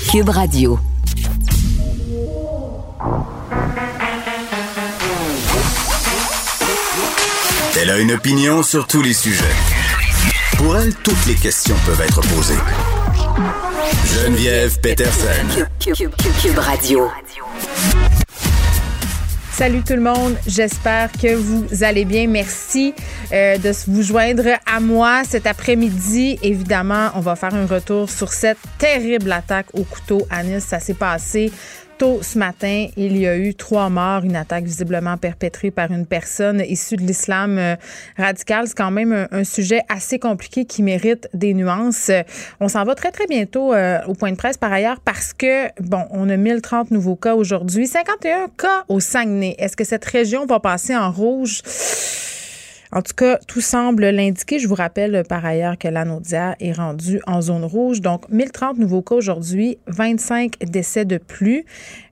Cube Radio. Elle a une opinion sur tous les sujets. Pour elle, toutes les questions peuvent être posées. Geneviève Peterson. Cube Radio. Salut tout le monde, j'espère que vous allez bien. Merci de vous joindre à moi cet après-midi. Évidemment, on va faire un retour sur cette terrible attaque au couteau à Nice. Ça s'est passé tôt ce matin. Il y a eu 3 morts, une attaque visiblement perpétrée par une personne issue de l'islam radical. C'est quand même un sujet assez compliqué qui mérite des nuances. On s'en va très, très bientôt au point de presse par ailleurs parce que, bon, on a 1030 nouveaux cas aujourd'hui, 51 cas au Saguenay. Est-ce que cette région va passer en rouge? En tout cas, tout semble l'indiquer. Je vous rappelle par ailleurs que l'Anaudière est rendue en zone rouge. Donc, 1030 nouveaux cas aujourd'hui, 25 décès de plus.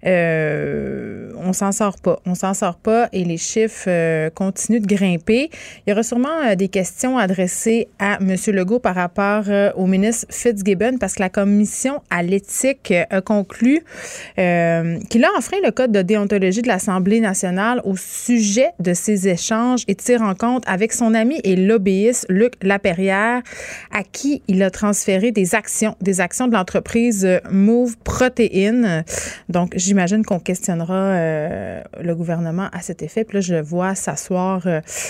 On s'en sort pas. On s'en sort pas et les chiffres continuent de grimper. Il y aura sûrement des questions adressées à M. Legault par rapport au ministre Fitzgibbon parce que la commission à l'éthique a conclu qu'il a enfreint le code de déontologie de l'Assemblée nationale au sujet de ces échanges et tire en compte avec son ami et lobbyiste Luc Laperrière, à qui il a transféré des actions de l'entreprise Move Protein. Donc, j'imagine qu'on questionnera le gouvernement à cet effet. Puis là, je les vois s'asseoir.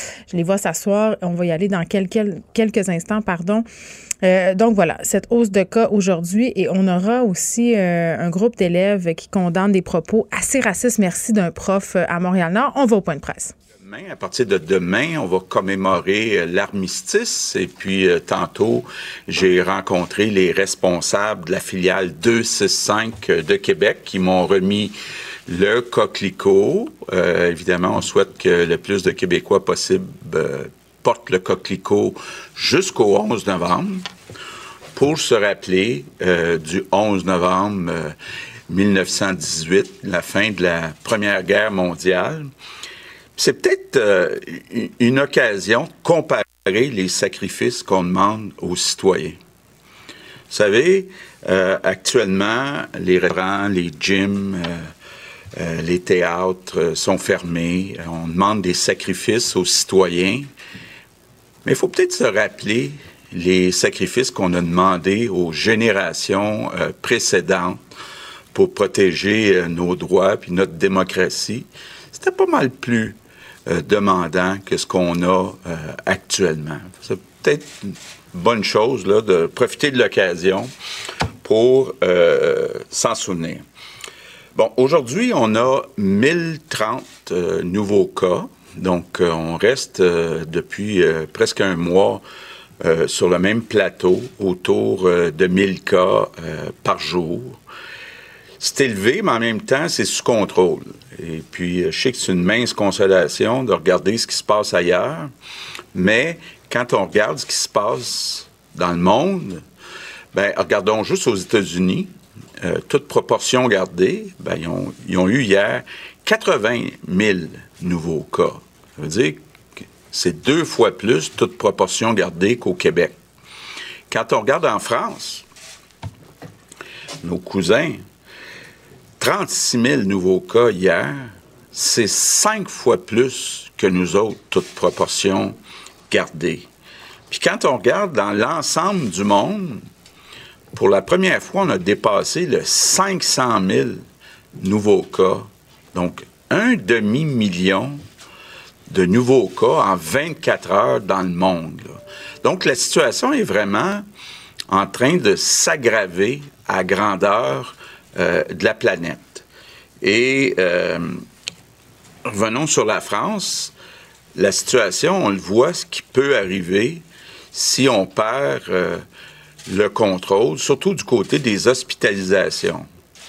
On va y aller dans quelques instants, pardon. Donc voilà, cette hausse de cas aujourd'hui et on aura aussi un groupe d'élèves qui condamnent des propos assez racistes. Merci d'un prof à Montréal-Nord. On va au point de presse. À partir de demain, on va commémorer l'armistice. Et puis, tantôt, j'ai rencontré les responsables de la filiale 265 de Québec qui m'ont remis le coquelicot. Évidemment, on souhaite que le plus de Québécois possible portent le coquelicot jusqu'au 11 novembre pour se rappeler du 11 novembre 1918, la fin de la Première Guerre mondiale. C'est peut-être une occasion de comparer les sacrifices qu'on demande aux citoyens. Vous savez, actuellement, les restaurants, les gyms, les théâtres sont fermés. On demande des sacrifices aux citoyens. Mais il faut peut-être se rappeler les sacrifices qu'on a demandés aux générations précédentes pour protéger nos droits puis notre démocratie. C'était pas mal plus demandant que ce qu'on a actuellement. C'est peut-être une bonne chose là, de profiter de l'occasion pour s'en souvenir. Bon, aujourd'hui, on a 1030 nouveaux cas. Donc, on reste depuis presque un mois sur le même plateau, autour de 1000 cas par jour. C'est élevé, mais en même temps, c'est sous contrôle. Et puis, je sais que c'est une mince consolation de regarder ce qui se passe ailleurs, mais quand on regarde ce qui se passe dans le monde, bien, regardons juste aux États-Unis, toute proportion gardée, bien, ils ont eu hier 80 000 nouveaux cas. Ça veut dire que c'est 2 fois plus, toute proportion gardée, qu'au Québec. Quand on regarde en France, nos cousins, 36 000 nouveaux cas hier, c'est 5 fois plus que nous autres, toute proportion gardée. Puis quand on regarde dans l'ensemble du monde, pour la première fois, on a dépassé le 500 000 nouveaux cas. Donc, 1,5 million de nouveaux cas en 24 heures dans le monde, là. Donc, la situation est vraiment en train de s'aggraver à grandeur de la planète. Et revenons sur la France. La situation, on le voit, ce qui peut arriver si on perd le contrôle, surtout du côté des hospitalisations.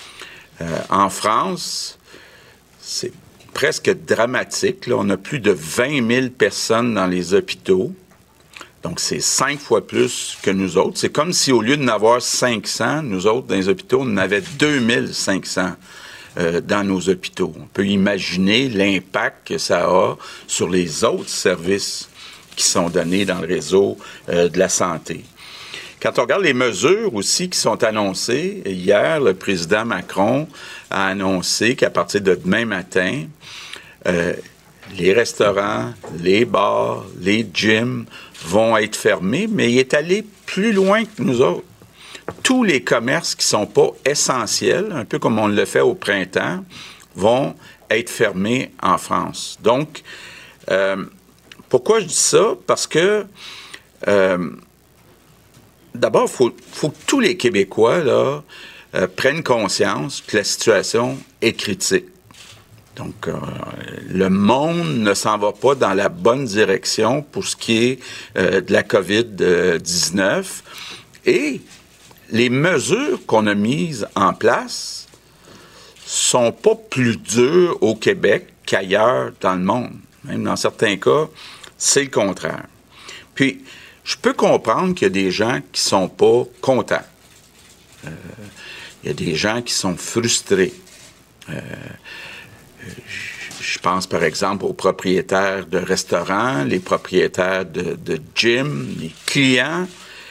En France, c'est presque dramatique. Là, on a plus de 20 000 personnes dans les hôpitaux. Donc, c'est 5 fois plus que nous autres. C'est comme si, au lieu d'en avoir 500, nous autres, dans les hôpitaux, on en avait 2500 dans nos hôpitaux. On peut imaginer l'impact que ça a sur les autres services qui sont donnés dans le réseau de la santé. quand on regarde les mesures aussi qui sont annoncées, hier, le président Macron a annoncé qu'à partir de demain matin, les restaurants, les bars, les gyms vont être fermés, mais il est allé plus loin que nous autres. Tous les commerces qui ne sont pas essentiels, un peu comme on le fait au printemps, vont être fermés en France. Donc, pourquoi je dis ça? Parce que, d'abord, il faut que tous les Québécois là, prennent conscience que la situation est critique. Donc, le monde ne s'en va pas dans la bonne direction pour ce qui est de la COVID-19. Et les mesures qu'on a mises en place sont pas plus dures au Québec qu'ailleurs dans le monde. Même dans certains cas, c'est le contraire. Puis, je peux comprendre qu'il y a des gens qui sont pas contents. Il y a des gens qui sont frustrés. Je pense, par exemple, aux propriétaires de restaurants, les propriétaires de gym, les clients.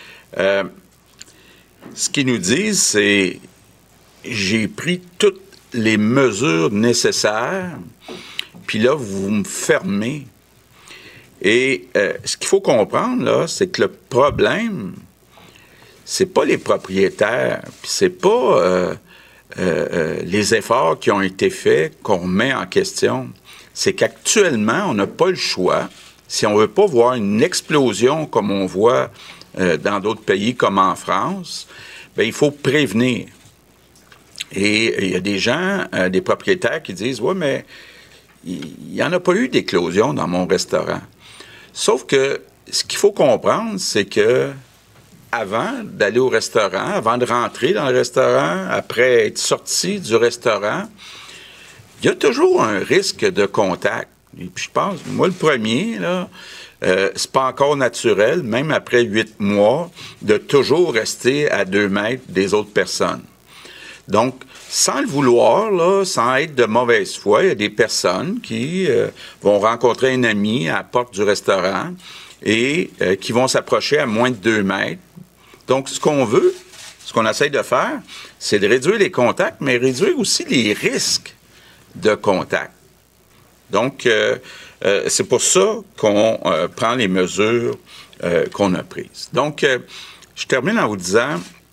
Ce qu'ils nous disent, c'est « J'ai pris toutes les mesures nécessaires, puis là, vous me fermez. » Et ce qu'il faut comprendre, là, c'est que le problème, c'est pas les propriétaires, puis c'est pas les efforts qui ont été faits qu'on met en question. C'est qu'actuellement, on n'a pas le choix. Si on veut pas voir une explosion comme on voit dans d'autres pays comme en France, bien, il faut prévenir. Et il y a des gens, des propriétaires qui disent « Ouais, mais il n'y en a pas eu d'éclosion dans mon restaurant. » Sauf que ce qu'il faut comprendre, c'est que avant d'aller au restaurant, avant de rentrer dans le restaurant, après être sorti du restaurant, il y a toujours un risque de contact. Et puis je pense, moi le premier, là, c'est pas encore naturel, même après 8 mois, de toujours rester à 2 mètres des autres personnes. Donc, sans le vouloir, là, sans être de mauvaise foi, il y a des personnes qui vont rencontrer un ami à la porte du restaurant et qui vont s'approcher à moins de 2 mètres. Donc, ce qu'on veut, ce qu'on essaie de faire, c'est de réduire les contacts, mais réduire aussi les risques de contact. Donc, c'est pour ça qu'on prend les mesures qu'on a prises. Donc, je termine en vous disant,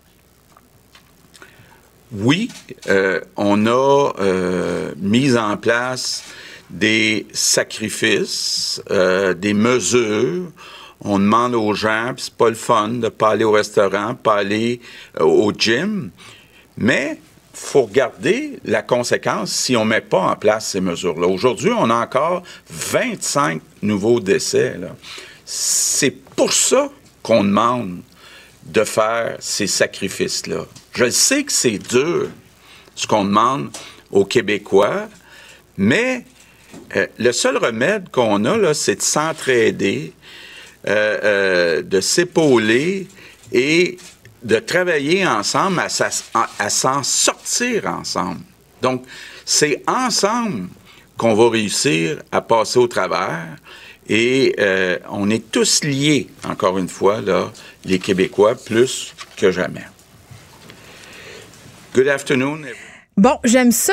oui, on a mis en place des sacrifices, des mesures. On demande aux gens, puis c'est pas le fun de pas aller au restaurant, pas aller au gym, mais faut regarder la conséquence si on met pas en place ces mesures-là. Aujourd'hui, on a encore 25 nouveaux décès, là. C'est pour ça qu'on demande de faire ces sacrifices-là. Je sais que c'est dur, ce qu'on demande aux Québécois, mais le seul remède qu'on a, là, c'est de s'entraider, de s'épauler et de travailler ensemble à s'en sortir ensemble. Donc, c'est ensemble qu'on va réussir à passer au travers et on est tous liés, encore une fois, là, les Québécois, plus que jamais. Good afternoon. Bon, j'aime ça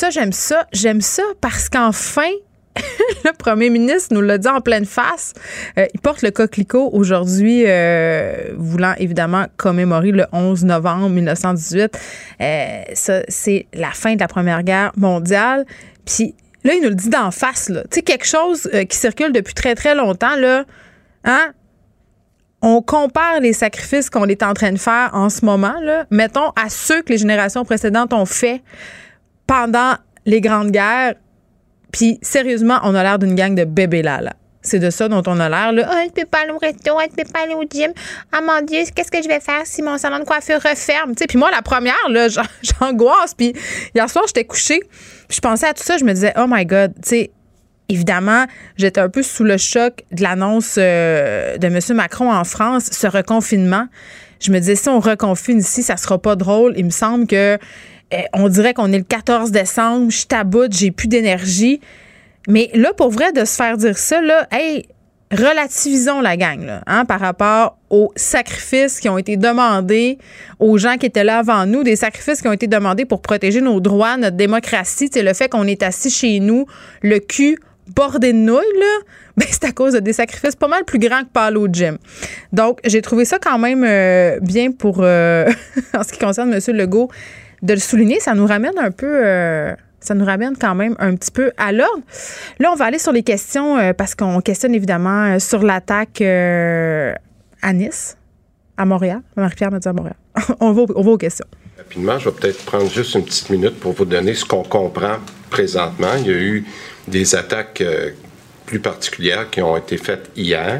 parce qu'enfin, le premier ministre nous l'a dit en pleine face. Il porte le coquelicot aujourd'hui, voulant évidemment commémorer le 11 novembre 1918. Ça, c'est la fin de la Première Guerre mondiale. Puis là, il nous le dit d'en face, là. Tu sais, quelque chose qui circule depuis très, très longtemps, là. Hein? On compare les sacrifices qu'on est en train de faire en ce moment, là, mettons, à ceux que les générations précédentes ont fait pendant les grandes guerres. Puis, sérieusement, on a l'air d'une gang de bébés là. C'est de ça dont on a l'air, là. « Ah, je peux pas aller au resto, je peux pas aller au gym. Ah, mon Dieu, qu'est-ce que je vais faire si mon salon de coiffure referme? » Tu sais, puis moi, la première, là, j'angoisse. Puis hier soir, j'étais couchée. Puis je pensais à tout ça. Je me disais, « Oh my God, tu sais, évidemment, j'étais un peu sous le choc de l'annonce de M. Macron en France, ce reconfinement. Je me disais, si on reconfine ici, ça sera pas drôle. Il me semble que on dirait qu'on est le 14 décembre, je suis à bout, j'ai plus d'énergie. Mais là, pour vrai, de se faire dire ça, là, hey, relativisons la gang là, par rapport aux sacrifices qui ont été demandés aux gens qui étaient là avant nous, des sacrifices qui ont été demandés pour protéger nos droits, notre démocratie. C'est le fait qu'on est assis chez nous, le cul bordé de nouilles, là, ben c'est à cause de des sacrifices pas mal plus grands que pas aller au gym. Donc, j'ai trouvé ça quand même bien pour, en ce qui concerne M. Legault, de le souligner. Ça nous ramène un peu... ça nous ramène quand même un petit peu à l'ordre. Là, on va aller sur les questions parce qu'on questionne évidemment sur l'attaque à Nice, à Montréal. Marie-Pierre m'a dit à Montréal. on va aux questions. Rapidement, je vais peut-être prendre juste une petite minute pour vous donner ce qu'on comprend présentement. Il y a eu des attaques plus particulières qui ont été faites hier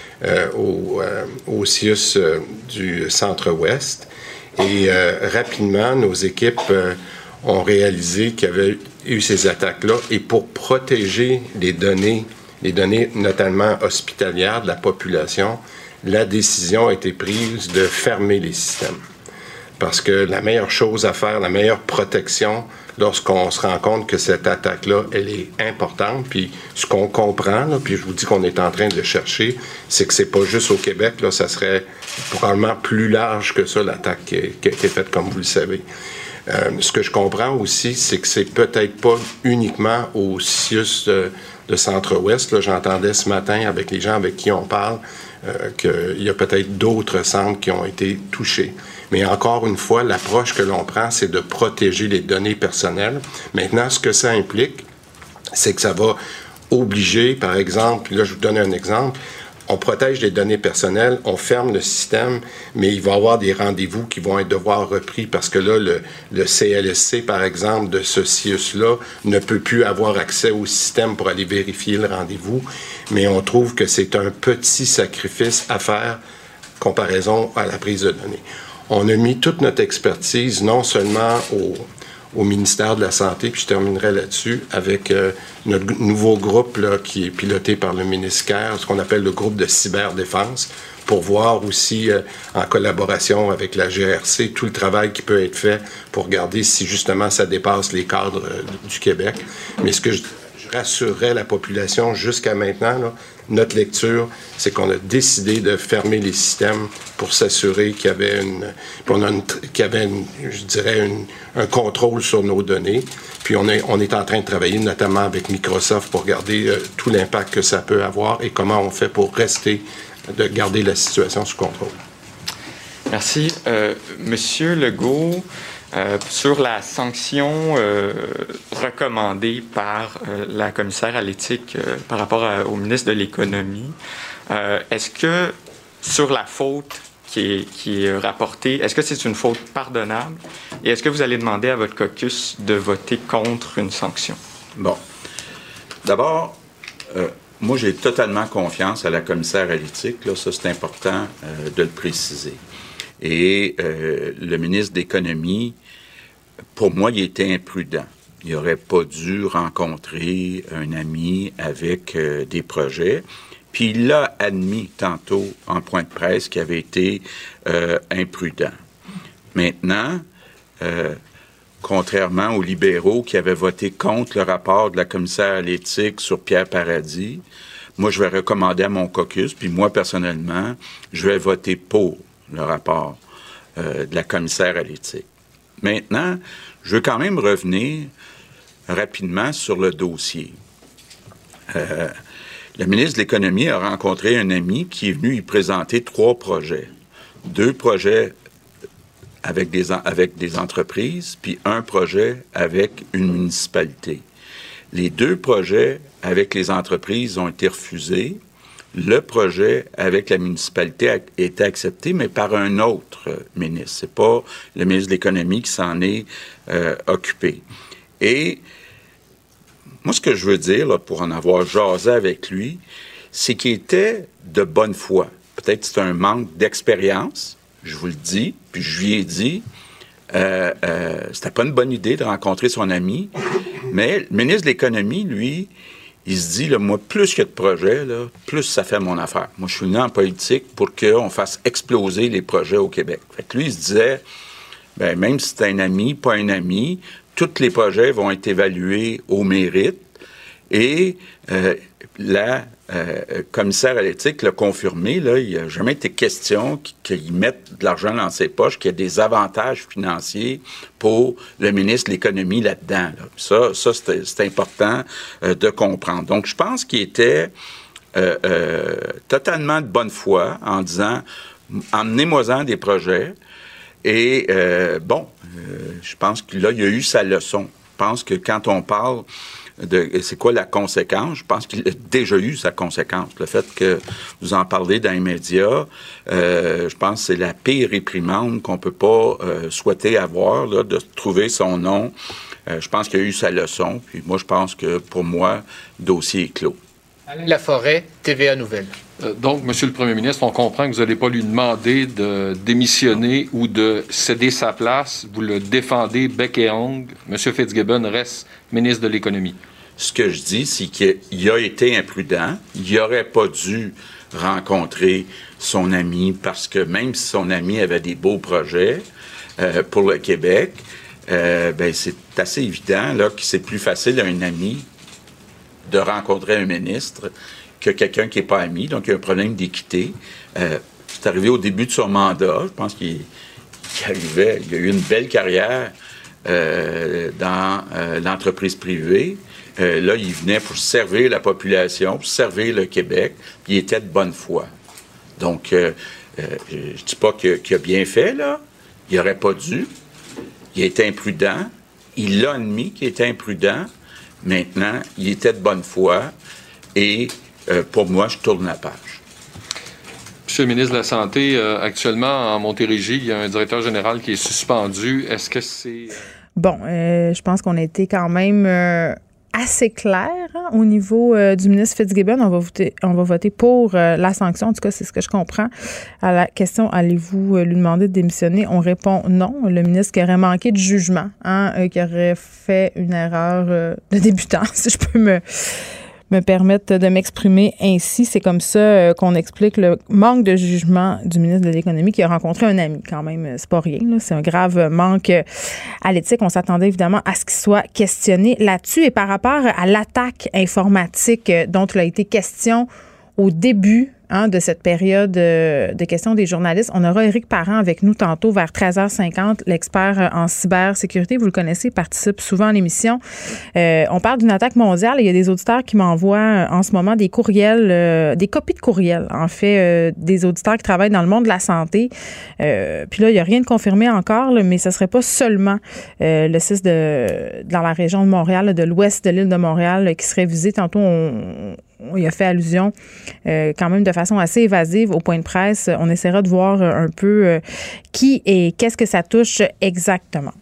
au CIUS du Centre-Ouest. Et rapidement, nos équipes... ont réalisé qu'il y avait eu ces attaques-là. Et pour protéger les données notamment hospitalières de la population, la décision a été prise de fermer les systèmes. Parce que la meilleure chose à faire, la meilleure protection, lorsqu'on se rend compte que cette attaque-là, elle est importante, puis ce qu'on comprend, là, puis je vous dis qu'on est en train de chercher, c'est que c'est pas juste au Québec, là, ça serait probablement plus large que ça, l'attaque qui a été faite, comme vous le savez. Ce que je comprends aussi, c'est que c'est peut-être pas uniquement au CIUS de Centre-Ouest. Là, j'entendais ce matin avec les gens avec qui on parle qu'il y a peut-être d'autres centres qui ont été touchés. Mais encore une fois, l'approche que l'on prend, c'est de protéger les données personnelles. Maintenant, ce que ça implique, c'est que ça va obliger, par exemple, là je vous donne un exemple, on protège les données personnelles, on ferme le système, mais il va y avoir des rendez-vous qui vont devoir repris parce que là, le CLSC, par exemple, de ce CIUS-là, ne peut plus avoir accès au système pour aller vérifier le rendez-vous. Mais on trouve que c'est un petit sacrifice à faire comparaison à la prise de données. On a mis toute notre expertise, non seulement au ministère de la Santé, puis je terminerai là-dessus, avec notre nouveau groupe là, qui est piloté par le ministère, ce qu'on appelle le groupe de cyberdéfense, pour voir aussi, en collaboration avec la GRC, tout le travail qui peut être fait pour regarder si justement ça dépasse les cadres du Québec. Mais ce que je rassurerais la population jusqu'à maintenant, là, notre lecture, c'est qu'on a décidé de fermer les systèmes pour s'assurer qu'il y avait un contrôle sur nos données. Puis on est en train de travailler notamment avec Microsoft pour regarder tout l'impact que ça peut avoir et comment on fait pour de garder la situation sous contrôle. Merci. Monsieur Legault, sur la sanction recommandée par la commissaire à l'éthique par rapport au ministre de l'Économie, est-ce que sur la faute qui est rapportée, est-ce que c'est une faute pardonnable? Et est-ce que vous allez demander à votre caucus de voter contre une sanction? Bon. D'abord, moi, j'ai totalement confiance à la commissaire à l'éthique. Là, ça, c'est important de le préciser. Et le ministre de l'Économie, pour moi, il était imprudent. Il n'aurait pas dû rencontrer un ami avec des projets. Puis il l'a admis tantôt en point de presse qu'il avait été imprudent. Maintenant, contrairement aux libéraux qui avaient voté contre le rapport de la commissaire à l'éthique sur Pierre Paradis, moi, je vais recommander à mon caucus, puis moi, personnellement, je vais voter pour le rapport de la commissaire à l'éthique. Maintenant, je veux quand même revenir rapidement sur le dossier. Le ministre de l'Économie a rencontré un ami qui est venu y présenter 3 projets. 2 projets avec des entreprises, puis 1 projet avec une municipalité. Les 2 projets avec les entreprises ont été refusés. Le projet avec la municipalité a été accepté, mais par un autre ministre. C'est pas le ministre de l'Économie qui s'en est occupé. Et moi, ce que je veux dire, là, pour en avoir jasé avec lui, c'est qu'il était de bonne foi. Peut-être que c'est un manque d'expérience, je vous le dis, puis je lui ai dit, c'était pas une bonne idée de rencontrer son ami, mais le ministre de l'Économie, lui, il se dit, là, moi, plus qu'il y a de projets, là, plus ça fait mon affaire. Moi, je suis venu en politique pour qu'on fasse exploser les projets au Québec. Fait que lui, il se disait, bien, même si c'est un ami, pas un ami, tous les projets vont être évalués au mérite et la commissaire à l'éthique l'a confirmé, là, il n'a jamais été question qu'ils mettent de l'argent dans ses poches, qu'il y a des avantages financiers pour le ministre de l'Économie là-dedans. Là. Ça c'est important de comprendre. Donc, je pense qu'il était totalement de bonne foi en disant « emmenez-moi-en des projets ». Et je pense que là, il a eu sa leçon. Je pense que quand on parle de c'est quoi la conséquence, je pense qu'il a déjà eu sa conséquence. Le fait que vous en parlez dans les médias, je pense que c'est la pire réprimande qu'on peut pas souhaiter avoir, là, de trouver son nom. Je pense qu'il a eu sa leçon. Puis moi, je pense que pour moi, le dossier est clos. Alain Laforêt, TVA Nouvelles. Donc, Monsieur le Premier ministre, on comprend que vous n'allez pas lui demander de démissionner ou de céder sa place. Vous le défendez bec et ongle. Monsieur Fitzgibbon reste ministre de l'Économie. Ce que je dis, c'est qu'il a été imprudent. Il n'aurait pas dû rencontrer son ami parce que même si son ami avait des beaux projets pour le Québec, c'est assez évident là, que c'est plus facile à un ami de rencontrer un ministre que quelqu'un qui n'est pas ami. Donc, il y a un problème d'équité. C'est arrivé au début de son mandat. Je pense qu'il a eu une belle carrière dans l'entreprise privée. Là, il venait pour servir la population, pour servir le Québec. Puis il était de bonne foi. Donc, je ne dis pas qu'il a bien fait, là. Il n'aurait pas dû. Il a été imprudent. Il l'a admis qu'il était imprudent. Maintenant, il était de bonne foi. Et pour moi, je tourne la page. Monsieur le ministre de la Santé, actuellement, en Montérégie, il y a un directeur général qui est suspendu. Est-ce que c'est... Bon, je pense qu'on a été quand même assez clair au niveau du ministre Fitzgibbon. On va voter pour la sanction. En tout cas, c'est ce que je comprends. À la question, allez-vous lui demander de démissionner? On répond non. Le ministre qui aurait manqué de jugement, qui aurait fait une erreur de débutant, si je peux me permettre de m'exprimer ainsi. C'est comme ça qu'on explique le manque de jugement du ministre de l'Économie qui a rencontré un ami quand même. C'est pas rien, là. C'est un grave manque à l'éthique. On s'attendait évidemment à ce qu'il soit questionné là-dessus. Et par rapport à l'attaque informatique dont il a été question au début de cette période de questions des journalistes. On aura Éric Parent avec nous tantôt vers 13h50, l'expert en cybersécurité. Vous le connaissez, il participe souvent à l'émission. On parle d'une attaque mondiale. Il y a des auditeurs qui m'envoient en ce moment des courriels, des copies de courriels, en fait, des auditeurs qui travaillent dans le monde de la santé. Puis là, il n'y a rien de confirmé encore, là, mais ce ne serait pas seulement le CIS dans la région de Montréal, de l'ouest de l'île de Montréal, qui serait visé. Tantôt, on y a fait allusion quand même de façon assez évasive au point de presse. On essaiera de voir un peu qui et qu'est-ce que ça touche exactement.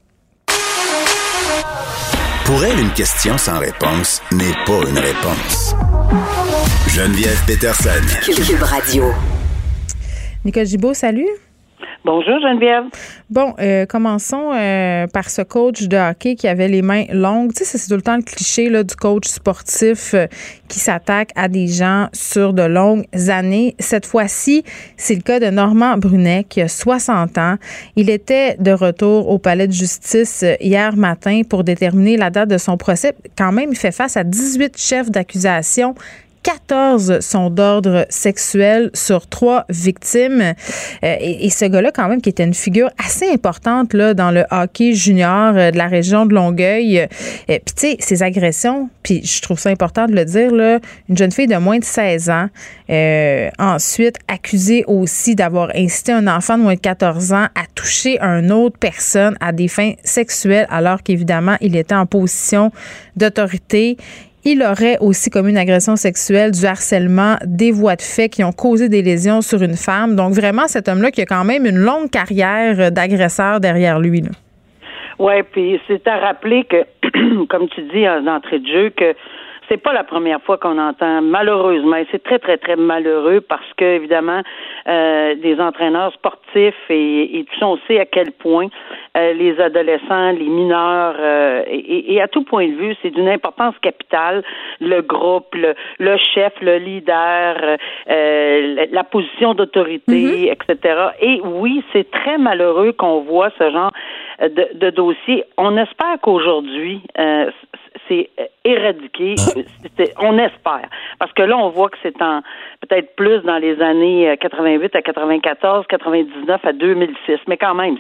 Pour elle, une question sans réponse n'est pas une réponse. Geneviève Peterson. Cube Radio. Nicole Gibault, salut. Bonjour Geneviève. Bon, commençons par ce coach de hockey qui avait les mains longues. Tu sais, c'est tout le temps le cliché là, du coach sportif qui s'attaque à des gens sur de longues années. Cette fois-ci, c'est le cas de Normand Brunet qui a 60 ans. Il était de retour au palais de justice hier matin pour déterminer la date de son procès. Quand même, il fait face à 18 chefs d'accusation. 14 sont d'ordre sexuel sur 3 victimes. Et ce gars-là, quand même, qui était une figure assez importante là, dans le hockey junior de la région de Longueuil. Puis, tu sais, ces agressions, puis je trouve ça important de le dire, là, une jeune fille de moins de 16 ans, ensuite accusée aussi d'avoir incité un enfant de moins de 14 ans à toucher une autre personne à des fins sexuelles, alors qu'évidemment, il était en position d'autorité. Il aurait aussi commis une agression sexuelle, du harcèlement, des voies de fait qui ont causé des lésions sur une femme. Donc, vraiment, cet homme-là qui a quand même une longue carrière d'agresseur derrière lui. Oui, puis c'est à rappeler que, comme tu dis d'entrée de jeu, que c'est pas la première fois qu'on entend, malheureusement, et c'est très, très, très malheureux parce que, évidemment, des entraîneurs sportifs et tout ça, on sait à quel point les adolescents, les mineurs, et à tout point de vue, c'est d'une importance capitale, le groupe, le chef, le leader, la position d'autorité, etc. Et oui, c'est très malheureux qu'on voit ce genre de dossier. On espère qu'aujourd'hui, c'est éradiqué. On espère. Parce que là, on voit que c'est peut-être plus dans les années 88 à 94, 99 à 2006. Mais quand même,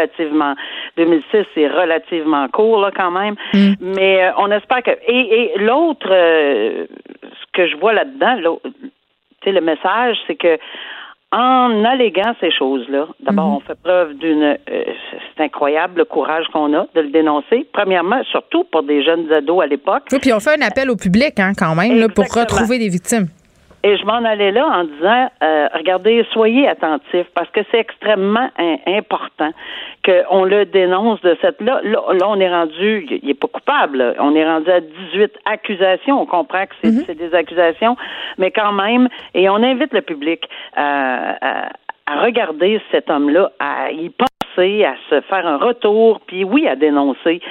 2006, c'est relativement court, là, quand même. Mais on espère que... Et l'autre, ce que je vois là-dedans, le message, c'est que en alléguant ces choses-là, d'abord, on fait preuve c'est incroyable le courage qu'on a de le dénoncer. Premièrement, surtout pour des jeunes ados à l'époque. Oui, puis on fait un appel au public, quand même, là, pour retrouver des victimes. Et je m'en allais là en disant, regardez, soyez attentifs, parce que c'est extrêmement important qu'on le dénonce de cette... Là, on est rendu, il n'est pas coupable, là. On est rendu à 18 accusations. On comprend que c'est des accusations, mais quand même, et on invite le public à regarder cet homme-là, à y penser, à se faire un retour, puis oui, à dénoncer.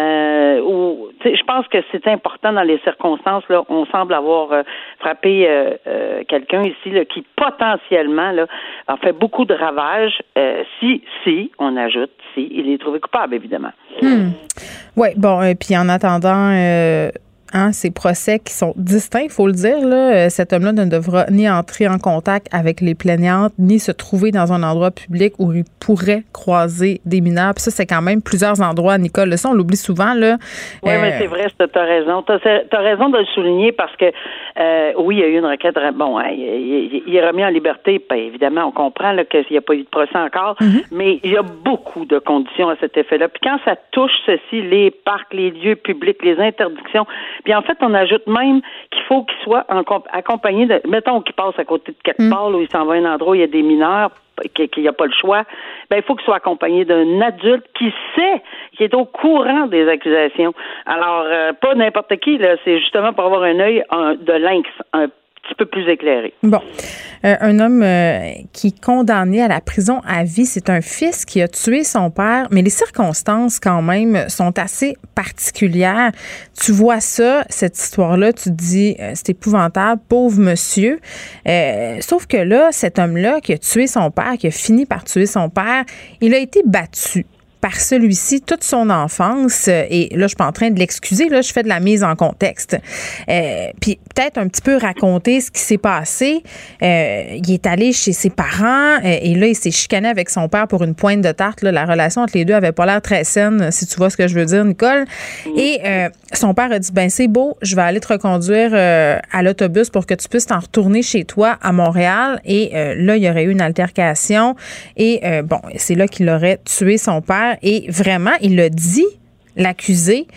Je pense que c'est important dans les circonstances. Là, on semble avoir frappé quelqu'un ici là, qui potentiellement là, a fait beaucoup de ravages. Si on ajoute, si il est trouvé coupable, évidemment. Oui, bon, puis en attendant... ces procès qui sont distincts, il faut le dire. Là, cet homme-là ne devra ni entrer en contact avec les plaignantes, ni se trouver dans un endroit public où il pourrait croiser des mineurs. Puis ça, c'est quand même plusieurs endroits, Nicole. Ça, on l'oublie souvent. Oui, mais c'est vrai, tu as raison. Tu as raison de le souligner parce que, oui, il y a eu une requête. Bon, il est remis en liberté. Bien, évidemment, on comprend là, qu'il n'y a pas eu de procès encore, mais il y a beaucoup de conditions à cet effet-là. Puis quand ça touche ceci, les parcs, les lieux publics, les interdictions, puis en fait, on ajoute même qu'il faut qu'il soit accompagné de... Mettons qu'il passe à côté de quelque part, où il s'en va à un endroit où il y a des mineurs, qu'il n'y a pas le choix, il faut qu'il soit accompagné d'un adulte qui sait, qui est au courant des accusations. Alors, pas n'importe qui, là, c'est justement pour avoir un œil de lynx, un petit peu plus éclairé. Bon. Un homme qui est condamné à la prison à vie, c'est un fils qui a tué son père, mais les circonstances, quand même, sont assez particulières. Tu vois ça, cette histoire-là, tu te dis, c'est épouvantable, pauvre monsieur. Sauf que là, cet homme-là qui a tué son père, qui a fini par tuer son père, il a été battu par celui-ci toute son enfance. Et là, je suis pas en train de l'excuser. Là, je fais de la mise en contexte. Puis peut-être un petit peu raconter ce qui s'est passé. Il est allé chez ses parents et là, il s'est chicané avec son père pour une pointe de tarte. Là, la relation entre les deux avait pas l'air très saine, si tu vois ce que je veux dire, Nicole. Et son père a dit, c'est beau, je vais aller te reconduire à l'autobus pour que tu puisses t'en retourner chez toi à Montréal. Et là, il y aurait eu une altercation. Et c'est là qu'il aurait tué son père. Et vraiment, il a dit, l'accusé,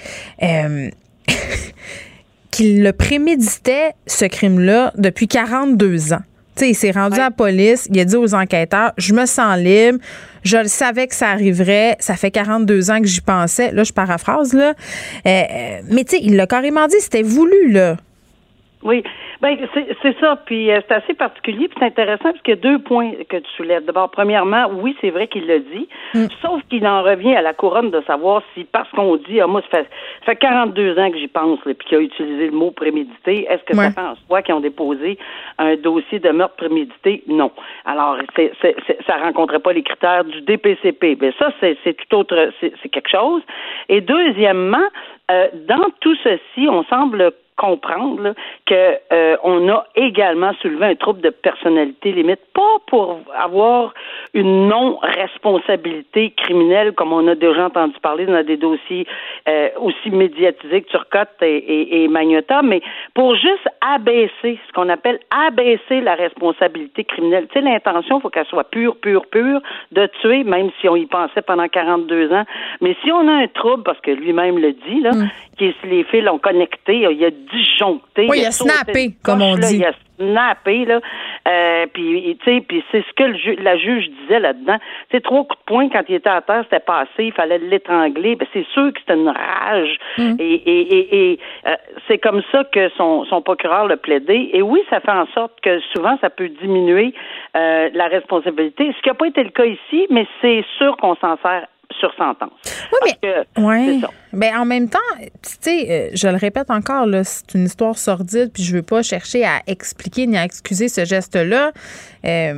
qu'il le préméditait, ce crime-là, depuis 42 ans. Tu sais, il s'est rendu à la police, il a dit aux enquêteurs, je me sens libre, je le savais que ça arriverait, ça fait 42 ans que j'y pensais. Là, je paraphrase, là. Mais tu sais, il l'a carrément dit, c'était voulu, là. Oui, c'est ça, puis c'est assez particulier, puis c'est intéressant parce qu'il y a 2 points que tu soulèves. D'abord, premièrement, oui, c'est vrai qu'il l'a dit, sauf qu'il en revient à la couronne de savoir si, parce qu'on dit, moi, ça fait 42 ans que j'y pense, puis qu'il a utilisé le mot prémédité, est-ce que ça fait en soi qu'ils ont déposé un dossier de meurtre prémédité? Non. Alors, ça rencontrait pas les critères du DPCP. Mais ça, c'est tout autre, c'est quelque chose. Et deuxièmement, dans tout ceci, on semble comprendre là, que on a également soulevé un trouble de personnalité limite, pas pour avoir une non-responsabilité criminelle comme on a déjà entendu parler dans des dossiers aussi médiatisés que Turcotte et Magnotta, mais pour juste abaisser, ce qu'on appelle abaisser la responsabilité criminelle. Tu sais, l'intention, il faut qu'elle soit pure de tuer, même si on y pensait pendant 42 ans. Mais si on a un trouble, parce que lui-même le dit, là, les fils l'ont connecté, il a disjoncté. Oui, il a snappé, comme on dit. Il a snappé, là. Puis c'est ce que la juge disait là-dedans. Tu sais, 3 coups de poing quand il était à terre, c'était passé, il fallait l'étrangler. C'est sûr que c'était une rage. Et c'est comme ça que son procureur l'a plaidé. Et oui, ça fait en sorte que souvent, ça peut diminuer la responsabilité. Ce qui n'a pas été le cas ici, mais c'est sûr qu'on s'en sert sur sentence. Oui, mais en même temps, tu sais, je le répète encore, là, c'est une histoire sordide, puis je veux pas chercher à expliquer ni à excuser ce geste-là.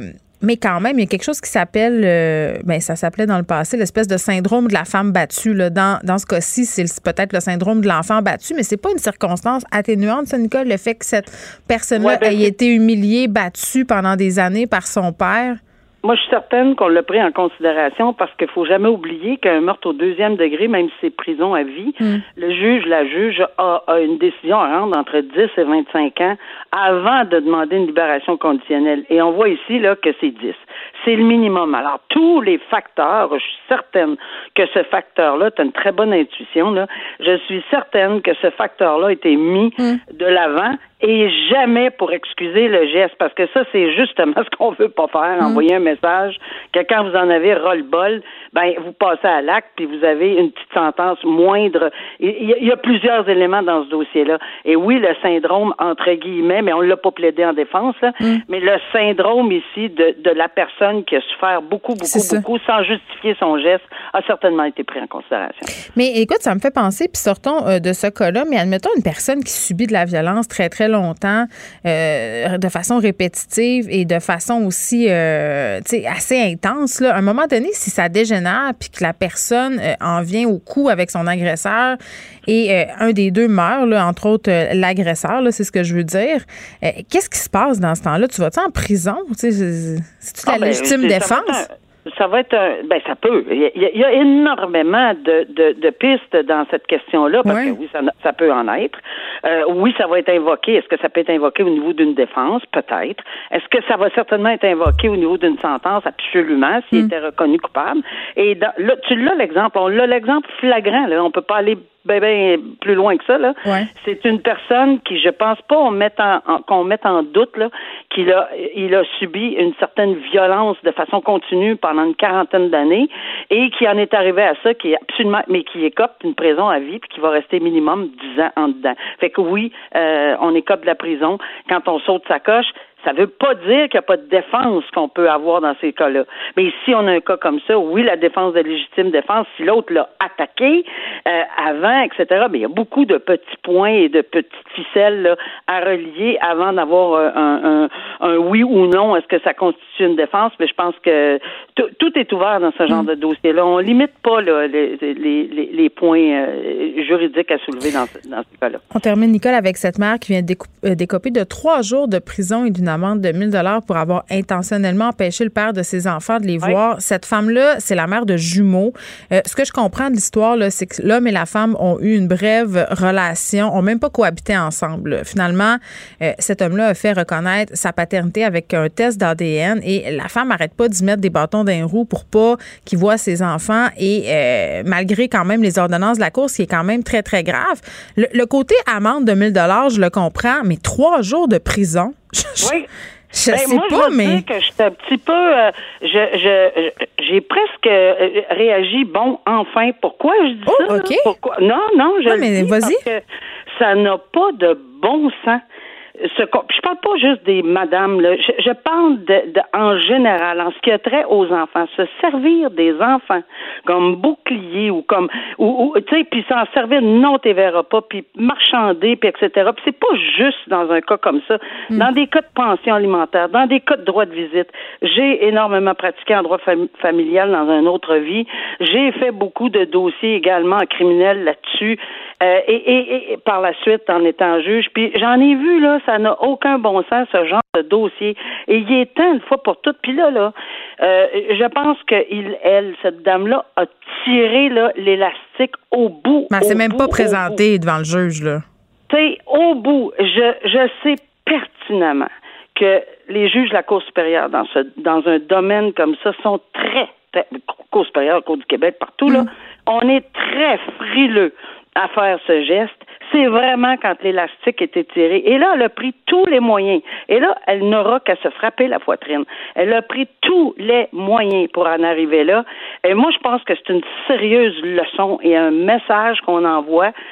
Mais quand même, il y a quelque chose qui s'appelle, ça s'appelait dans le passé, l'espèce de syndrome de la femme battue. Là. Dans ce cas-ci, c'est peut-être le syndrome de l'enfant battu, mais c'est pas une circonstance atténuante, ça, Nicole, le fait que cette personne-là ait été humiliée, battue pendant des années par son père? Moi, je suis certaine qu'on l'a pris en considération parce qu'il faut jamais oublier qu'un meurtre au 2e degré, même si c'est prison à vie, la juge a une décision à rendre entre 10 et 25 ans avant de demander une libération conditionnelle. Et on voit ici là que c'est 10. C'est le minimum. Alors, tous les facteurs, je suis certaine que ce facteur-là, tu as une très bonne intuition, là, je suis certaine que ce facteur-là a été mis de l'avant et jamais pour excuser le geste, parce que ça, c'est justement ce qu'on veut pas faire, envoyer un message que quand vous en avez ras-le-bol, vous passez à l'acte, puis vous avez une petite sentence moindre. Il y a plusieurs éléments dans ce dossier-là. Et oui, le syndrome, entre guillemets, mais on l'a pas plaidé en défense, là, mais le syndrome ici de la personne qui a souffert beaucoup, sans justifier son geste, a certainement été pris en considération. Mais écoute, ça me fait penser, puis sortons de ce cas-là, mais admettons une personne qui subit de la violence très, très longtemps, de façon répétitive et de façon aussi assez intense. Là. À un moment donné, si ça dégénère puis que la personne en vient au coup avec son agresseur et un des deux meurt, là, entre autres l'agresseur, là, c'est ce que je veux dire, qu'est-ce qui se passe dans ce temps-là? Tu vas-tu en prison? C'est-tu la légitime défense? Ça va être ça peut. Il y a énormément de pistes dans cette question-là, parce que oui, ça peut en être. Oui, ça va être invoqué. Est-ce que ça peut être invoqué au niveau d'une défense? Peut-être. Est-ce que ça va certainement être invoqué au niveau d'une sentence? Absolument, s'il était reconnu coupable. Et là, tu l'as l'exemple. On l'a l'exemple flagrant, là. On peut pas aller ben plus loin que ça, là. Ouais. C'est une personne qui, je pense pas qu'on mette en doute, là, il a subi une certaine violence de façon continue pendant une quarantaine d'années et qui en est arrivé à ça, qui écope une prison à vie puis qui va rester minimum 10 ans en dedans. Fait que oui, on écope de la prison quand on saute sa coche. Ça veut pas dire qu'il n'y a pas de défense qu'on peut avoir dans ces cas-là. Mais ici, on a un cas comme ça, oui, la défense de légitime défense, si l'autre l'a attaqué avant, etc., mais il y a beaucoup de petits points et de petites ficelles là, à relier avant d'avoir un oui ou non. Est-ce que ça constitue une défense? Mais je pense que tout est ouvert dans ce genre de dossier-là. On limite pas là, les points juridiques à soulever dans ce cas-là. On termine, Nicole, avec cette mère qui vient d'écoper de 3 jours de prison et d'une amende de 1 000 $ pour avoir intentionnellement empêché le père de ses enfants de les voir. Cette femme-là, c'est la mère de jumeaux. Ce que je comprends de l'histoire, là, c'est que l'homme et la femme ont eu une brève relation, ont même pas cohabité ensemble. Finalement, cet homme-là a fait reconnaître sa paternité avec un test d'ADN et la femme n'arrête pas d'y mettre des bâtons dans les roues pour pas qu'il voie ses enfants et malgré quand même les ordonnances de la Cour, ce qui est quand même très, très grave. Le côté amende de 1 000 $ je le comprends, mais 3 jours de prison... Oui. Je sais moi, pas, je mais dire que j'étais un petit peu, j'ai presque réagi. Bon, enfin, pourquoi je dis ça? Okay. Pourquoi? Non, je mais dis vas-y. parce que ça n'a pas de bon sens. Je parle pas juste des madames, là. Je parle en général, en ce qui a trait aux enfants. Se servir des enfants comme bouclier ou tu sais, puis s'en servir, non, t'es verras pas, puis marchander, puis etc. Puis c'est pas juste dans un cas comme ça. Dans des cas de pension alimentaire, dans des cas de droit de visite. J'ai énormément pratiqué en droit familial dans une autre vie. J'ai fait beaucoup de dossiers également en criminel là-dessus. Et par la suite, en étant juge, puis j'en ai vu, là, ça n'a aucun bon sens, ce genre de dossier. Et il est temps, une fois pour toutes. Puis là, je pense que cette dame-là, a tiré là, l'élastique au bout. Mais elle s'est même pas présentée devant le juge, là. Tu sais, au bout, je sais pertinemment que les juges de la Cour supérieure dans un domaine comme ça sont très, très Cour supérieure, Cour du Québec, partout, là, on est très frileux à faire ce geste. C'est vraiment quand l'élastique était tiré. Et là, elle a pris tous les moyens. Et là, elle n'aura qu'à se frapper la poitrine. Elle a pris tous les moyens pour en arriver là. Et moi, je pense que c'est une sérieuse leçon et un message qu'on envoie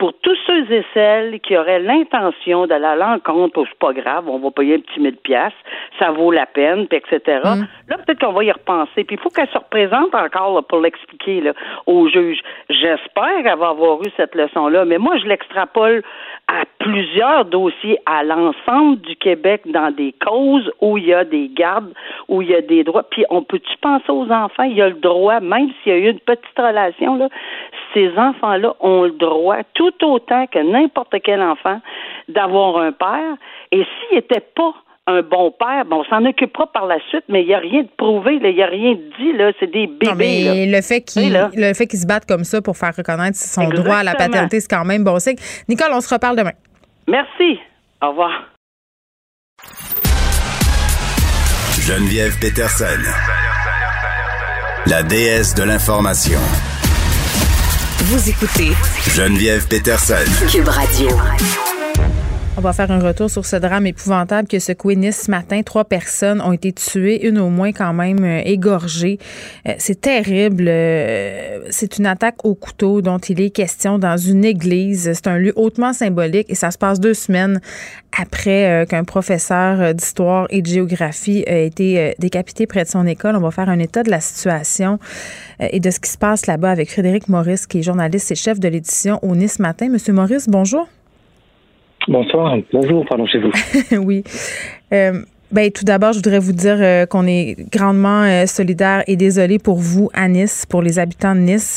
pour tous ceux et celles qui auraient l'intention d'aller à l'encontre, c'est pas grave, on va payer un petit 1000$, ça vaut la peine, puis etc. Là, peut-être qu'on va y repenser. Puis il faut qu'elle se représente encore là, pour l'expliquer là, au juge. J'espère qu'elle va avoir eu cette leçon-là, mais moi, je l'extrapole à plusieurs dossiers, à l'ensemble du Québec, dans des causes où il y a des gardes, où il y a des droits. Puis on peut-tu penser aux enfants? Il y a le droit, même s'il y a eu une petite relation, là, ces enfants-là ont le droit, tout autant que n'importe quel enfant, d'avoir un père. Et s'il n'était pas un bon père, bon, on s'en occupera par la suite, mais il n'y a rien de prouvé, il n'y a rien de dit, là, c'est des bébés. Non, mais là. le fait qu'ils se battent comme ça pour faire reconnaître son droit à la paternité, c'est quand même bon signe. Nicole, on se reparle demain. Merci. Au revoir. Geneviève Peterson, la déesse de l'information. Vous écoutez Geneviève Peterson, Cube Radio. On va faire un retour sur ce drame épouvantable que secoué Nice ce matin. 3 personnes ont été tuées, une au moins quand même égorgée. C'est terrible. C'est une attaque au couteau dont il est question dans une église. C'est un lieu hautement symbolique et ça se passe 2 semaines après qu'un professeur d'histoire et de géographie a été décapité près de son école. On va faire un état de la situation et de ce qui se passe là-bas avec Frédéric Maurice, qui est journaliste et chef de l'édition au Nice Matin. Monsieur Maurice, bonjour. Bonsoir, pardon, chez vous. Oui. Tout d'abord, je voudrais vous dire qu'on est grandement solidaires et désolés pour vous à Nice, pour les habitants de Nice.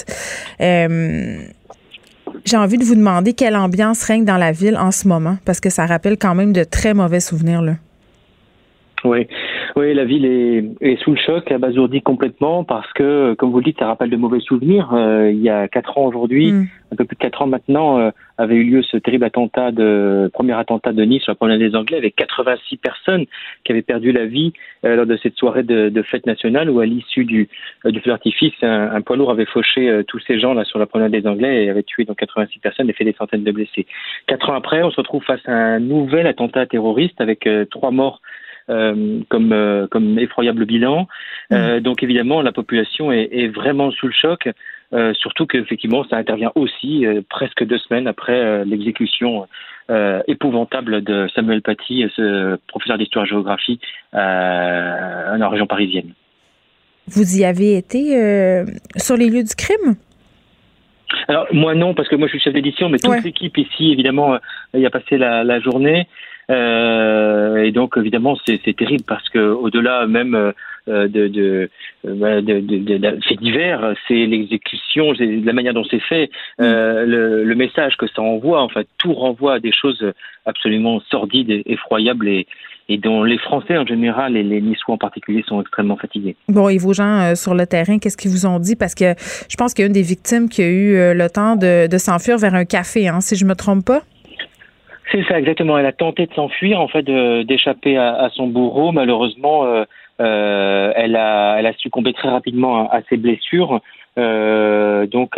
J'ai envie de vous demander quelle ambiance règne dans la ville en ce moment, parce que ça rappelle quand même de très mauvais souvenirs, là. Oui, la ville est sous le choc, abasourdie complètement parce que, comme vous le dites, ça rappelle de mauvais souvenirs. Il y a 4 ans aujourd'hui, un peu plus de 4 ans maintenant, avait eu lieu ce terrible premier attentat de Nice sur la promenade des Anglais avec 86 personnes qui avaient perdu la vie lors de cette soirée de fête nationale où, à l'issue du feu d'artifice, un poids lourd avait fauché tous ces gens là sur la promenade des Anglais et avait tué donc 86 personnes et fait des centaines de blessés. 4 ans après, on se retrouve face à un nouvel attentat terroriste avec 3 morts. Comme effroyable bilan. Donc évidemment, la population est vraiment sous le choc, surtout qu'effectivement, ça intervient aussi presque 2 semaines après l'exécution épouvantable de Samuel Paty, ce professeur d'histoire-géographie dans la région parisienne. Vous y avez été sur les lieux du crime? Alors, moi non, parce que moi je suis chef d'édition, mais toute l'équipe ici, évidemment, y a passé la journée. Et donc évidemment c'est terrible parce que au-delà même de faits divers, c'est l'exécution, c'est la manière dont c'est fait, le message que ça envoie. En fait, tout renvoie à des choses absolument sordides, et effroyables et dont les Français en général et les Niçois en particulier sont extrêmement fatigués. Bon, et vos gens sur le terrain, qu'est-ce qu'ils vous ont dit? Parce que je pense qu'il y a une des victimes qui a eu le temps de s'enfuir vers un café, si je me trompe pas. C'est ça, exactement. Elle a tenté de s'enfuir, en fait, d'échapper à son bourreau. Malheureusement, elle a succombé très rapidement à ses blessures. Dans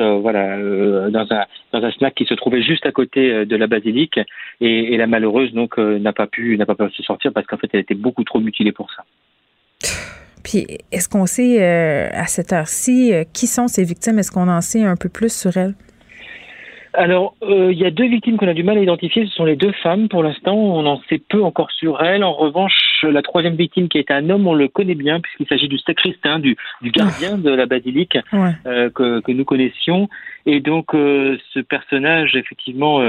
un snack qui se trouvait juste à côté de la basilique. Et la malheureuse, donc, n'a pas pu se sortir parce qu'en fait, elle était beaucoup trop mutilée pour ça. Puis, est-ce qu'on sait, à cette heure-ci, qui sont ces victimes? Est-ce qu'on en sait un peu plus sur elles? Alors, il y a 2 victimes qu'on a du mal à identifier. Ce sont les 2 femmes. Pour l'instant, on en sait peu encore sur elles. En revanche, la 3e victime qui est un homme, on le connaît bien puisqu'il s'agit du sacristain, du gardien de la basilique que nous connaissions. Et donc, ce personnage, effectivement,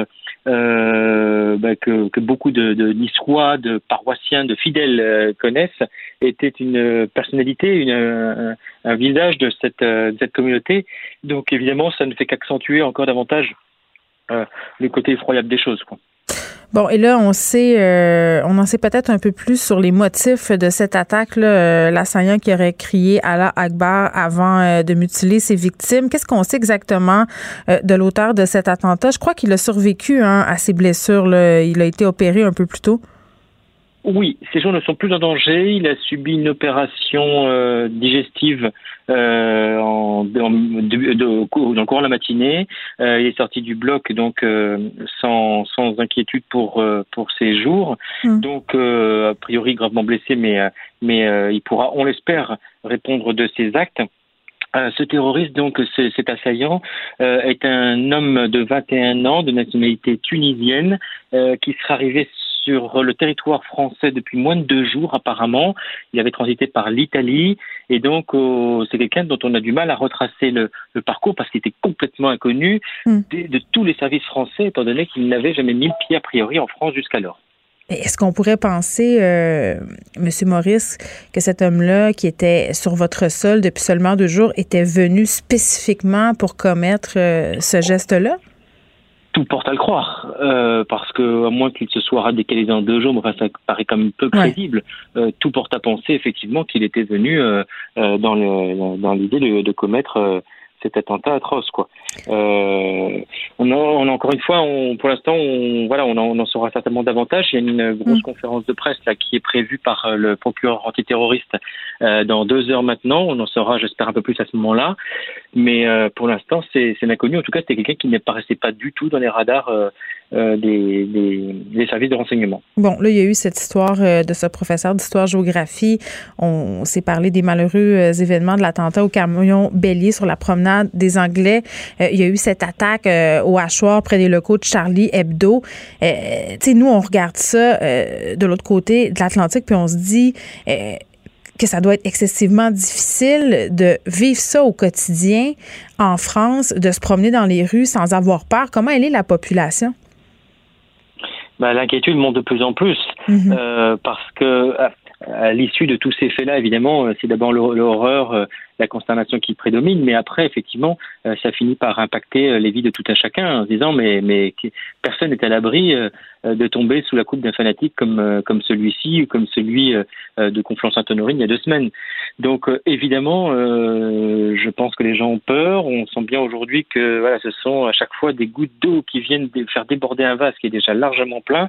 que beaucoup de Niçois, de paroissiens, de fidèles connaissent, était une personnalité, un visage de cette communauté. Donc, évidemment, ça ne fait qu'accentuer encore davantage le côté effroyable des choses, quoi. Bon, et là, on en sait peut-être un peu plus sur les motifs de cette attaque-là. L'assaillant qui aurait crié Allah Akbar avant de mutiler ses victimes. Qu'est-ce qu'on sait exactement de l'auteur de cet attentat? Je crois qu'il a survécu à ses blessures, là. Il a été opéré un peu plus tôt. Oui, ces gens ne sont plus en danger. Il a subi une opération digestive dans le courant de la matinée. Il est sorti du bloc donc sans inquiétude pour ses jours. Donc a priori gravement blessé, mais il pourra, on l'espère, répondre de ses actes. Ce terroriste, donc cet assaillant, est un homme de 21 ans, de nationalité tunisienne, qui serait arrivé sur le territoire français depuis moins de 2 jours apparemment. Il avait transité par l'Italie et donc c'est quelqu'un dont on a du mal à retracer le parcours parce qu'il était complètement inconnu de tous les services français étant donné qu'il n'avait jamais mis le pied a priori en France jusqu'alors. Est-ce qu'on pourrait penser, M. Maurice, que cet homme-là, qui était sur votre sol depuis seulement 2 jours, était venu spécifiquement pour commettre ce geste-là? Tout porte à le croire, parce que à moins qu'il se soit radicalisé en 2 jours, enfin, ça paraît quand même peu crédible. Tout porte à penser effectivement qu'il était venu dans l'idée de commettre cet attentat atroce, quoi. On a encore une fois, pour l'instant, on en saura certainement davantage. Il y a une grosse conférence de presse là qui est prévue par le procureur antiterroriste dans 2 heures maintenant. On en saura, j'espère, un peu plus à ce moment-là. Mais pour l'instant, c'est l'inconnu. En tout cas, c'était quelqu'un qui n'apparaissait pas du tout dans les radars des services de renseignement. Bon, là, il y a eu cette histoire de ce professeur d'histoire-géographie. On s'est parlé des malheureux événements de l'attentat au camion bélier sur la promenade des Anglais. Il y a eu cette attaque au hachoir près des locaux de Charlie Hebdo. Tu sais, nous, on regarde ça de l'autre côté de l'Atlantique, puis on se dit que ça doit être excessivement difficile de vivre ça au quotidien en France, de se promener dans les rues sans avoir peur. Comment elle est la population? L'inquiétude monte de plus en plus parce que à l'issue de tous ces faits-là, évidemment, c'est d'abord l'horreur, la consternation qui prédomine, mais après, effectivement, ça finit par impacter les vies de tout un chacun en se disant mais personne n'est à l'abri de tomber sous la coupe d'un fanatique comme celui-ci ou comme celui de Conflans-Sainte-Honorine il y a 2 semaines. Donc évidemment, je pense que les gens ont peur. On sent bien aujourd'hui que voilà, ce sont à chaque fois des gouttes d'eau qui viennent faire déborder un vase qui est déjà largement plein.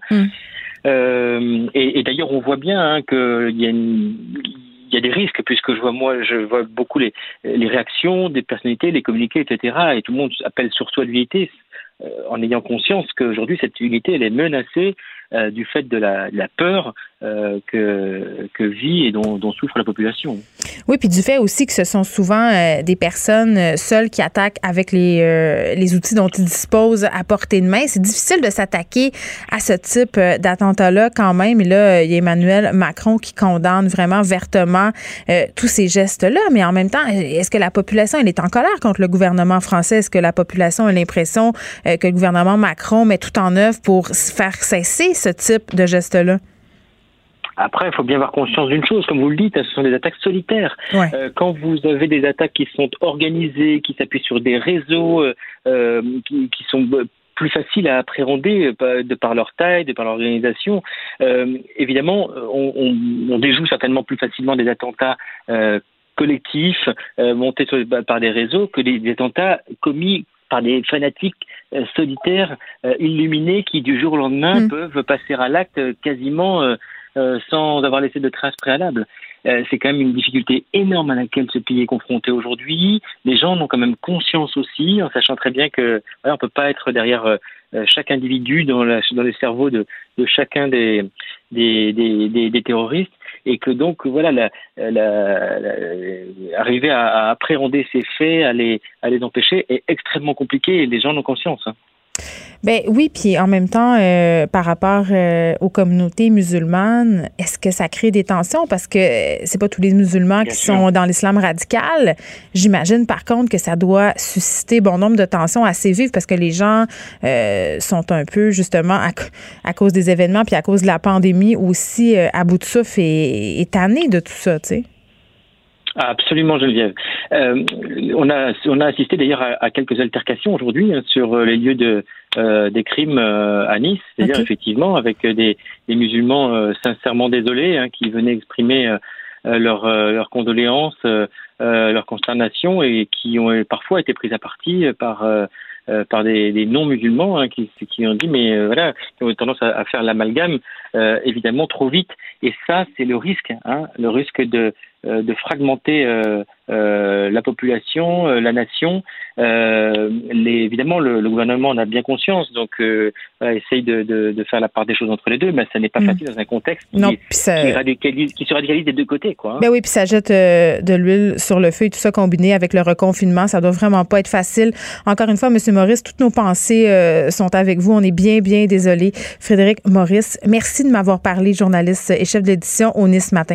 Et d'ailleurs, on voit bien qu'il y a des risques, puisque je vois beaucoup les réactions des personnalités, les communiqués, etc. Et tout le monde appelle surtout à l'unité, en ayant conscience qu'aujourd'hui, cette unité, elle est menacée du fait de la peur que vit et dont souffre la population. Oui, puis du fait aussi que ce sont souvent des personnes seules qui attaquent avec les outils dont ils disposent à portée de main. C'est difficile de s'attaquer à ce type d'attentat-là quand même. Et là, il y a Emmanuel Macron qui condamne vraiment vertement tous ces gestes-là. Mais en même temps, est-ce que la population, elle est en colère contre le gouvernement français? Est-ce que la population a l'impression que le gouvernement Macron met tout en œuvre pour faire cesser ce type de gestes-là? Après, il faut bien avoir conscience d'une chose, comme vous le dites, ce sont des attaques solitaires. Ouais. Quand vous avez des attaques qui sont organisées, qui s'appuient sur des réseaux qui sont plus faciles à appréhender de par leur taille, de par leur organisation, évidemment, on déjoue certainement plus facilement des attentats collectifs montés par des réseaux que des attentats commis par des fanatiques solitaires illuminés qui, du jour au lendemain, peuvent passer à l'acte quasiment sans avoir laissé de traces préalables. C'est quand même une difficulté énorme à laquelle ce pays est confronté aujourd'hui. Les gens en ont quand même conscience aussi, en sachant très bien que on peut pas être derrière chaque individu dans les cerveaux de chacun des terroristes, et que donc voilà, arriver à appréhender ces faits, à les empêcher est extrêmement compliqué, et les gens en ont conscience. Ben oui, puis en même temps, par rapport aux communautés musulmanes, est-ce que ça crée des tensions? Parce que c'est pas tous les musulmans qui sont dans l'islam radical. J'imagine par contre que ça doit susciter bon nombre de tensions assez vives parce que les gens sont un peu justement à cause des événements puis à cause de la pandémie aussi à bout de souffle et tannés de tout ça, tu sais. Absolument, Geneviève. On a assisté d'ailleurs à quelques altercations aujourd'hui sur les lieux des crimes à Nice, c'est-à-dire effectivement avec des musulmans sincèrement désolés qui venaient exprimer leurs condoléances, leur consternation, et qui ont parfois été pris à partie par des non-musulmans qui ont dit voilà, qui ont tendance à faire l'amalgame évidemment trop vite, et ça c'est le risque fragmenter la population, la nation. Évidemment, le gouvernement en a bien conscience, donc essaye de faire la part des choses entre les deux, mais ça n'est pas facile dans un contexte qui se radicalise des deux côtés, quoi. Ben oui, puis ça jette de l'huile sur le feu et tout ça combiné avec le reconfinement, ça doit vraiment pas être facile. Encore une fois, M. Maurice, toutes nos pensées sont avec vous. On est bien, bien désolés. Frédéric Maurice, merci de m'avoir parlé, journaliste et chef d'édition au Nice Matin.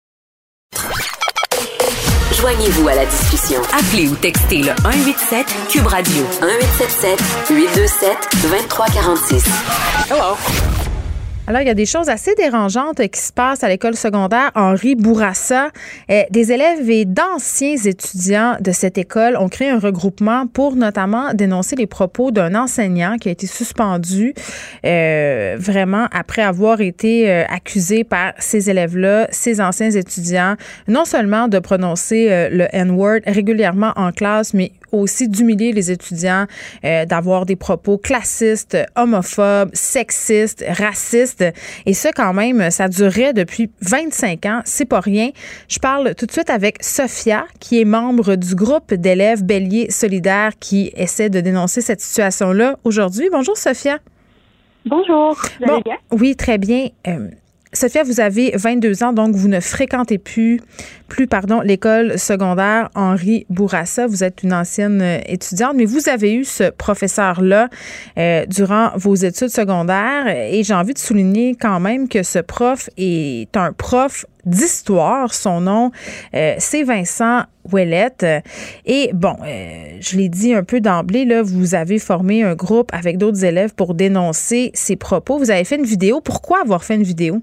Joignez-vous à la discussion. Appelez ou textez le 187 Cube Radio 1877 827 2346. Hello. Alors, il y a des choses assez dérangeantes qui se passent à l'école secondaire Henri Bourassa. Des élèves et d'anciens étudiants de cette école ont créé un regroupement pour notamment dénoncer les propos d'un enseignant qui a été suspendu vraiment après avoir été accusé par ces élèves-là, ces anciens étudiants, non seulement de prononcer le N-word régulièrement en classe, mais aussi d'humilier les étudiants, d'avoir des propos classistes, homophobes, sexistes, racistes. Et ça, quand même, ça durait depuis 25 ans. C'est pas rien. Je parle tout de suite avec Sophia, qui est membre du groupe d'élèves Bélier solidaire qui essaie de dénoncer cette situation-là aujourd'hui. Bonjour, Sophia. Bonjour. Vous allez bien? Oui, très bien. Sophia, vous avez 22 ans, donc vous ne fréquentez plus l'école secondaire Henri Bourassa. Vous êtes une ancienne étudiante, mais vous avez eu ce professeur-là durant vos études secondaires et j'ai envie de souligner quand même que ce prof est un prof d'histoire. Son nom, c'est Vincent Ouellette. Et bon, je l'ai dit un peu d'emblée, là, vous avez formé un groupe avec d'autres élèves pour dénoncer ces propos. Vous avez fait une vidéo. Pourquoi avoir fait une vidéo?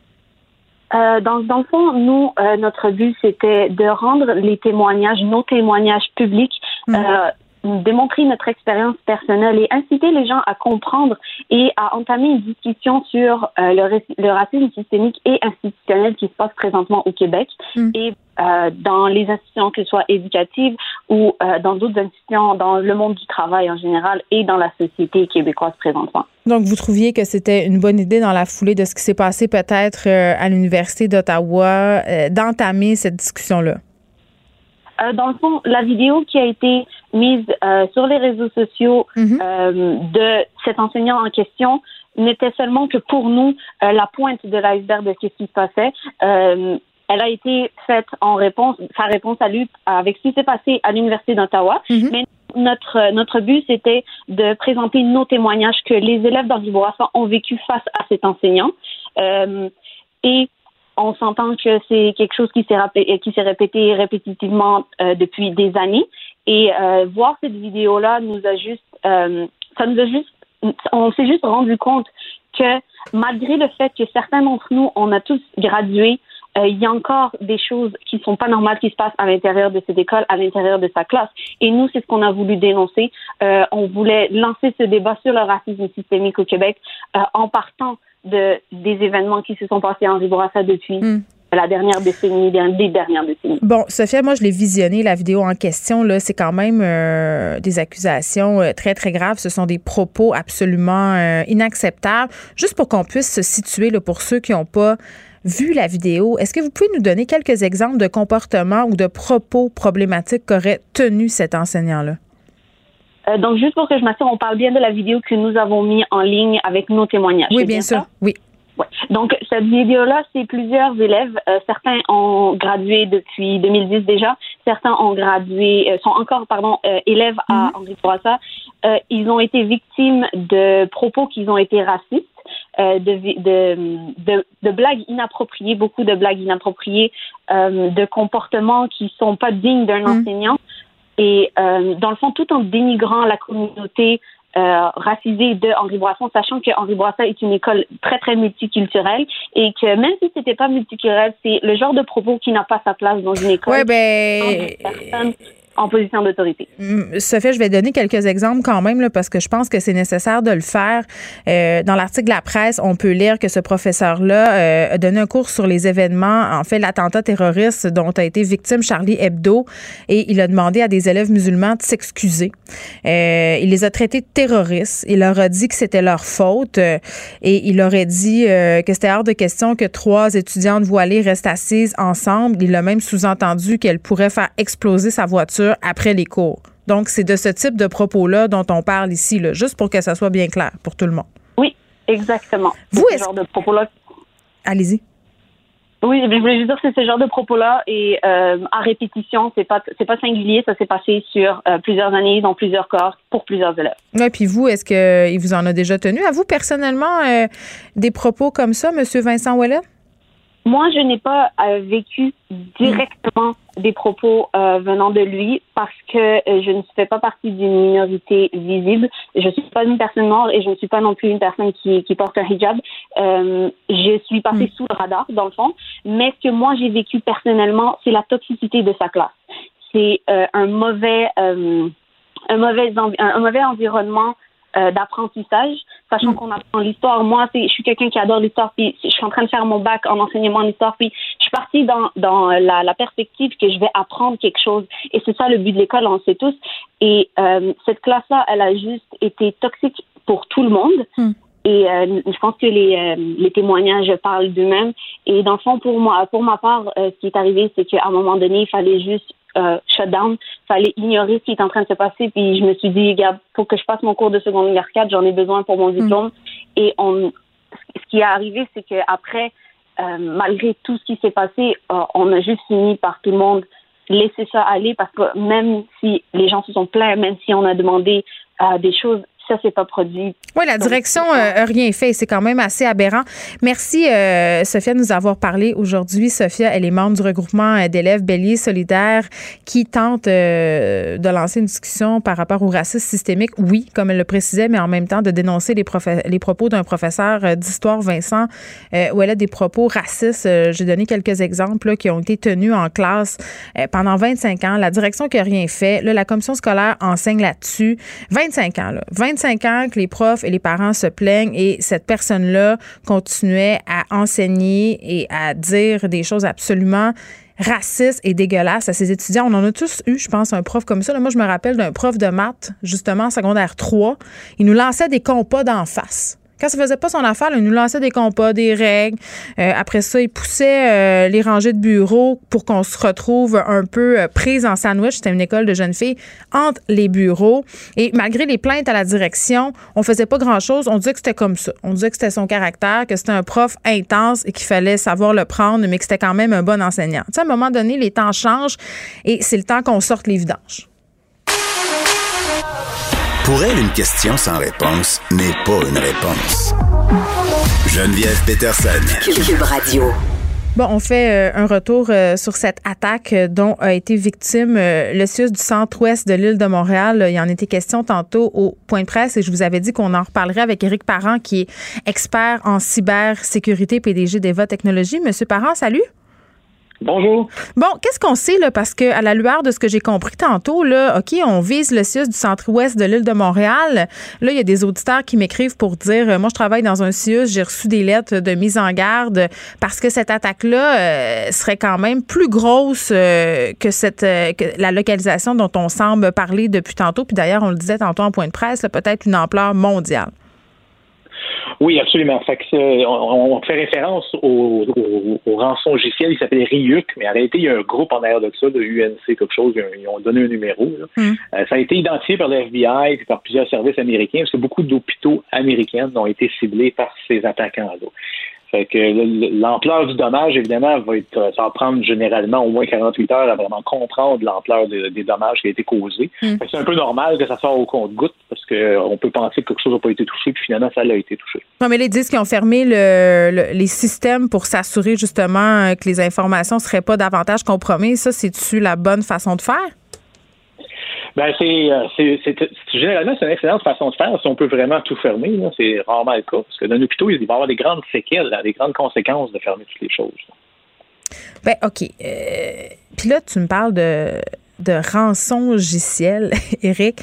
Dans le fond, nous, notre but, c'était de rendre nos témoignages publics, démontrer notre expérience personnelle et inciter les gens à comprendre et à entamer une discussion sur le racisme systémique et institutionnel qui se passe présentement au Québec et dans les institutions, que ce soit éducatives ou dans d'autres institutions, dans le monde du travail en général et dans la société québécoise présentement. Donc, vous trouviez que c'était une bonne idée dans la foulée de ce qui s'est passé peut-être à l'Université d'Ottawa d'entamer cette discussion-là? Dans le fond, la vidéo qui a été mise sur les réseaux sociaux de cet enseignant en question n'était seulement que pour nous la pointe de l'iceberg de ce qui se passait. Elle a été faite sa réponse à lui avec ce qui s'est passé à l'Université d'Ottawa. Mais notre but, c'était de présenter nos témoignages que les élèves d'Henri Bourassa ont vécu face à cet enseignant. Et on s'entend que c'est quelque chose qui s'est répété répétitivement depuis des années. Et voir cette vidéo-là on s'est juste rendu compte que malgré le fait que certains d'entre nous, on a tous gradué, il y a encore des choses qui sont pas normales qui se passent à l'intérieur de cette école, à l'intérieur de sa classe. Et nous, c'est ce qu'on a voulu dénoncer. On voulait lancer ce débat sur le racisme systémique au Québec en partant des événements qui se sont passés à Henri Bourassa depuis la dernière décennie, des dernières décennies. Bon, Sophia, moi, je l'ai visionné, la vidéo en question. Là, c'est quand même des accusations très, très graves. Ce sont des propos absolument inacceptables. Juste pour qu'on puisse se situer, là, pour ceux qui n'ont pas vu la vidéo, est-ce que vous pouvez nous donner quelques exemples de comportements ou de propos problématiques qu'aurait tenu cet enseignant-là? Donc, juste pour que je m'assure, on parle bien de la vidéo que nous avons mis en ligne avec nos témoignages. Oui, bien sûr. Oui. Ouais. Donc, cette vidéo-là, c'est plusieurs élèves. Certains ont gradué depuis 2010 déjà. Certains ont gradué, sont encore, élèves à Henri Bourassa. Ils ont été victimes de propos qui ont été racistes, de blagues inappropriées, beaucoup de blagues inappropriées, de comportements qui sont pas dignes d'un enseignant. Et dans le fond, tout en dénigrant la communauté racisée de Henri Bourassa, sachant que Henri Bourassa est une école très, très multiculturelle et que même si c'était pas multiculturel, c'est le genre de propos qui n'a pas sa place dans une école. Oui, en position d'autorité. Sophie, je vais donner quelques exemples quand même, là, parce que je pense que c'est nécessaire de le faire. Dans l'article de la presse, on peut lire que ce professeur-là a donné un cours sur les événements, en fait, l'attentat terroriste dont a été victime Charlie Hebdo, et il a demandé à des élèves musulmans de s'excuser. Il les a traités de terroristes. Il leur a dit que c'était leur faute, et il aurait dit que c'était hors de question que 3 étudiantes voilées restent assises ensemble. Il a même sous-entendu qu'elle pourrait faire exploser sa voiture après les cours. Donc, c'est de ce type de propos-là dont on parle ici, là, juste pour que ça soit bien clair pour tout le monde. Oui, exactement. Vous, ce genre de propos-là. Allez-y. Oui, je voulais juste dire que c'est ce genre de propos-là et à répétition, c'est pas singulier, ça s'est passé sur plusieurs années, dans plusieurs corps, pour plusieurs élèves. Oui, puis vous, est-ce qu'il vous en a déjà tenu? À vous, personnellement, des propos comme ça, M. Vincent Ouellet? Moi, je n'ai pas vécu directement des propos venant de lui parce que je ne fais pas partie d'une minorité visible. Je ne suis pas une personne noire et je ne suis pas non plus une personne qui porte un hijab. Je suis passée sous le radar, dans le fond. Mais ce que moi, j'ai vécu personnellement, c'est la toxicité de sa classe. C'est un mauvais environnement d'apprentissage, sachant qu'on apprend l'histoire. Moi, je suis quelqu'un qui adore l'histoire, puis je suis en train de faire mon bac en enseignement en histoire, puis je suis partie dans la perspective que je vais apprendre quelque chose. Et c'est ça le but de l'école, on le sait tous. Et cette classe-là, elle a juste été toxique pour tout le monde. Et je pense que les témoignages parlent d'eux-mêmes. Et dans le fond, pour ma part, ce qui est arrivé, c'est qu'à un moment donné, il fallait juste shut down, fallait ignorer ce qui est en train de se passer. Puis je me suis dit, regarde, faut que je passe mon cours de secondaire 4, j'en ai besoin pour mon diplôme. Et ce qui est arrivé, c'est que après, malgré tout ce qui s'est passé, on a juste fini par tout le monde laisser ça aller parce que même si les gens se sont plaints, même si on a demandé des choses, ça s'est pas produit. Oui, la direction n'a rien fait. C'est quand même assez aberrant. Merci, Sophia, de nous avoir parlé aujourd'hui. Sophia, elle est membre du regroupement d'élèves Bélier solidaire qui tente de lancer une discussion par rapport au racisme systémique. Oui, comme elle le précisait, mais en même temps de dénoncer les propos d'un professeur d'histoire, Vincent, où elle a des propos racistes. J'ai donné quelques exemples là, qui ont été tenus en classe pendant 25 ans. La direction qui n'a rien fait. Là, la commission scolaire enseigne là-dessus. 25 ans, là. 25 ans que les profs et les parents se plaignent et cette personne-là continuait à enseigner et à dire des choses absolument racistes et dégueulasses à ses étudiants. On en a tous eu, je pense, un prof comme ça. Là, moi, je me rappelle d'un prof de maths, justement, en secondaire 3. Il nous lançait des compas d'en face. Quand ça faisait pas son affaire, là, il nous lançait des compas, des règles. Après ça, il poussait les rangées de bureaux pour qu'on se retrouve un peu prises en sandwich. C'était une école de jeunes filles entre les bureaux. Et malgré les plaintes à la direction, on faisait pas grand-chose. On disait que c'était comme ça. On disait que c'était son caractère, que c'était un prof intense et qu'il fallait savoir le prendre, mais que c'était quand même un bon enseignant. Tu sais, à un moment donné, les temps changent et c'est le temps qu'on sorte les vidanges. Pour elle, une question sans réponse n'est pas une réponse. Geneviève Peterson. Cube Radio. Bon, on fait un retour sur cette attaque dont a été victime le CIUS du centre-ouest de l'île de Montréal. Il y en était question tantôt au point de presse et je vous avais dit qu'on en reparlerait avec Éric Parent, qui est expert en cybersécurité, PDG d'Eva Technologies. Monsieur Parent, salut. Bonjour. Bon, qu'est-ce qu'on sait, là? Parce que à la lueur de ce que j'ai compris tantôt, là, OK, on vise le CIUS du centre-ouest de l'île de Montréal. Là, il y a des auditeurs qui m'écrivent pour dire, moi, je travaille dans un CIUS, j'ai reçu des lettres de mise en garde parce que cette attaque-là serait quand même plus grosse que la localisation dont on semble parler depuis tantôt. Puis d'ailleurs, on le disait tantôt en point de presse, là, peut-être une ampleur mondiale. Oui, absolument. Fait que on fait référence au rançon logiciel, il s'appelle Ryuk, mais en réalité, il y a un groupe en arrière de ça, de UNC quelque chose, ils ont donné un numéro. Ça a été identifié par le FBI et par plusieurs services américains, parce que beaucoup d'hôpitaux américains ont été ciblés par ces attaquants-là. Fait que l'ampleur du dommage, évidemment, ça va prendre généralement au moins 48 heures à vraiment comprendre l'ampleur des dommages qui a été causés. C'est un peu normal que ça sorte au compte-gouttes parce qu'on peut penser que quelque chose n'a pas été touché, puis finalement, ça l'a été touché. Non, mais là, ils disent qu'ils ont fermé les systèmes pour s'assurer justement que les informations ne seraient pas davantage compromises. Ça, c'est-tu la bonne façon de faire? Ben généralement, c'est une excellente façon de faire si on peut vraiment tout fermer. Là. C'est rarement le cas. Parce que dans un hôpital, il va y avoir des grandes séquelles, des grandes conséquences de fermer toutes les choses. Ben, OK. Puis là, tu me parles de rançongiciel, Éric.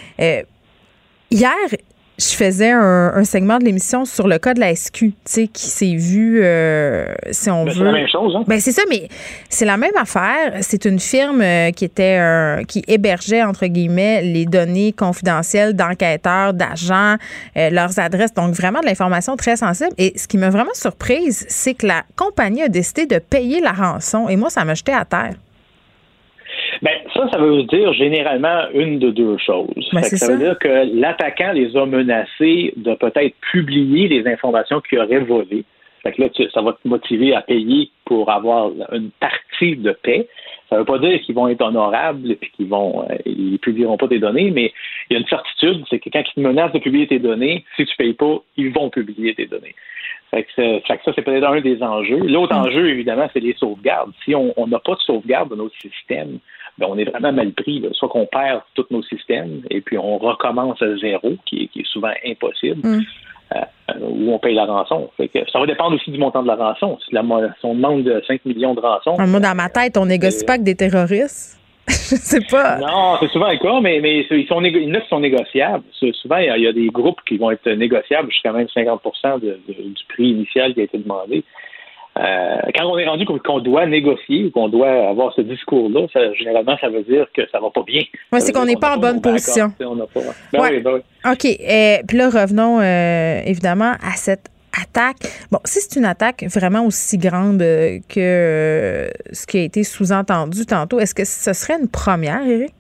Hier, je faisais un segment de l'émission sur le cas de la SQ, tu sais, qui s'est vu, si on veut... C'est la même chose, hein? Ben c'est ça, mais c'est la même affaire. C'est une firme qui hébergeait, entre guillemets, les données confidentielles d'enquêteurs, d'agents, leurs adresses, donc vraiment de l'information très sensible. Et ce qui m'a vraiment surprise, c'est que la compagnie a décidé de payer la rançon. Et moi, ça m'a jeté à terre. Ben, ça veut dire généralement une de deux choses. Ben, ça veut dire que l'attaquant les a menacés de peut-être publier les informations qu'il aurait volées. Fait que là, ça va te motiver à payer pour avoir une partie de paix. Ça veut pas dire qu'ils vont être honorables et puis ils publieront pas tes données, mais il y a une certitude, c'est que quand ils te menacent de publier tes données, si tu payes pas, ils vont publier tes données. Fait que ça, c'est peut-être un des enjeux. L'autre enjeu, évidemment, c'est les sauvegardes. Si on n'a pas de sauvegarde de notre système, ben on est vraiment mal pris. Là. Soit qu'on perd tous nos systèmes et puis on recommence à zéro, qui est souvent impossible, ou on paye la rançon. Fait que ça va dépendre aussi du montant de la rançon. Si on demande 5 millions de rançons... Moi, dans ma tête, on négocie pas avec des terroristes. Je sais pas. Non, c'est souvent le cas, mais il y en a qui sont négociables. Souvent, il y a des groupes qui vont être négociables jusqu'à même 50% du prix initial qui a été demandé. Quand on est rendu qu'on doit négocier ou qu'on doit avoir ce discours-là, généralement, ça veut dire que ça va pas bien. Oui, c'est qu'on n'est pas en bonne position. Oui. OK. Puis là, revenons évidemment à cette attaque. Bon, si c'est une attaque vraiment aussi grande que ce qui a été sous-entendu tantôt, est-ce que ce serait une première, Éric?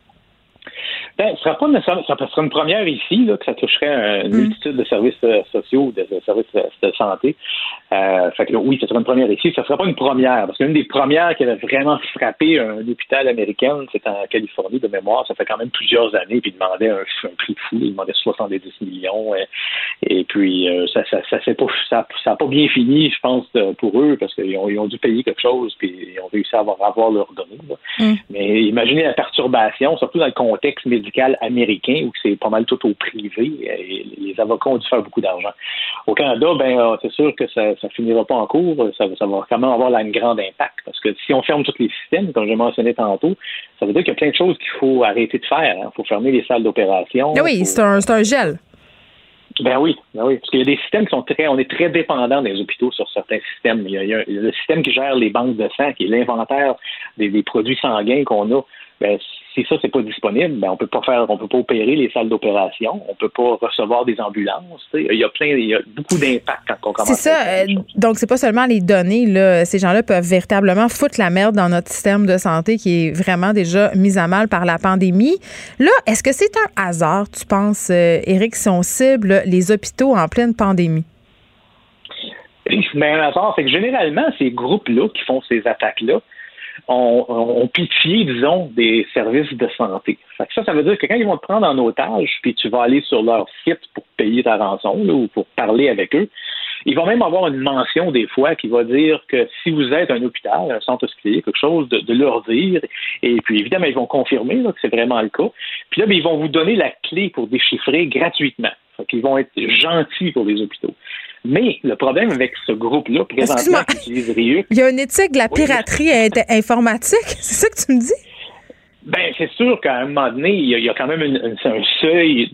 Ben, ce sera pas nécessairement, ça serait une première ici, là, que ça toucherait une multitude de services sociaux, de services de santé. Fait que là, oui, ça serait une première ici. Ça serait pas une première, parce qu'une des premières qui avait vraiment frappé un hôpital américain, c'est en Californie de mémoire. Ça fait quand même plusieurs années, puis ils demandaient un prix de fou. Ils demandaient 70 millions. Et puis ça a pas bien fini, je pense, pour eux, parce qu'ils ont dû payer quelque chose, puis ils ont réussi à avoir leurs données. Mais imaginez la perturbation, surtout dans le contexte médical américain où c'est pas mal tout au privé et les avocats ont dû faire beaucoup d'argent. Au Canada, c'est sûr que ça finira pas en cours, ça va quand même avoir un grand impact parce que si on ferme tous les systèmes, comme j'ai mentionné tantôt, ça veut dire qu'il y a plein de choses qu'il faut arrêter de faire. Il faut fermer les salles d'opération. Oui, c'est un gel. Ben oui, parce qu'il y a des systèmes qui sont on est très dépendants des hôpitaux sur certains systèmes. Il y a le système qui gère les banques de sang, qui est l'inventaire des produits sanguins qu'on a. Ben, si ça, c'est pas disponible, ben, on peut pas opérer les salles d'opération, on peut pas recevoir des ambulances. Il y a beaucoup d'impact quand on commence. C'est ça. Donc, c'est pas seulement les données, là. Ces gens-là peuvent véritablement foutre la merde dans notre système de santé qui est vraiment déjà mis à mal par la pandémie. Là, est-ce que c'est un hasard, tu penses, Éric, si on cible les hôpitaux en pleine pandémie? Mais un hasard, c'est que généralement, ces groupes-là qui font ces attaques-là, ont pitié, disons, des services de santé. Fait que ça veut dire que quand ils vont te prendre en otage, puis tu vas aller sur leur site pour payer ta rançon là, ou pour parler avec eux, ils vont même avoir une mention des fois qui va dire que si vous êtes un hôpital, un centre hospitalier, quelque chose, de leur dire. Et puis évidemment, ils vont confirmer là, que c'est vraiment le cas. Puis là, ils vont vous donner la clé pour déchiffrer gratuitement. Fait qu'ils vont être gentils pour les hôpitaux. Mais le problème avec ce groupe-là, présentement, qui utilise RIUC... Il y a une éthique de la piraterie informatique, c'est ça que tu me dis? Ben, c'est sûr qu'à un moment donné, il y a quand même un seuil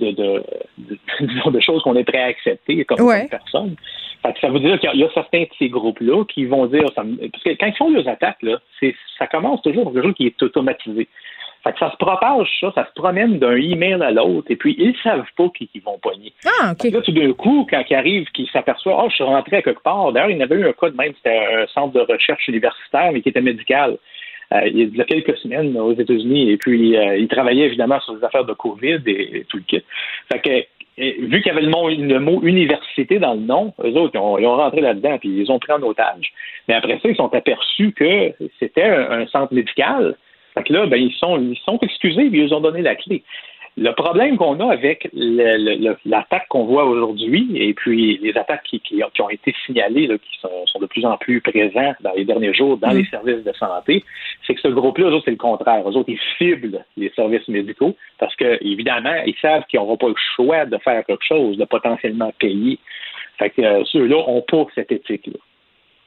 de choses qu'on est prêt à accepter comme personne. Fait que ça veut dire qu'il y a certains de ces groupes-là qui vont dire... parce que quand ils font leurs attaques, là, ça commence toujours par quelque chose qui est automatisé. Fait que ça se propage, ça se promène d'un email à l'autre, et puis ils savent pas qui vont pogner. Ah, OK. Là, tout d'un coup, quand ils arrivent, qu'ils s'aperçoivent, je suis rentré à quelque part. D'ailleurs, il y en avait eu un cas de même, c'était un centre de recherche universitaire, mais qui était médical. Il y a quelques semaines aux États-Unis, et puis il travaillait évidemment sur des affaires de COVID et tout le kit. Fait que, vu qu'il y avait le mot université dans le nom, eux autres, ils ont rentré là-dedans, puis ils ont pris en otage. Mais après ça, ils sont aperçus que c'était un centre médical. Fait que là, ils sont excusés et ils ont donné la clé. Le problème qu'on a avec l'attaque qu'on voit aujourd'hui et puis les attaques qui ont été signalées, là, qui sont de plus en plus présents dans les derniers jours dans les services de santé, c'est que ce groupe-là, eux autres, c'est le contraire. Eux autres, ils ciblent les services médicaux parce que, évidemment, ils savent qu'ils n'auront pas le choix de faire quelque chose, de potentiellement payer. Fait que ceux-là n'ont pas cette éthique-là.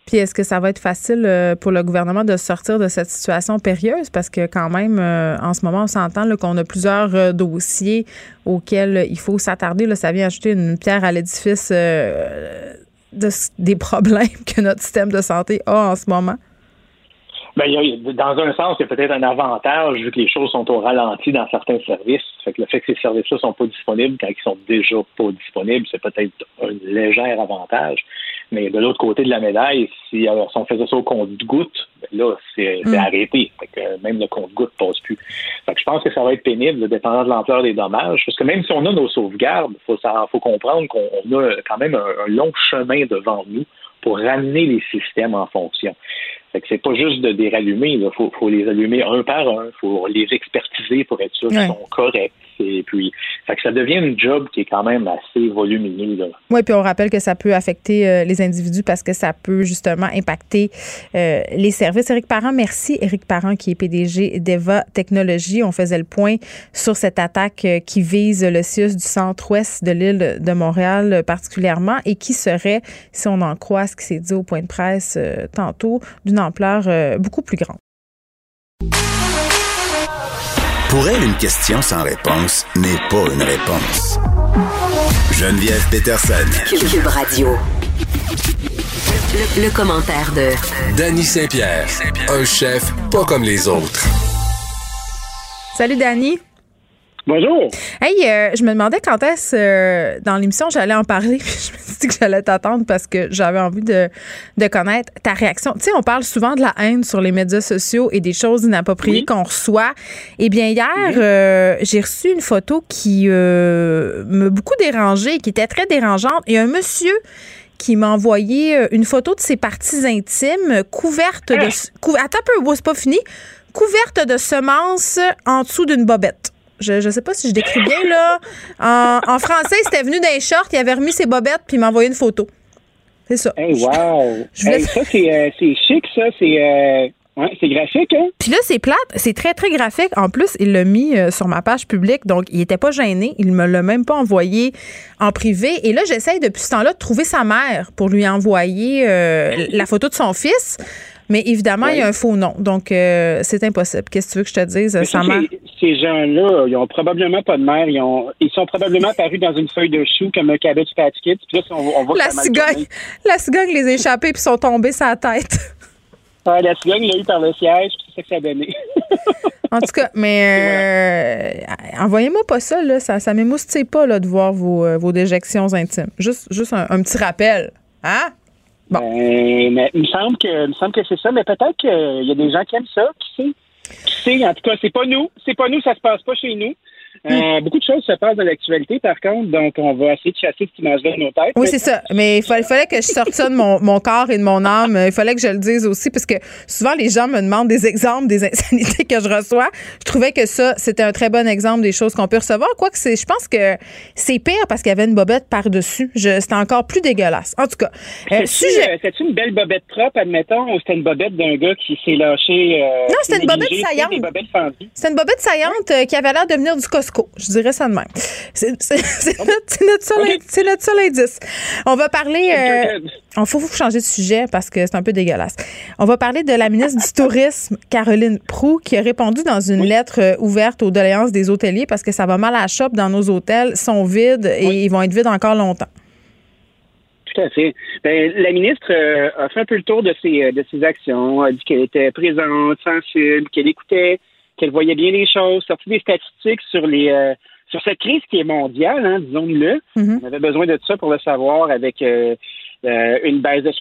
Puis est-ce que ça va être facile pour le gouvernement de sortir de cette situation périlleuse? Parce que quand même, en ce moment, on s'entend là, qu'on a plusieurs dossiers auxquels il faut s'attarder. Là, ça vient ajouter une pierre à l'édifice des problèmes que notre système de santé a en ce moment. Ben, dans un sens, il y a peut-être un avantage vu que les choses sont au ralenti dans certains services. Fait que le fait que ces services-là sont pas disponibles quand ils sont déjà pas disponibles, c'est peut-être un léger avantage. Mais de l'autre côté de la médaille, si on faisait ça au compte-gouttes, ben là, c'est arrêté. Fait que même le compte-gouttes passe plus. Fait que je pense que ça va être pénible, dépendant de l'ampleur des dommages. Parce que même si on a nos sauvegardes, faut comprendre qu'on a quand même un long chemin devant nous pour ramener les systèmes en fonction. Fait que c'est pas juste de les rallumer, il faut les allumer un par un, faut les expertiser pour être sûr qu'ils sont corrects. Et puis, fait que ça devient une job qui est quand même assez volumineux. Oui, puis on rappelle que ça peut affecter les individus parce que ça peut justement impacter les services. Éric Parent, merci. Éric Parent, qui est PDG d'Eva Technologies. On faisait le point sur cette attaque qui vise le CIUS du centre-ouest de l'île de Montréal particulièrement et qui serait, si on en croit ce qui s'est dit au point de presse tantôt, d'une ampleur beaucoup plus grande. Pour elle, une question sans réponse n'est pas une réponse. Geneviève Peterson. Cube Radio. Le commentaire de Dany Saint-Pierre, un chef pas comme les autres. Salut Dany. Bonjour. Hey, je me demandais quand est-ce dans l'émission j'allais en parler. Puis je me suis dit que j'allais t'attendre parce que j'avais envie de connaître ta réaction. Tu sais, on parle souvent de la haine sur les médias sociaux et des choses inappropriées qu'on reçoit. Eh bien, hier, j'ai reçu une photo qui m'a beaucoup dérangée, qui était très dérangeante. Il y a un monsieur qui m'a envoyé une photo de ses parties intimes couvertes de... Attends un peu, c'est pas fini. Couverte de semences en dessous d'une bobette. Je sais pas si je décris bien, là. En français, il était venu d'un short, il avait remis ses bobettes, puis il m'a envoyé une photo. C'est ça. Hey, wow! Ça, c'est chic, ça. C'est graphique, hein? Puis là, c'est plate. C'est très, très graphique. En plus, il l'a mis sur ma page publique, donc il était pas gêné. Il me l'a même pas envoyé en privé. Et là, j'essaye depuis ce temps-là de trouver sa mère pour lui envoyer la photo de son fils. Mais évidemment, il y a un faux nom. Donc, c'est impossible. Qu'est-ce que tu veux que je te dise? Ces gens-là, ils ont probablement pas de mère. Ils sont probablement apparus dans une feuille de chou comme un Cabbage Patch Kids. Puis là, on voit la cigogne les a échappés puis sont tombés sur la tête. La cigogne l'a eu par le siège, puis c'est ça que ça a donné. En tout cas, mais envoyez-moi pas ça, là. Ça m'émoustille pas là, de voir vos déjections intimes. Juste un petit rappel. Hein? Bon. Mais il me semble que c'est ça, mais peut-être qu'il y a des gens qui aiment ça, qui sait. En tout cas, c'est pas nous, ça se passe pas chez nous. Beaucoup de choses se passent dans l'actualité, par contre, donc on va essayer de chasser cette image-là de nos têtes. Oui, c'est ça. Mais il fallait que je sorte ça de mon corps et de mon âme. Il fallait que je le dise aussi, parce que souvent, les gens me demandent des exemples des insanités que je reçois. Je trouvais que ça, c'était un très bon exemple des choses qu'on peut recevoir. Quoique, je pense que c'est pire parce qu'il y avait une bobette par-dessus. C'était encore plus dégueulasse. En tout cas, c'était-tu une belle bobette propre, admettons, ou c'était une bobette d'un gars qui s'est lâché? Non, c'était une bobette saillante. C'était une bobette saillante qui avait l'air de venir du Costco. Je dirais ça de même. C'est notre seul indice. On va parler... Il faut changer de sujet parce que c'est un peu dégueulasse. On va parler de la ministre du Tourisme, Caroline Proulx, qui a répondu dans une lettre ouverte aux doléances des hôteliers parce que ça va mal à la shop dans nos hôtels, sont vides et ils vont être vides encore longtemps. Tout à fait. La ministre a fait un peu le tour de ses actions, a dit qu'elle était présente, sensible, qu'elle écoutait, qu'elle voyait bien les choses, sorti des statistiques sur cette crise qui est mondiale, hein, disons-le. On avait besoin de ça pour le savoir avec une baisse de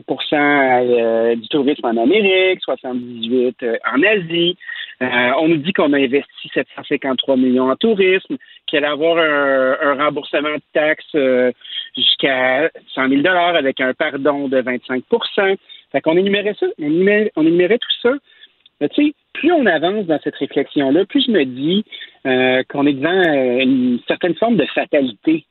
65% du tourisme en Amérique, 78% en Asie. On nous dit qu'on a investi 753 millions en tourisme, qu'il allait avoir un remboursement de taxes jusqu'à 100 000 $ avec un pardon de 25%. Fait qu'on énumérait ça, on énumérait tout ça. Mais tu sais, plus on avance dans cette réflexion-là, plus je me dis qu'on est devant une certaine forme de fatalité.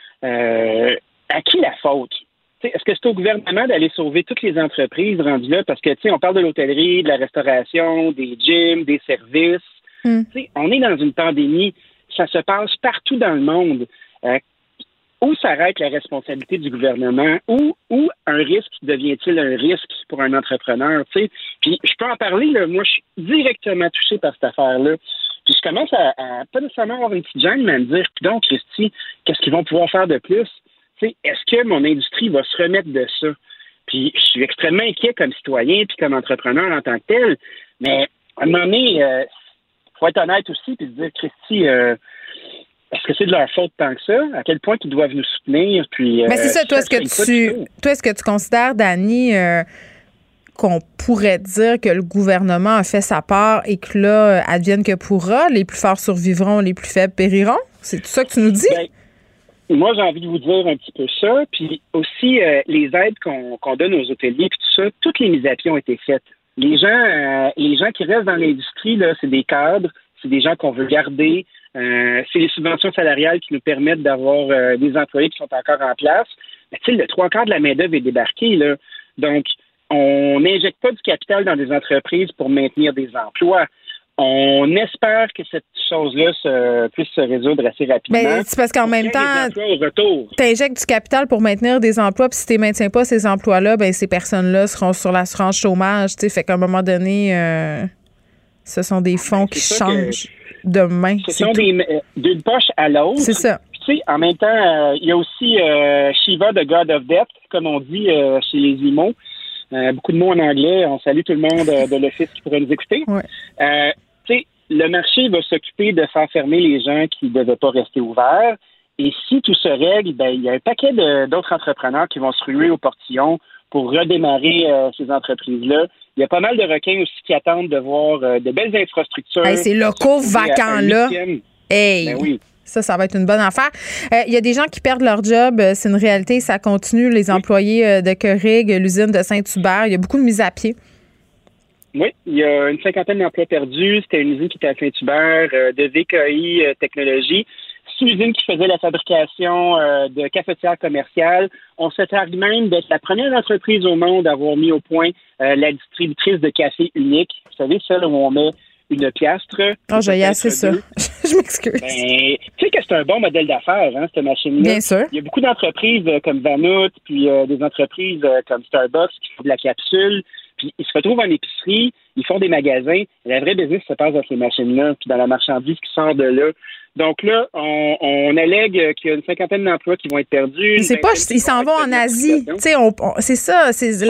À qui la faute? T'sais, est-ce que c'est au gouvernement d'aller sauver toutes les entreprises rendues là? Parce que, tu sais, on parle de l'hôtellerie, de la restauration, des gyms, des services. Tu sais, on est dans une pandémie. Ça se passe partout dans le monde. où s'arrête la responsabilité du gouvernement? Où un risque devient-il un risque pour un entrepreneur? Tu sais? Puis je peux en parler, là, moi, je suis directement touché par cette affaire-là. Puis je commence à pas nécessairement avoir une petite gêne, mais à me dire, donc, Christy, qu'est-ce qu'ils vont pouvoir faire de plus? Tu sais, est-ce que mon industrie va se remettre de ça? Puis je suis extrêmement inquiet comme citoyen puis comme entrepreneur en tant que tel. Mais à un moment donné, faut être honnête aussi puis se dire, Christy, est-ce que c'est de leur faute tant que ça? À quel point ils doivent nous soutenir? Puis, c'est ça, toi, est-ce que tu considères, Dany, qu'on pourrait dire que le gouvernement a fait sa part et que là, advienne que pourra, les plus forts survivront, les plus faibles périront? C'est tout ça que tu nous dis? Ben, moi, j'ai envie de vous dire un petit peu ça. Puis aussi, les aides qu'on donne aux hôteliers, puis tout ça, toutes les mises à pied ont été faites. Les gens qui restent dans l'industrie, là, c'est des cadres, c'est des gens qu'on veut garder. C'est les subventions salariales qui nous permettent d'avoir des employés qui sont encore en place. Mais tu sais, le 3/4 de la main-d'œuvre est débarqué, là. Donc, on n'injecte pas du capital dans des entreprises pour maintenir des emplois. On espère que cette chose-là puisse se résoudre assez rapidement. Mais c'est parce qu'en même temps, tu injectes du capital pour maintenir des emplois, puis si tu ne maintiens pas ces emplois-là, ben ces personnes-là seront sur l'assurance chômage. Fait qu'à un moment donné, ce sont des fonds qui changent de main. Ce sont d'une poche à l'autre. C'est ça. Tu sais, en même temps, il y a aussi Shiva, the God of Debt, comme on dit chez les IMO. Beaucoup de mots en anglais. On salue tout le monde de l'Office qui pourrait nous écouter. Ouais. Tu sais, le marché va s'occuper de faire fermer les gens qui ne devaient pas rester ouverts. Et si tout se règle, ben il y a un paquet d'autres entrepreneurs qui vont se ruer au portillon pour redémarrer ces entreprises-là. Il y a pas mal de requins aussi qui attendent de voir de belles infrastructures. Hey, ces locaux vacants-là. Hey! Ben oui. Ça va être une bonne affaire. Il y a des gens qui perdent leur job. C'est une réalité. Ça continue. Les employés de Keurig, l'usine de Saint-Hubert, il y a beaucoup de mises à pied. Oui, il y a une 50aine d'emplois perdus. C'était une usine qui était à Saint-Hubert, de VKI Technologies. C'est une usine qui faisait la fabrication de cafetières commerciales. On se targue même d'être la première entreprise au monde à avoir mis au point la distributrice de café unique. Vous savez, celle où on met une piastre. Oh, j'ai assez ça. Je m'excuse. Ben, tu sais que c'est un bon modèle d'affaires, hein, cette machine-là. Bien sûr. Il y a beaucoup d'entreprises comme Vanout, puis des entreprises comme Starbucks qui font de la capsule, puis ils se retrouvent en épicerie, ils font des magasins. La vraie business se passe dans ces machines-là, puis dans la marchandise qui sort de là. Donc là, on allègue qu'il y a une 50aine d'emplois qui vont être perdus. C'est pas, ils s'en vont en Asie. Tu sais, c'est ça.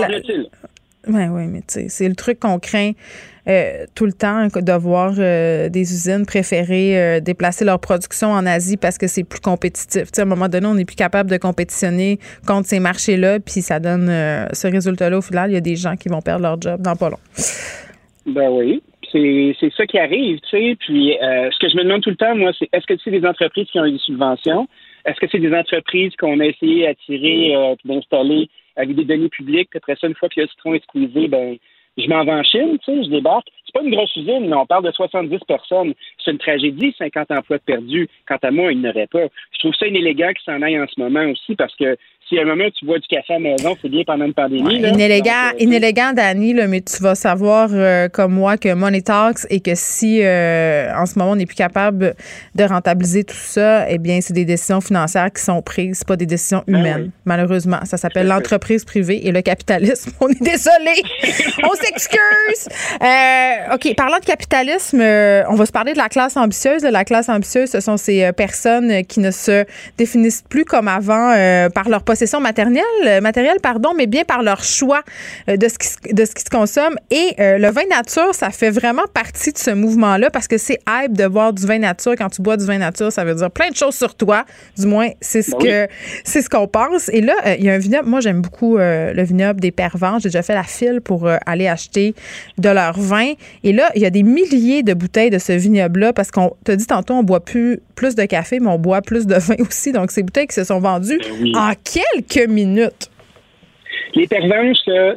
Oui, mais tu sais, c'est le truc qu'on craint tout le temps, de voir des usines préférer déplacer leur production en Asie parce que c'est plus compétitif. Tu sais, à un moment donné, on n'est plus capable de compétitionner contre ces marchés-là, puis ça donne ce résultat-là. Au final, il y a des gens qui vont perdre leur job dans pas long. Ben oui. C'est ça qui arrive, tu sais. Puis, ce que je me demande tout le temps, moi, c'est est-ce que c'est des entreprises qui ont eu des subventions? Est-ce que c'est des entreprises qu'on a essayé d'attirer d'installer avec des données publiques? Puis après ça, une fois que le citron est squeezé, ben je m'en vais en Chine, tu sais, je débarque. C'est pas une grosse usine, là, on parle de 70 personnes. C'est une tragédie, 50 emplois perdus. Quant à moi, il n'y en aurait pas. Je trouve ça inélégant qu'ils s'en aillent en ce moment aussi parce que si à un moment tu bois du café à la maison, c'est bien pendant une pandémie. Ouais, inélégant, Dany, là, mais tu vas savoir comme moi que Money Talks et que si en ce moment on n'est plus capable de rentabiliser tout ça, eh bien c'est des décisions financières qui sont prises, c'est pas des décisions humaines. Malheureusement, ça s'appelle l'entreprise privée et le capitalisme. On est désolé, on s'excuse. OK, parlant de capitalisme, on va se parler de la classe ambitieuse. La classe ambitieuse, ce sont ces personnes qui ne se définissent plus comme avant par leur possession matérielle, mais bien par leur choix de ce qui se consomme. Et le vin nature, ça fait vraiment partie de ce mouvement-là parce que c'est hype de boire du vin nature. Quand tu bois du vin nature, ça veut dire plein de choses sur toi. Du moins, c'est ce qu'on pense. Et là, il y a un vignoble. Moi, j'aime beaucoup le vignoble des Pervenches. J'ai déjà fait la file pour aller acheter de leur vin. Et là, il y a des milliers de bouteilles de ce vignoble-là parce qu'on t'a dit tantôt, on boit plus de café, mais on boit plus de vin aussi. Donc, ces bouteilles qui se sont vendues en quelques minutes. Les Pervenches,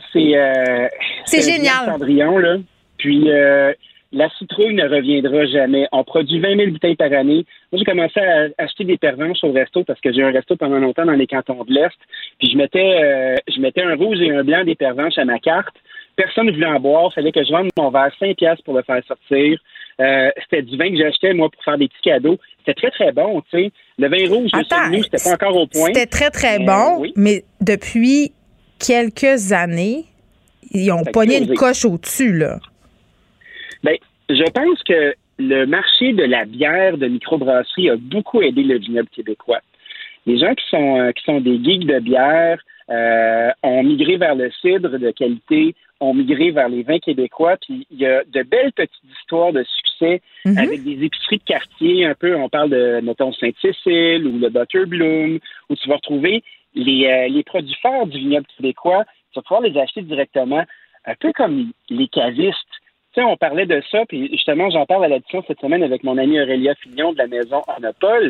c'est génial. Cendrillon, là. Puis la citrouille ne reviendra jamais. On produit 20 000 bouteilles par année. Moi, j'ai commencé à acheter des Pervenches au resto parce que j'ai un resto pendant longtemps dans les cantons de l'Est. Puis je mettais un rouge et un blanc des Pervenches à ma carte. Personne ne voulait en boire. Il fallait que je vende mon verre 5$ pour le faire sortir. C'était du vin que j'achetais, moi, pour faire des petits cadeaux. C'était très, très bon, tu sais. Le vin rouge, nous, c'était pas encore au point. C'était très, très bon, oui. Mais depuis quelques années, ils ont pogné une coche au-dessus, là. Bien, je pense que le marché de la bière de microbrasserie a beaucoup aidé le vignoble québécois. Les gens qui sont des geeks de bière ont migré vers le cidre de qualité, ont migré vers les vins québécois, puis il y a de belles petites histoires de succès avec des épiceries de quartier, un peu, on parle de, mettons, Sainte-Cécile ou le Butterbloom, où tu vas retrouver les produits forts du vignoble québécois, tu vas pouvoir les acheter directement, un peu comme les cavistes. Tu sais, on parlait de ça, puis justement, j'en parle à l'addition cette semaine avec mon amie Aurélia Fignon de la maison Anapole.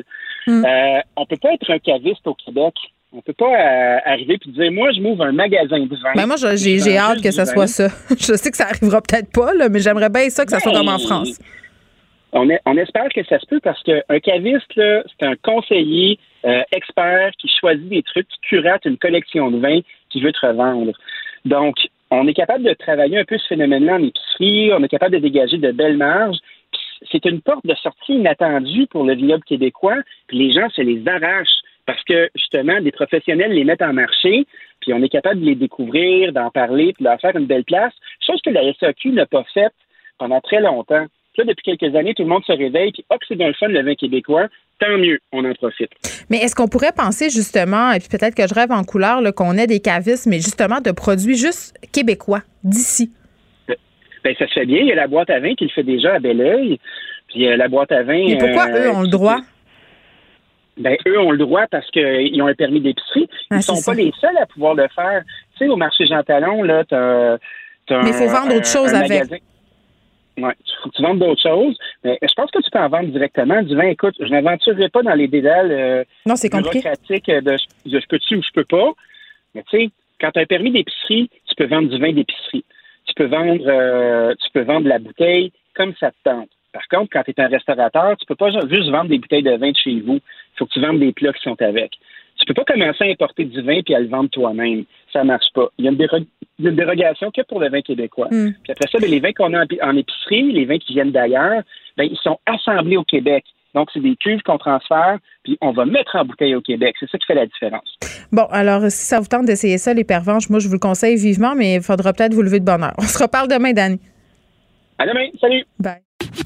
On peut pas être un caviste au Québec. On peut pas arriver puis dire, moi, je m'ouvre un magasin de vin. Ben moi, j'ai hâte que ça soit ça. Je sais que ça arrivera peut-être pas, là, mais j'aimerais bien ça que ça soit comme en France. On espère que ça se peut parce qu'un caviste, là, c'est un conseiller expert qui choisit des trucs, qui curate une collection de vins qui veut te revendre. Donc, on est capable de travailler un peu ce phénomène-là en épicerie, on est capable de dégager de belles marges. C'est une porte de sortie inattendue pour le vignoble québécois, puis les gens se les arrachent parce que, justement, des professionnels les mettent en marché, puis on est capable de les découvrir, d'en parler, puis de leur faire une belle place, chose que la SAQ n'a pas faite pendant très longtemps. Là, depuis quelques années, tout le monde se réveille, puis hop, c'est dans le fun, le vin québécois, tant mieux, on en profite. Mais est-ce qu'on pourrait penser justement, et puis peut-être que je rêve en couleur, là, qu'on ait des cavistes, mais justement de produits juste québécois, d'ici? Ben, ça se fait bien. Il y a la boîte à vin qui le fait déjà à Belleuil. Puis la boîte à vin... Mais pourquoi eux ont le droit? Ben, eux ont le droit parce qu'ils ont un permis d'épicerie. Ils ne sont pas les seuls à pouvoir le faire. Tu sais, au marché Jean Talon, là, t'as mais il faut vendre autre chose avec. Oui, il faut que tu vendes d'autres choses. Mais je pense que tu peux en vendre directement. Du vin, écoute, je n'aventurerai pas dans les dédales bureaucratiques de je peux-tu ou je peux pas. Mais tu sais, quand tu as un permis d'épicerie, tu peux vendre du vin d'épicerie. Tu peux vendre la bouteille comme ça te tente. Par contre, quand tu es un restaurateur, tu peux pas juste vendre des bouteilles de vin de chez vous. Il faut que tu vendes des plats qui sont avec. Tu peux pas commencer à importer du vin puis à le vendre toi-même. Ça marche pas. Il y a une dérogation que pour le vin québécois. Puis après ça, les vins qu'on a en épicerie, les vins qui viennent d'ailleurs, ben, ils sont assemblés au Québec. Donc, c'est des cuves qu'on transfère, puis on va mettre en bouteille au Québec. C'est ça qui fait la différence. Bon, alors, si ça vous tente d'essayer ça, les pervenches, moi, je vous le conseille vivement, mais il faudra peut-être vous lever de bonne heure. On se reparle demain, Dani. À demain. Salut. Bye.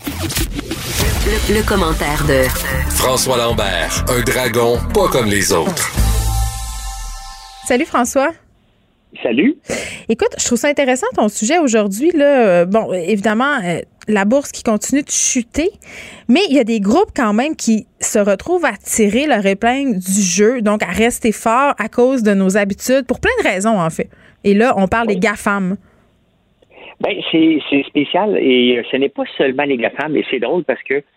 Le commentaire de François Lambert, un dragon pas comme les autres. Salut, François. Salut. Écoute, je trouve ça intéressant ton sujet aujourd'hui. Là. Bon, évidemment, la bourse qui continue de chuter, mais il y a des groupes quand même qui se retrouvent à tirer leur épingle du jeu, donc à rester fort à cause de nos habitudes, pour plein de raisons, en fait. Et là, on parle des GAFAM. Ben, c'est spécial et ce n'est pas seulement les GAFAM, et c'est drôle parce que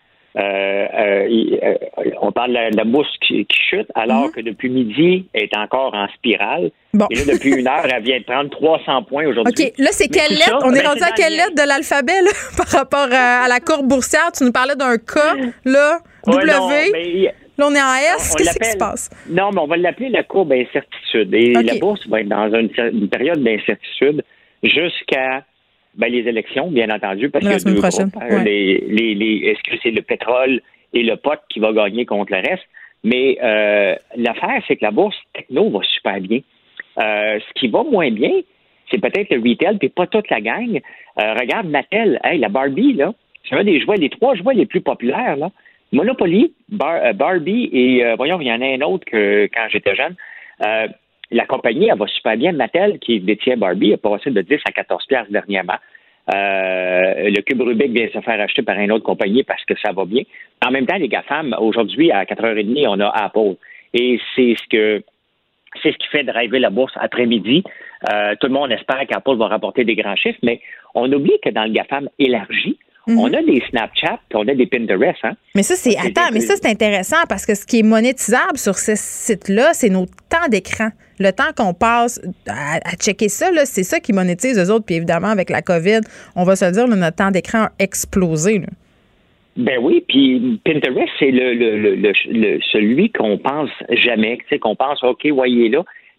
on parle de la bourse qui chute alors que depuis midi, elle est encore en spirale. Bon. Et là, depuis une heure, elle vient de prendre 300 points aujourd'hui. OK. Là, c'est quelle lettre? On est rendu à quelle lettre de l'alphabet là, par rapport à la courbe boursière? Tu nous parlais d'un K, là, W. Non, mais, là, on est en S. Qu'est-ce qui se passe? Non, mais on va l'appeler la courbe incertitude. Et la bourse va être dans une période d'incertitude jusqu'à les élections, bien entendu, parce qu'il y a deux groupes. Est-ce que c'est le pétrole et le pot qui va gagner contre le reste? Mais l'affaire, c'est que la bourse techno va super bien. Ce qui va moins bien, c'est peut-être le retail, puis pas toute la gang. Regarde Mattel, la Barbie, là, c'est un des jouets, les 3 jouets les plus populaires, là. Monopoly, Barbie et, il y en a un autre que quand j'étais jeune. La compagnie, elle va super bien. Mattel, qui détient Barbie, a passé de 10 à 14 $ dernièrement. Le cube Rubik vient de se faire acheter par une autre compagnie parce que ça va bien. En même temps, les GAFAM, aujourd'hui, à 4h30, on a Apple. Et c'est ce qui fait driver la bourse après-midi. Tout le monde espère qu'Apple va rapporter des grands chiffres, mais on oublie que dans le GAFAM élargi, on a des Snapchat puis on a des Pinterest. Hein? Mais ça, c'est intéressant parce que ce qui est monétisable sur ces sites-là, c'est nos temps d'écran. Le temps qu'on passe à checker ça, là, c'est ça qui monétise eux autres. Puis évidemment, avec la COVID, on va se le dire, là, notre temps d'écran a explosé. Là. Ben oui, puis Pinterest, c'est celui qu'on pense jamais, tu sais, qu'on pense, OK, voyez là.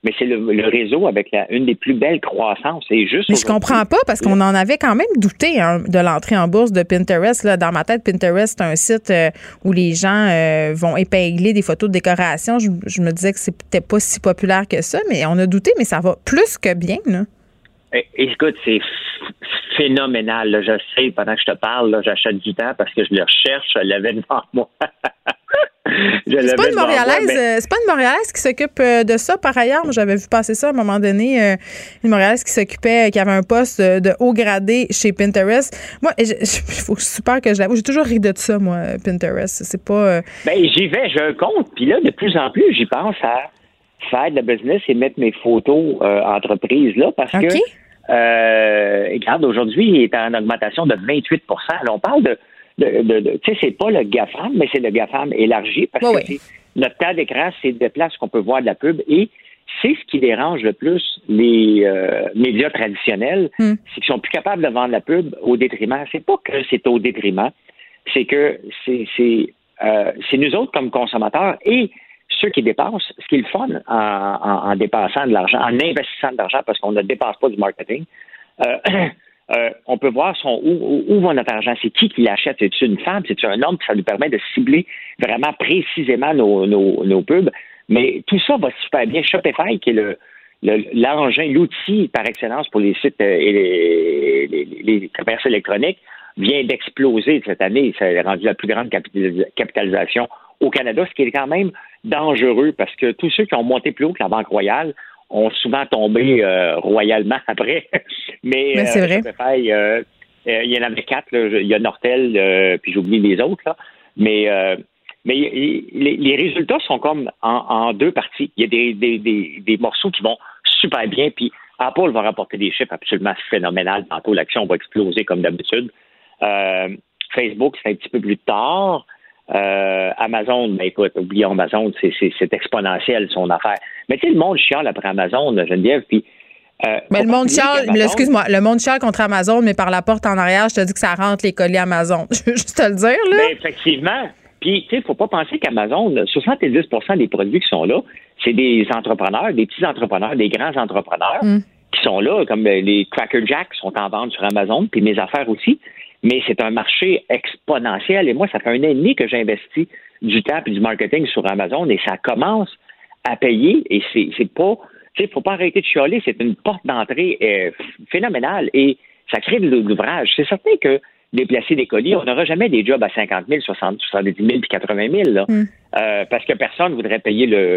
mais c'est le réseau avec une des plus belles croissances. Et juste mais je comprends pas parce qu'on en avait quand même douté de l'entrée en bourse de Pinterest. Là. Dans ma tête, Pinterest, c'est un site où les gens vont épingler des photos de décoration. Je me disais que c'était pas si populaire que ça, mais on a douté, mais ça va plus que bien, là. Écoute, c'est phénoménal. Là. Je sais, pendant que je te parle, là, j'achète du temps parce que je le recherche, je l'avais devant moi. C'est pas une Montréalaise qui s'occupe de ça, par ailleurs. Moi, j'avais vu passer ça à un moment donné. Une Montréalaise qui avait un poste de haut gradé chez Pinterest. Moi, il faut super que je l'avoue. J'ai toujours ri de ça, moi, Pinterest. C'est pas... j'y vais, j'ai un compte. Puis là, de plus en plus, j'y pense à faire de la business et mettre mes photos entreprises là parce que regarde, aujourd'hui, il est en augmentation de 28 %. Là, on parle de tu sais, c'est pas le GAFAM, mais c'est le GAFAM élargi parce que notre temps d'écran, c'est des places qu'on peut voir de la pub et c'est ce qui dérange le plus les médias traditionnels, c'est qu'ils sont plus capables de vendre la pub au détriment. C'est pas que c'est au détriment, c'est que c'est nous autres comme consommateurs et ceux qui dépensent, ce qui est le fun en dépensant de l'argent, en investissant de l'argent parce qu'on ne dépense pas du marketing, on peut voir où va notre argent. C'est qui l'achète? C'est-tu une femme? C'est-tu un homme? Puis ça nous permet de cibler vraiment précisément nos pubs. Mais tout ça va super bien. Shopify, qui est l'engin, l'outil par excellence pour les sites et les commerces électroniques, vient d'exploser cette année. Ça a rendu la plus grande capitalisation au Canada, ce qui est quand même dangereux parce que tous ceux qui ont monté plus haut que la Banque Royale ont souvent tombé royalement après. Mais c'est vrai. Il y en avait 4. Là. Il y a Nortel, puis j'oublie les autres. Là. Mais les résultats sont comme en deux parties. Il y a des morceaux qui vont super bien, puis Apple va rapporter des chiffres absolument phénoménales. Tantôt, l'action va exploser comme d'habitude. Facebook, c'est un petit peu plus tard. Amazon, ben écoute, oublions Amazon, c'est exponentiel son affaire. Mais tu sais, le monde chiale après Amazon, Geneviève, puis... mais le monde chiale, excuse-moi, le monde chiale contre Amazon, mais par la porte en arrière, je te dis que ça rentre les colis Amazon. Je veux juste te le dire, là. Ben, effectivement. Puis, tu sais, faut pas penser qu'Amazon, 70% des produits qui sont là, c'est des entrepreneurs, des petits entrepreneurs, des grands entrepreneurs qui sont là, comme les Cracker Jacks sont en vente sur Amazon, puis mes affaires aussi. Mais c'est un marché exponentiel. Et moi, ça fait 1 an et demi que j'investis du temps et du marketing sur Amazon et ça commence à payer. Et c'est pas... Tu sais, faut pas arrêter de chialer. C'est une porte d'entrée phénoménale et ça crée de l'ouvrage. C'est certain que déplacer des colis, on n'aura jamais des jobs à 50 000, 70 000 puis 80 000. Là. Parce que personne ne voudrait payer le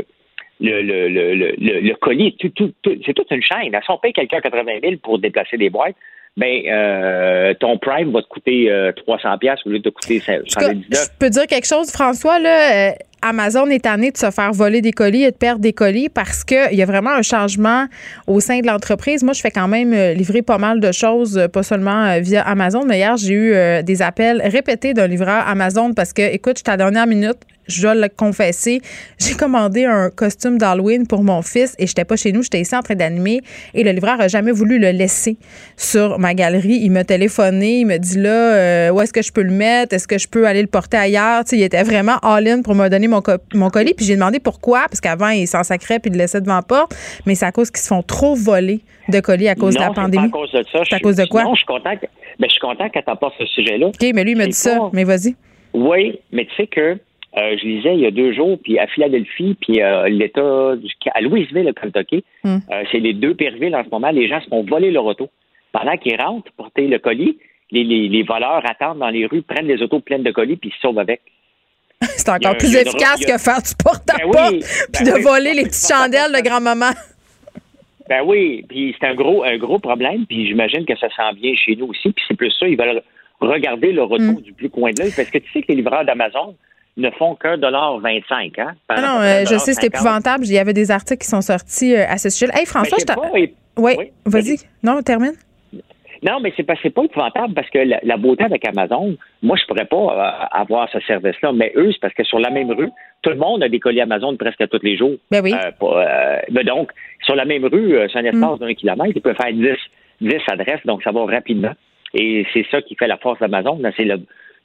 colis. C'est toute une chaîne. Si on paye quelqu'un 80 000 pour déplacer des boîtes, ton Prime va te coûter 300$ au lieu de coûter 119$. Je peux dire quelque chose, François, là. Amazon est tanné de se faire voler des colis et de perdre des colis parce qu'il y a vraiment un changement au sein de l'entreprise. Moi, je fais quand même livrer pas mal de choses, pas seulement via Amazon, mais hier, j'ai eu des appels répétés d'un livreur Amazon parce que, écoute, j'étais à la dernière minute, je dois le confesser, j'ai commandé un costume d'Halloween pour mon fils et j'étais pas chez nous, j'étais ici en train d'animer et le livreur a jamais voulu le laisser sur ma galerie. Il m'a téléphoné, il me dit là, où est-ce que je peux le mettre? Est-ce que je peux aller le porter ailleurs? Tu sais, il était vraiment all-in pour me donner mon colis. Puis j'ai demandé pourquoi, parce qu'avant, il s'en sacrait puis il le laissait devant la porte, mais c'est à cause qu'ils se font trop voler de colis à cause de la pandémie. Non, c'est pas à cause de ça. C'est à cause de quoi? Non, je suis content qu'elle t'apporte ce sujet-là. OK, mais lui, il m'a dit ça. Mais vas-y. Oui, mais tu sais que je lisais il y a 2 jours, puis à Philadelphie, puis à Louisville, le Kentucky, c'est les 2 pires villes en ce moment. Les gens se font voler leur auto. Pendant qu'ils rentrent porter le colis, les voleurs attendent dans les rues, prennent les autos pleines de colis, puis ils se sauvent avec. C'est encore plus efficace que faire du porte-à-porte puis de voler les petites chandelles de grand-maman. Ben oui, puis c'est un gros problème, puis j'imagine que ça sent bien chez nous aussi, puis c'est plus ça, ils veulent regarder le retour du plus coin de l'œil, parce que tu sais que les livreurs d'Amazon ne font que $1.25, hein? Non, je sais, c'est épouvantable. Il y avait des articles qui sont sortis à ce sujet. Hey, François, Oui, vas-y. Non, termine. Non, mais c'est pas épouvantable parce que la beauté avec Amazon, moi, je pourrais pas avoir ce service-là, mais eux, c'est parce que sur la même rue, tout le monde a des colis Amazon presque tous les jours. Ben oui. Donc, sur la même rue, c'est un espace d'1 kilomètre, ils peuvent faire 10 adresses, donc ça va rapidement. Et c'est ça qui fait la force d'Amazon. C'est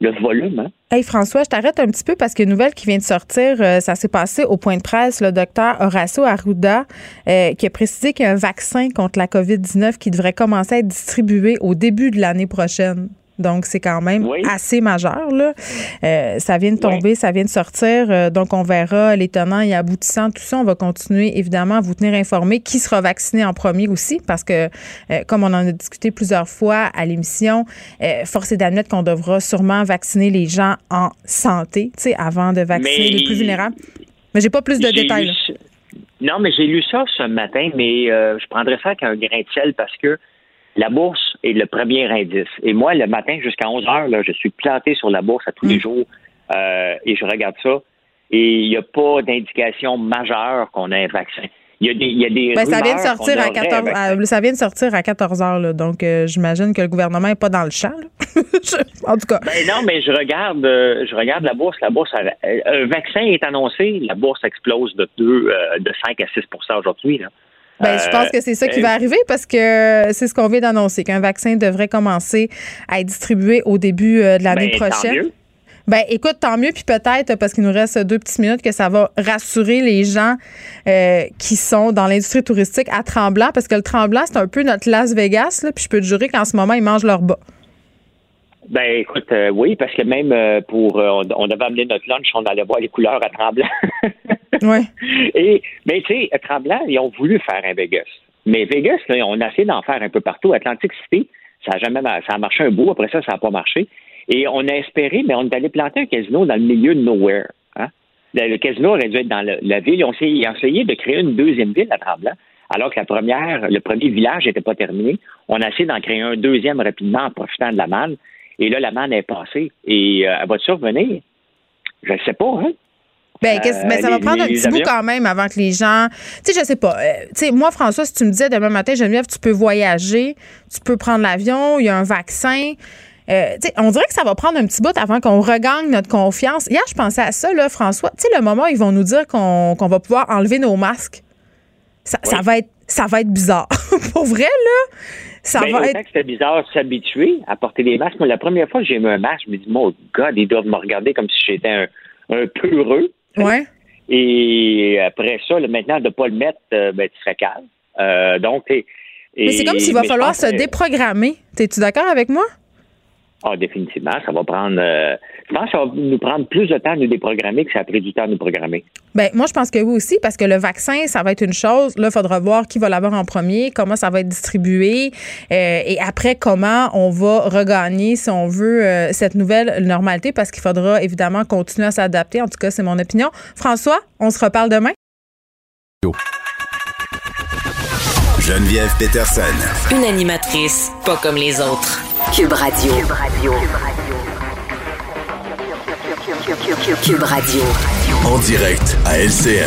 le volume. Hein? Hey François, je t'arrête un petit peu parce qu'il y a une nouvelle qui vient de sortir. Ça s'est passé au point de presse, le docteur Horacio Arruda, qui a précisé qu'il y a un vaccin contre la COVID-19 qui devrait commencer à être distribué au début de l'année prochaine. Donc, c'est quand même assez majeur, là. Ça vient de tomber, ça vient de sortir. Donc, on verra les tenants et aboutissants, tout ça. On va continuer, évidemment, à vous tenir informés. Qui sera vacciné en premier aussi? Parce que, comme on en a discuté plusieurs fois à l'émission, force est d'admettre qu'on devra sûrement vacciner les gens en santé, tu sais, avant de vacciner les plus vulnérables. Mais j'ai pas plus de détails, là. Non, mais j'ai lu ça ce matin, mais je prendrais ça avec un grain de sel parce que la bourse est le premier indice. Et moi, le matin, jusqu'à 11 heures, là, je suis planté sur la bourse à tous les jours et je regarde ça. Et il n'y a pas d'indication majeure qu'on a un vaccin. Il y a des rumeurs ça vient de sortir à 14 ça vient de sortir à 14 heures, là, donc j'imagine que le gouvernement n'est pas dans le champ. En tout cas. Non, mais je regarde la bourse. La bourse, un vaccin est annoncé, la bourse explose de 5 à 6 % aujourd'hui. Là. Je pense que c'est ça qui va arriver parce que c'est ce qu'on vient d'annoncer, qu'un vaccin devrait commencer à être distribué au début de l'année prochaine. Tant mieux. Écoute, tant mieux, puis peut-être, parce qu'il nous reste 2 petites minutes, que ça va rassurer les gens qui sont dans l'industrie touristique à Tremblant, parce que le Tremblant, c'est un peu notre Las Vegas, là, puis je peux te jurer qu'en ce moment, ils mangent leur bas. Écoute, oui, parce que même on devait amener notre lunch, on allait voir les couleurs à Tremblant. Oui. Mais tu sais, Tremblant, ils ont voulu faire un Vegas. Mais Vegas, là, on a essayé d'en faire un peu partout. Atlantic City, ça a marché un bout. Après ça n'a pas marché. Et on a espéré, mais on est allé planter un casino dans le milieu de nowhere. Hein? Le casino aurait dû être dans la ville. Ils ont essayé de créer une deuxième ville à Tremblant, alors que le premier village n'était pas terminé. On a essayé d'en créer un deuxième rapidement en profitant de la manne. Et là, la manne est passée. Et elle va survenir? Je ne sais pas, hein? Ça va prendre un petit bout quand même avant que les gens... Tu sais, je sais pas. Tu sais, moi, François, si tu me disais demain matin, Geneviève, tu peux voyager, tu peux prendre l'avion, il y a un vaccin... on dirait que ça va prendre un petit bout avant qu'on regagne notre confiance. Hier, je pensais à ça, là, François. Tu sais, le moment où ils vont nous dire qu'on va pouvoir enlever nos masques, ça va être bizarre. Pour vrai, là, ça va être... que c'était bizarre de s'habituer à porter des masques. Moi, la première fois que j'ai mis un masque, je me dis, mon God, ils doivent me regarder comme si j'étais un peureux. Ouais. Et après ça, maintenant, de ne pas le mettre, tu serais calme. Mais c'est comme s'il va falloir se déprogrammer. T'es-tu d'accord avec moi? Ah, définitivement. Ça va prendre... je pense que ça va nous prendre plus de temps à nous déprogrammer que ça a pris du temps à nous programmer. Moi, je pense que oui aussi, parce que le vaccin, ça va être une chose. Là, il faudra voir qui va l'avoir en premier, comment ça va être distribué, et après, comment on va regagner, si on veut, cette nouvelle normalité, parce qu'il faudra évidemment continuer à s'adapter. En tout cas, c'est mon opinion. François, on se reparle demain. Geneviève Peterson. Une animatrice pas comme les autres. Cube Radio. Cube Radio. En direct à LCN.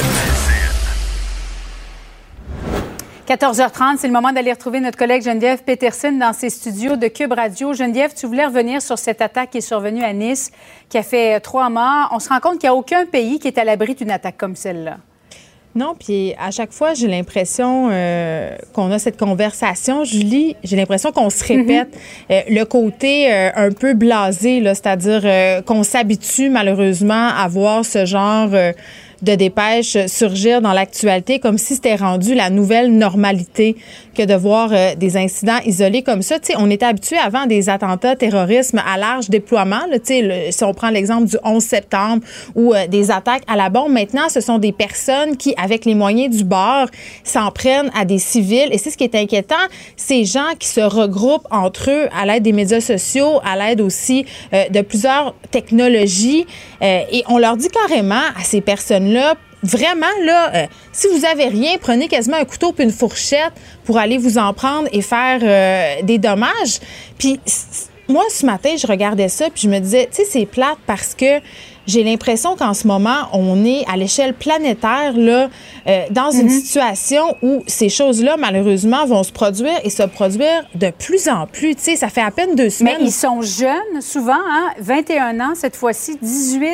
14h30, c'est le moment d'aller retrouver notre collègue Geneviève Peterson dans ses studios de Cube Radio. Geneviève, tu voulais revenir sur cette attaque qui est survenue à Nice, qui a fait 3 morts. On se rend compte qu'il n'y a aucun pays qui est à l'abri d'une attaque comme celle-là. Non, puis à chaque fois, j'ai l'impression qu'on a cette conversation, Julie, j'ai l'impression qu'on se répète. Le côté un peu blasé, là, c'est-à-dire qu'on s'habitue malheureusement à voir ce genre de dépêches surgir dans l'actualité comme si c'était rendu la nouvelle normalité que de voir des incidents isolés comme ça. Tu sais, on était habitué avant à des attentats terrorisme à large déploiement. Là, si on prend l'exemple du 11 septembre ou des attaques à la bombe, maintenant, ce sont des personnes qui, avec les moyens du bord, s'en prennent à des civils. Et c'est ce qui est inquiétant, ces gens qui se regroupent entre eux à l'aide des médias sociaux, à l'aide aussi de plusieurs technologies. Et on leur dit carrément à ces personnes-là, vraiment, là, si vous avez rien, prenez quasiment un couteau puis une fourchette pour aller vous en prendre et faire des dommages. Puis moi, ce matin, je regardais ça puis je me disais, tu sais, c'est plate parce que j'ai l'impression qu'en ce moment, on est à l'échelle planétaire là, dans une situation où ces choses-là, malheureusement, vont se produire et se produire de plus en plus. Tu sais, ça fait à peine 2 semaines. Mais ils sont jeunes, souvent, hein? 21 ans cette fois-ci, 18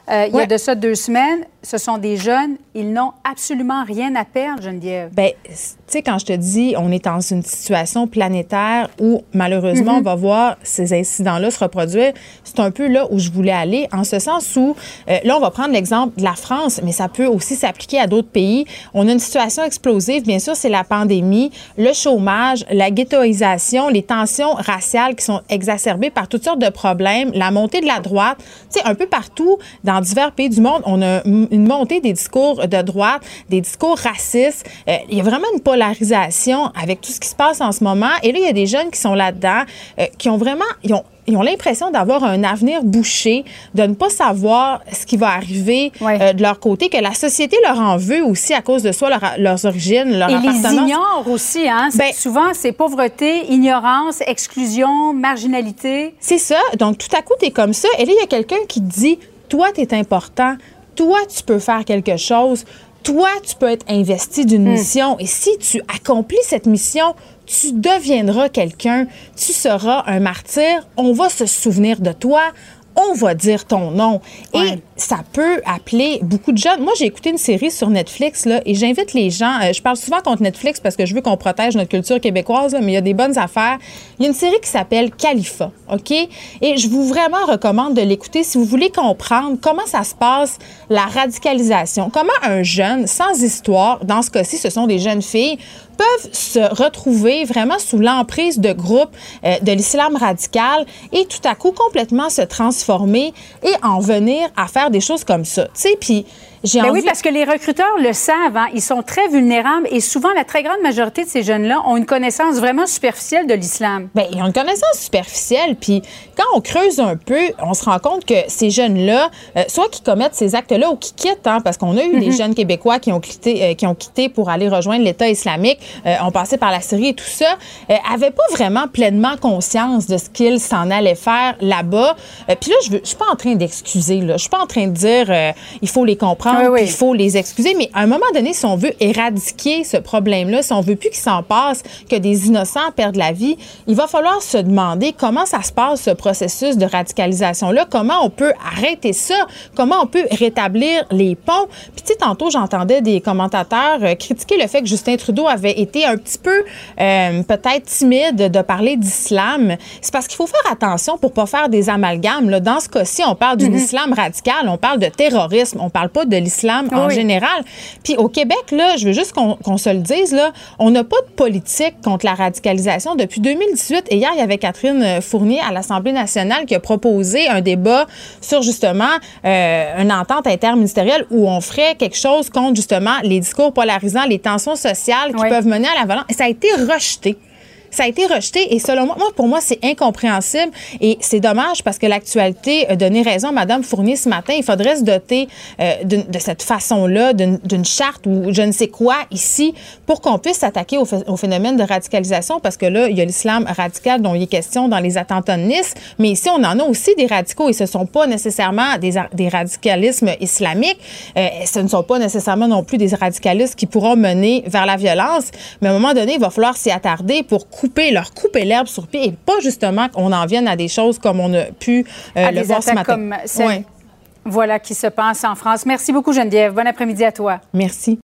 il y a de ça 2 semaines. Ce sont des jeunes. Ils n'ont absolument rien à perdre, Geneviève. Bien, tu sais, quand je te dis, on est dans une situation planétaire où, malheureusement, on va voir ces incidents-là se reproduire, c'est un peu là où je voulais aller, en ce sens où, là, on va prendre l'exemple de la France, mais ça peut aussi s'appliquer à d'autres pays. On a une situation explosive, bien sûr, c'est la pandémie, le chômage, la ghettoisation, les tensions raciales qui sont exacerbées par toutes sortes de problèmes, la montée de la droite. Tu sais, un peu partout, dans divers pays du monde, on a une montée des discours de droite, des discours racistes. Il y a vraiment une polarisation avec tout ce qui se passe en ce moment. Et là, il y a des jeunes qui sont là-dedans, qui ont vraiment... Ils ont l'impression d'avoir un avenir bouché, de ne pas savoir ce qui va arriver de leur côté, que la société leur en veut aussi à cause de soi, leurs origines, leur appartenance. Et les ignorent aussi, hein? Souvent, c'est pauvreté, ignorance, exclusion, marginalité. C'est ça. Donc, tout à coup, t'es comme ça. Et là, il y a quelqu'un qui te dit, toi, t'es important. Toi, tu peux faire quelque chose. Toi, tu peux être investi d'une mission. Et si tu accomplis cette mission, tu deviendras quelqu'un, tu seras un martyr, on va se souvenir de toi, on va dire ton nom. Et ça peut appeler beaucoup de jeunes. Moi, j'ai écouté une série sur Netflix, là, et j'invite les gens, je parle souvent contre Netflix parce que je veux qu'on protège notre culture québécoise, là, mais il y a des bonnes affaires. Il y a une série qui s'appelle Khalifa, OK? Et je vous vraiment recommande de l'écouter si vous voulez comprendre comment ça se passe, la radicalisation. Comment un jeune sans histoire, dans ce cas-ci, ce sont des jeunes filles, peuvent se retrouver vraiment sous l'emprise de groupes de l'islam radical et tout à coup complètement se transformer et en venir à faire des choses comme ça. Tu sais, puis j'ai envie... Oui, parce que les recruteurs le savent, hein, ils sont très vulnérables et souvent, la très grande majorité de ces jeunes-là ont une connaissance vraiment superficielle de l'islam. Bien, ils ont une connaissance superficielle, puis quand on creuse un peu, on se rend compte que ces jeunes-là, soit qui commettent ces actes-là ou qui quittent, hein, parce qu'on a eu des jeunes Québécois qui ont quitté pour aller rejoindre l'État islamique, ont passé par la Syrie et tout ça, n'avaient pas vraiment pleinement conscience de ce qu'ils s'en allaient faire là-bas. Puis là, je suis pas en train d'excuser, là. Je suis pas en train de dire il faut les comprendre, puis il faut les excuser, mais à un moment donné, si on veut éradiquer ce problème-là, si on veut plus qu'il s'en passe, que des innocents perdent la vie, il va falloir se demander comment ça se passe, ce processus de radicalisation-là, comment on peut arrêter ça, comment on peut rétablir les ponts. Puis tu sais, tantôt, j'entendais des commentateurs critiquer le fait que Justin Trudeau avait été un petit peu peut-être timide de parler d'islam. C'est parce qu'il faut faire attention pour pas faire des amalgames. Là. Dans ce cas-ci, on parle d'un islam radical, on parle de terrorisme, on parle pas de l'islam en général. Puis au Québec, là, je veux juste qu'on se le dise, là, on n'a pas de politique contre la radicalisation depuis 2018. Et hier, il y avait Catherine Fournier à l'Assemblée nationale qui a proposé un débat sur justement une entente interministérielle où on ferait quelque chose contre justement les discours polarisants, les tensions sociales qui peuvent mener à la violence. Et ça a été rejeté. Ça a été rejeté et selon moi, pour moi, c'est incompréhensible et c'est dommage parce que l'actualité a donné raison à Mme Fournier ce matin. Il faudrait se doter de cette façon-là, d'une charte ou je ne sais quoi ici pour qu'on puisse s'attaquer au phénomène de radicalisation parce que là, il y a l'islam radical dont il est question dans les attentats de Nice, mais ici, on en a aussi des radicaux et ce ne sont pas nécessairement des radicalismes islamiques. Ce ne sont pas nécessairement non plus des radicalismes qui pourront mener vers la violence, mais à un moment donné, il va falloir s'y attarder pour couper l'herbe sur pied et pas justement qu'on en vienne à des choses comme on a pu le voir ce matin. Comme celle, voilà, qui se passe en France. Merci beaucoup, Geneviève. Bon après-midi à toi. Merci.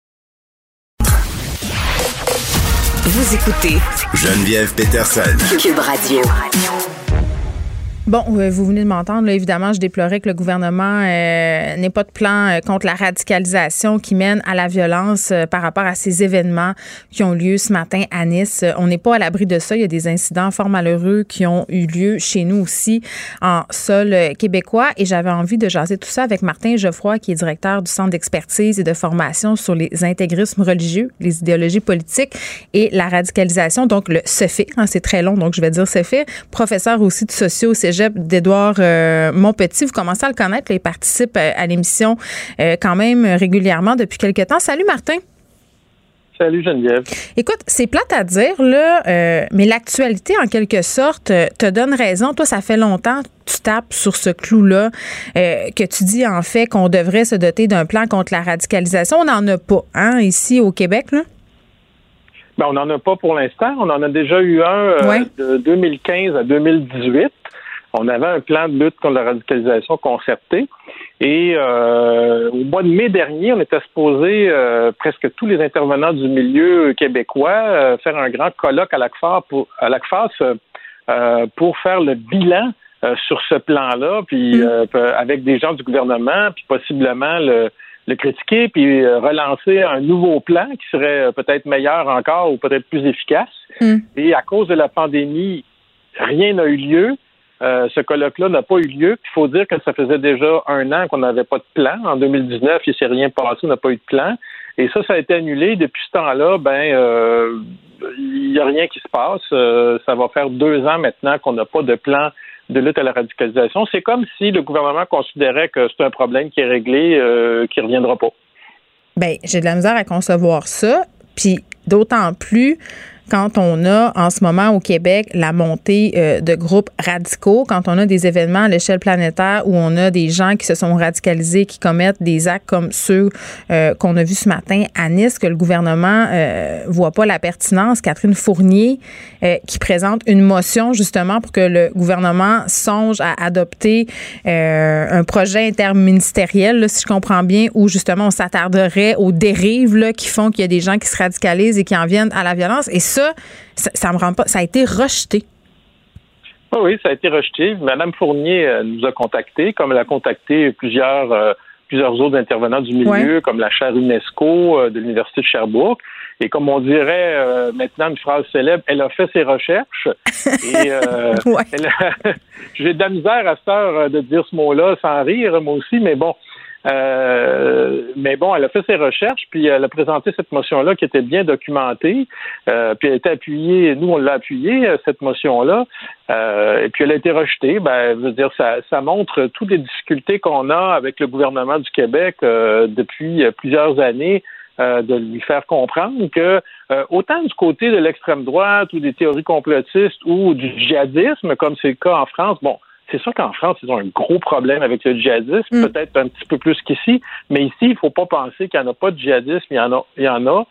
Vous écoutez Geneviève Peterson. Cube Radio. Bon, vous venez de m'entendre. Là, évidemment, je déplorais que le gouvernement n'ait pas de plan contre la radicalisation qui mène à la violence par rapport à ces événements qui ont lieu ce matin à Nice. On n'est pas à l'abri de ça. Il y a des incidents fort malheureux qui ont eu lieu chez nous aussi en sol québécois. Et j'avais envie de jaser tout ça avec Martin Geoffroy, qui est directeur du Centre d'expertise et de formation sur les intégrismes religieux, les idéologies politiques et la radicalisation. Donc, le CEFI, c'est très long, donc je vais dire CEFI. Professeur aussi de socio au Cégep d'Édouard Montpetit. Vous commencez à le connaître. Il participe à l'émission quand même régulièrement depuis quelque temps. Salut, Martin. Salut, Geneviève. Écoute, c'est plate à dire, là, mais l'actualité, en quelque sorte, te donne raison. Toi, ça fait longtemps que tu tapes sur ce clou-là, que tu dis, en fait, qu'on devrait se doter d'un plan contre la radicalisation. On n'en a pas, hein, ici au Québec, là? Ben, on n'en a pas pour l'instant. On en a déjà eu un de 2015 à 2018. On avait un plan de lutte contre la radicalisation concerté. Et au mois de mai dernier, on était supposé, presque tous les intervenants du milieu québécois, faire un grand colloque à l'ACFAS pour faire le bilan sur ce plan-là, puis avec des gens du gouvernement, puis possiblement le critiquer, puis relancer un nouveau plan qui serait peut-être meilleur encore ou peut-être plus efficace. Et à cause de la pandémie, rien n'a eu lieu. Ce colloque-là n'a pas eu lieu. Il faut dire que ça faisait déjà 1 an qu'on n'avait pas de plan. En 2019, il ne s'est rien passé, on n'a pas eu de plan. Et ça a été annulé. Depuis ce temps-là, il n'y a rien qui se passe. Ça va faire 2 ans maintenant qu'on n'a pas de plan de lutte à la radicalisation. C'est comme si le gouvernement considérait que c'est un problème qui est réglé, qui ne reviendra pas. Bien, j'ai de la misère à concevoir ça. Puis d'autant plus quand on a en ce moment au Québec la montée de groupes radicaux, quand on a des événements à l'échelle planétaire où on a des gens qui se sont radicalisés, qui commettent des actes comme ceux qu'on a vus ce matin à Nice, que le gouvernement voit pas la pertinence. Catherine Fournier qui présente une motion justement pour que le gouvernement songe à adopter un projet interministériel, là, si je comprends bien, où justement on s'attarderait aux dérives là, qui font qu'il y a des gens qui se radicalisent et qui en viennent à la violence. Et ça me rend pas. Ça a été rejeté. Oui, ça a été rejeté. Madame Fournier nous a contactés, comme elle a contacté plusieurs autres intervenants du milieu, comme la chaire UNESCO de l'Université de Sherbrooke. Et comme on dirait maintenant une phrase célèbre, elle a fait ses recherches. Et j'ai de la misère à cette heure de dire ce mot-là sans rire, moi aussi, mais bon. Elle a fait ses recherches, puis elle a présenté cette motion-là qui était bien documentée, puis elle a été appuyée, nous on l'a appuyée, cette motion-là, et puis elle a été rejetée. Je veux dire, ça montre toutes les difficultés qu'on a avec le gouvernement du Québec depuis plusieurs années, de lui faire comprendre que autant du côté de l'extrême droite ou des théories complotistes ou du djihadisme, comme c'est le cas en France, c'est sûr qu'en France, ils ont un gros problème avec le djihadisme, peut-être un petit peu plus qu'ici, mais ici, il ne faut pas penser qu'il n'y en a pas de djihadisme, il y en a.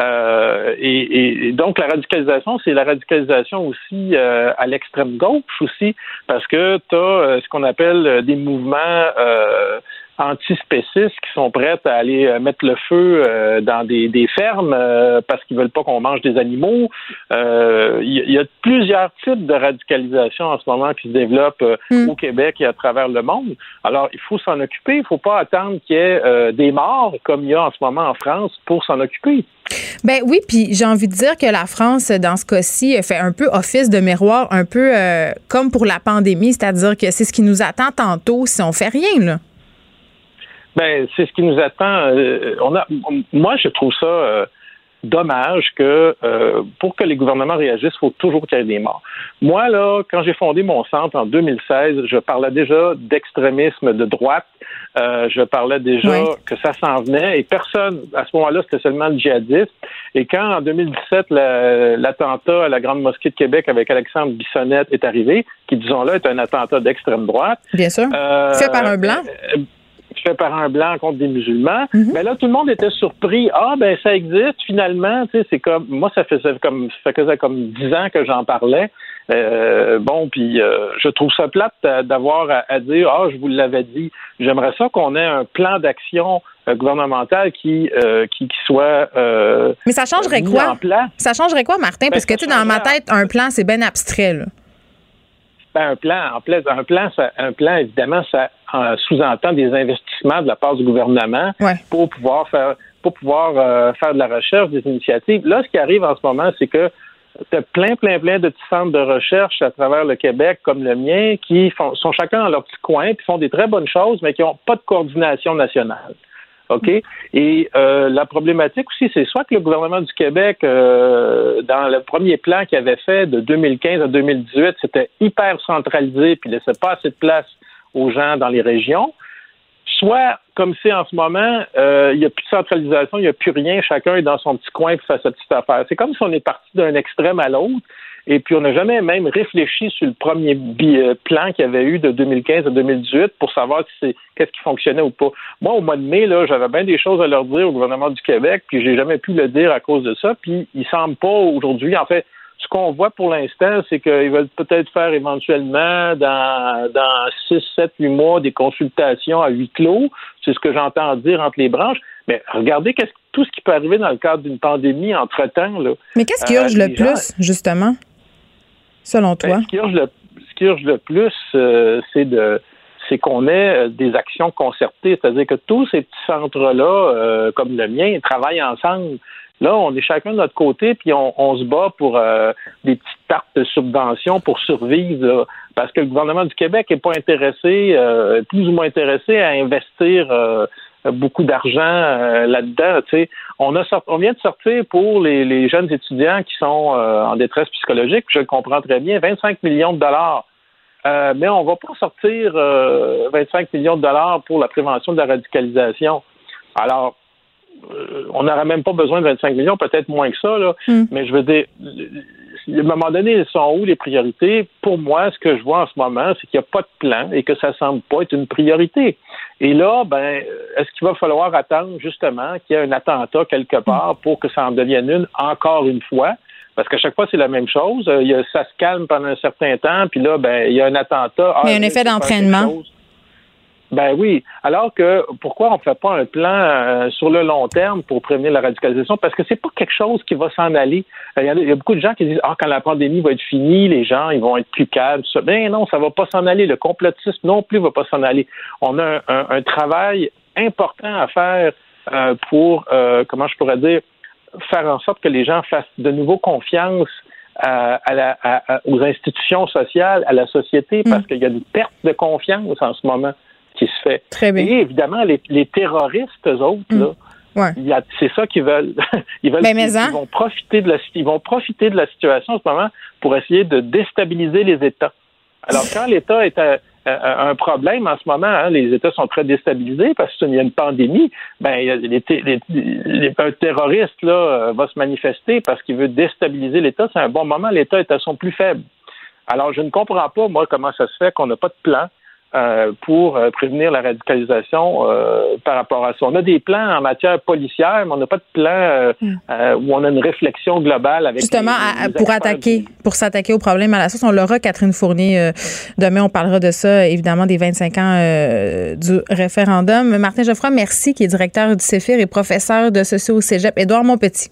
Et donc, la radicalisation, c'est la radicalisation aussi à l'extrême gauche aussi, parce que tu as ce qu'on appelle des mouvements antispécistes qui sont prêts à aller mettre le feu dans des fermes parce qu'ils veulent pas qu'on mange des animaux. Il y a plusieurs types de radicalisation en ce moment qui se développent au Québec et à travers le monde. Alors, il faut s'en occuper. Il faut pas attendre qu'il y ait des morts comme il y a en ce moment en France pour s'en occuper. Ben oui, puis j'ai envie de dire que la France, dans ce cas-ci, fait un peu office de miroir, un peu comme pour la pandémie, c'est-à-dire que c'est ce qui nous attend tantôt si on fait rien, là. C'est ce qui nous attend. Moi, je trouve ça dommage que pour que les gouvernements réagissent, il faut toujours qu'il y ait des morts. Moi, là, quand j'ai fondé mon centre en 2016, je parlais déjà d'extrémisme de droite. Je parlais déjà que ça s'en venait et personne, à ce moment-là, c'était seulement le djihadisme. Et quand, en 2017, l'attentat à la Grande Mosquée de Québec avec Alexandre Bissonnette est arrivé, qui, disons-le, est un attentat d'extrême droite. Bien sûr. Fait par un blanc. Fait par un blanc contre des musulmans. Mais là, tout le monde était surpris. Ça existe finalement. Tu sais, c'est comme moi, ça faisait comme 10 ans que j'en parlais. Puis je trouve ça plate d'avoir à dire je vous l'avais dit. J'aimerais ça qu'on ait un plan d'action gouvernemental qui soit mais ça changerait quoi? Ça changerait quoi, Martin? Parce que tu sais, dans ma tête, un plan, c'est bien abstrait, là. Un plan, évidemment, ça sous-entend des investissements de la part du gouvernement pour pouvoir faire de la recherche, des initiatives. Là, ce qui arrive en ce moment, c'est que tu as plein de petits centres de recherche à travers le Québec, comme le mien, qui sont chacun dans leur petit coin, puis font des très bonnes choses, mais qui n'ont pas de coordination nationale. OK? Et la problématique aussi, c'est soit que le gouvernement du Québec, dans le premier plan qu'il avait fait de 2015 à 2018, c'était hyper centralisé puis laissait pas assez de place aux gens dans les régions. Soit, comme c'est en ce moment, il n'y a plus de centralisation, il n'y a plus rien, chacun est dans son petit coin et fait sa petite affaire. C'est comme si on est parti d'un extrême à l'autre. Et puis, on n'a jamais même réfléchi sur le premier plan qu'il y avait eu de 2015 à 2018 pour savoir qu'est-ce qui fonctionnait ou pas. Moi, au mois de mai, là, j'avais bien des choses à leur dire au gouvernement du Québec, puis j'ai jamais pu le dire à cause de ça. Puis, il semble pas aujourd'hui, en fait, Ce qu'on voit pour l'instant, c'est qu'ils veulent peut-être faire éventuellement dans 6, 7, 8 mois des consultations à huis clos. C'est ce que j'entends dire entre les branches. Mais regardez tout ce qui peut arriver dans le cadre d'une pandémie entre-temps. Là. Mais qu'est-ce qui urge le plus, justement, selon toi? Ce qui urge le plus, c'est qu'on ait des actions concertées. C'est-à-dire que tous ces petits centres-là, comme le mien, travaillent ensemble. Là, on est chacun de notre côté, puis on se bat pour des petites tartes de subventions pour survivre, là, parce que le gouvernement du Québec n'est pas intéressé, plus ou moins intéressé à investir beaucoup d'argent là-dedans. Tu sais. On vient de sortir pour les jeunes étudiants qui sont en détresse psychologique, je le comprends très bien, 25 millions de dollars. Mais on ne va pas sortir 25 millions de dollars pour la prévention de la radicalisation. Alors, on n'aurait même pas besoin de 25 millions, peut-être moins que ça, là. Mais je veux dire, à un moment donné, elles sont où les priorités? Pour moi, ce que je vois en ce moment, c'est qu'il n'y a pas de plan et que ça ne semble pas être une priorité. Et là, est-ce qu'il va falloir attendre justement qu'il y ait un attentat quelque part pour que ça en devienne une encore une fois? Parce qu'à chaque fois, c'est la même chose. Ça se calme pendant un certain temps, puis là, il y a un attentat. Il y a un effet d'entraînement. Ben oui. Alors que pourquoi on ne fait pas un plan sur le long terme pour prévenir la radicalisation? Parce que c'est pas quelque chose qui va s'en aller. Il y a beaucoup de gens qui disent quand la pandémie va être finie, les gens ils vont être plus calmes. Tout ça. Ben non, ça va pas s'en aller. Le complotisme non plus va pas s'en aller. On a un travail important à faire pour comment je pourrais dire, faire en sorte que les gens fassent de nouveau confiance aux institutions sociales, à la société, parce qu'il y a une perte de confiance en ce moment qui se fait. Très bien. Et évidemment, les terroristes, eux autres, là, c'est ça qu'ils veulent. Ils vont profiter de la situation en ce moment pour essayer de déstabiliser les États. Alors, quand l'État est un problème en ce moment, les États sont très déstabilisés parce qu'il y a une pandémie, un terroriste là, va se manifester parce qu'il veut déstabiliser l'État. C'est un bon moment, l'État est à son plus faible. Alors, je ne comprends pas, moi, comment ça se fait qu'on n'a pas de plan pour prévenir la radicalisation par rapport à ça. On a des plans en matière policière, mais on n'a pas de plan où on a une réflexion globale avec justement pour s'attaquer au problème à la source. On l'aura, Catherine Fournier. Demain, on parlera de ça, évidemment, des 25 ans du référendum. Martin Geoffroy, merci, qui est directeur du CEFIR et professeur de socio au Cégep. Édouard Montpetit.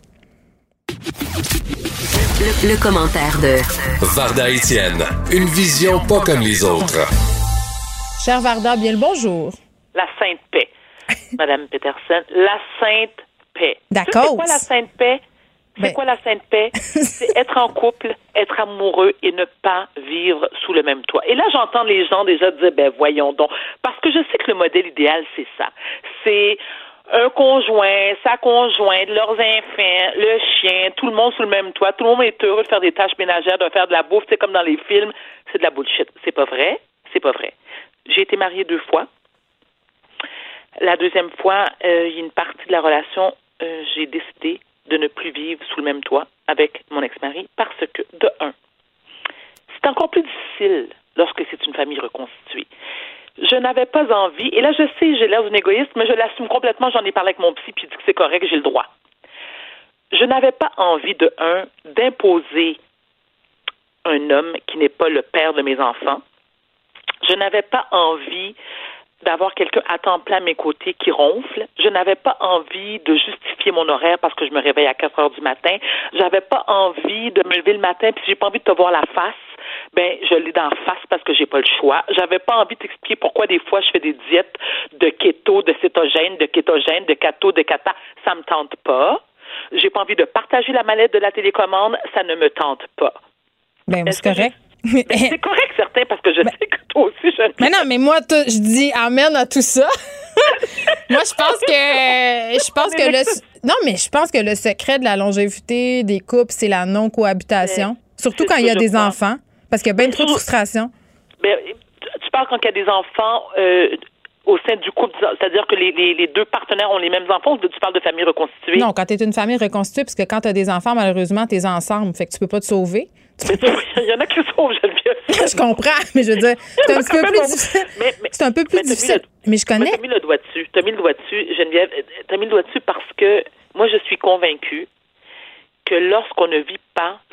Le commentaire de Varda Étienne, une vision pas comme les autres. Cher Varda, bien le bonjour. La Sainte Paix, Madame Peterson. La Sainte Paix. D'accord. C'est quoi la Sainte Paix? C'est quoi la Sainte Paix? C'est être en couple, être amoureux et ne pas vivre sous le même toit. Et là, j'entends les gens déjà dire, voyons donc. Parce que je sais que le modèle idéal, c'est ça. C'est un conjoint, sa conjointe, leurs enfants, le chien, tout le monde sous le même toit. Tout le monde est heureux de faire des tâches ménagères, de faire de la bouffe. C'est comme dans les films. C'est de la bullshit. C'est pas vrai. C'est pas vrai. J'ai été mariée 2 fois. La deuxième fois, il y a une partie de la relation, j'ai décidé de ne plus vivre sous le même toit avec mon ex-mari parce que, de un, c'est encore plus difficile lorsque c'est une famille reconstituée. Je n'avais pas envie, et là je sais, j'ai l'air d'une égoïste, mais je l'assume complètement, j'en ai parlé avec mon psy, puis il dit que c'est correct, j'ai le droit. Je n'avais pas envie, de un, d'imposer un homme qui n'est pas le père de mes enfants. Je n'avais pas envie d'avoir quelqu'un à temps plein à mes côtés qui ronfle. Je n'avais pas envie de justifier mon horaire parce que je me réveille à 4 heures du matin. J'avais pas envie de me lever le matin puis j'ai pas envie de te voir la face. Je l'ai d'en face parce que j'ai pas le choix. J'avais pas envie de t'expliquer pourquoi des fois je fais des diètes de keto, de cétogène, de kétogène, de kato, de kata. Ça me tente pas. J'ai pas envie de partager la mallette de la télécommande. Ça ne me tente pas. C'est correct. C'est correct, certain, parce que je sais que toi aussi, Mais non, mais moi, je dis amen à tout ça. Moi, je pense que le secret de la longévité des couples, c'est la non-cohabitation. Surtout quand il y a des enfants, parce qu'il y a bien trop de frustration. Tu parles quand il y a des enfants au sein du couple, c'est-à-dire que les deux partenaires ont les mêmes enfants, ou tu parles de famille reconstituée? Non, quand tu es une famille reconstituée, parce que quand tu as des enfants, malheureusement, tu es ensemble, fait que tu peux pas te sauver. Il y en a qui sauvent, Geneviève. Je comprends, mais je veux dire, c'est un petit peu plus difficile. C'est un peu plus difficile. Mais je connais. T'as mis le doigt dessus, Geneviève. T'as mis le doigt dessus parce que moi, je suis convaincue que lorsqu'on ne vit pas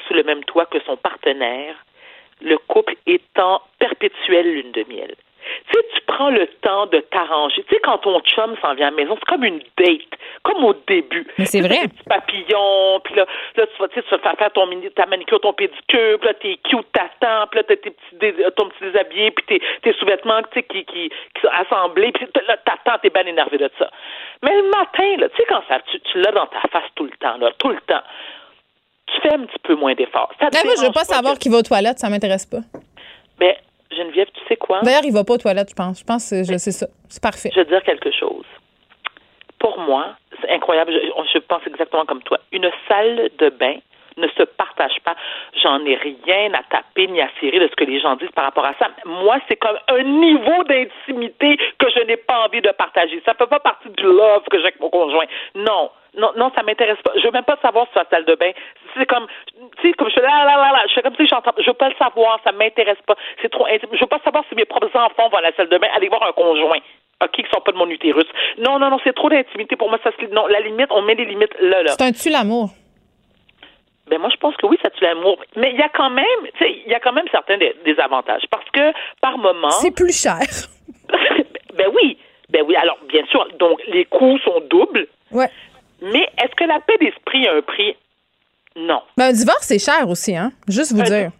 sous le même toit que son partenaire, le couple est en perpétuelle lune de miel. Tu sais, tu prends le temps de t'arranger. Tu sais, quand ton chum s'en vient à la maison, c'est comme une date, comme au début. Mais c'est vrai. Des petits papillons, puis là tu vas faire ta manicure, ton pédicure, puis là, t'es cute, t'attends, puis là, t'as ton petit déshabillé, puis tes sous-vêtements, tu sais, qui sont assemblés, puis là, t'attends, t'es bien énervé de ça. Mais le matin, là, tu sais, quand tu l'as dans ta face tout le temps, tu fais un petit peu moins d'efforts. Moi, je veux pas savoir qui va aux toilettes, ça m'intéresse pas. Mais Geneviève, tu sais quoi? D'ailleurs, il va pas aux toilettes, je pense. Je pense que c'est ça. C'est parfait. Je vais te dire quelque chose. Pour moi, c'est incroyable. Je pense exactement comme toi. Une salle de bain ne se partage pas. J'en ai rien à taper ni à cirer de ce que les gens disent par rapport à ça. Moi, c'est comme un niveau d'intimité que je n'ai pas envie de partager. Ça ne fait pas partie du love que j'ai avec mon conjoint. Non, ça m'intéresse pas. Je veux même pas savoir sur la salle de bain. C'est comme, tu sais, comme je fais je fais comme si j'entends. Je veux pas le savoir, ça m'intéresse pas. C'est trop intime. Je veux pas savoir si mes propres enfants vont à la salle de bain aller voir un conjoint. OK, qui sont pas de mon utérus. Non, c'est trop d'intimité pour moi. Non, la limite, on met les limites là. C'est un tue l'amour. Ben moi, je pense que oui, ça tue l'amour. Mais il y a quand même, certains désavantages. Parce que, par moment... C'est plus cher. Ben oui. Alors, bien sûr, donc, les coûts sont doubles. Ouais. Mais est-ce que la paix d'esprit a un prix? Non. Ben, un divorce, c'est cher aussi, hein? Juste vous dire.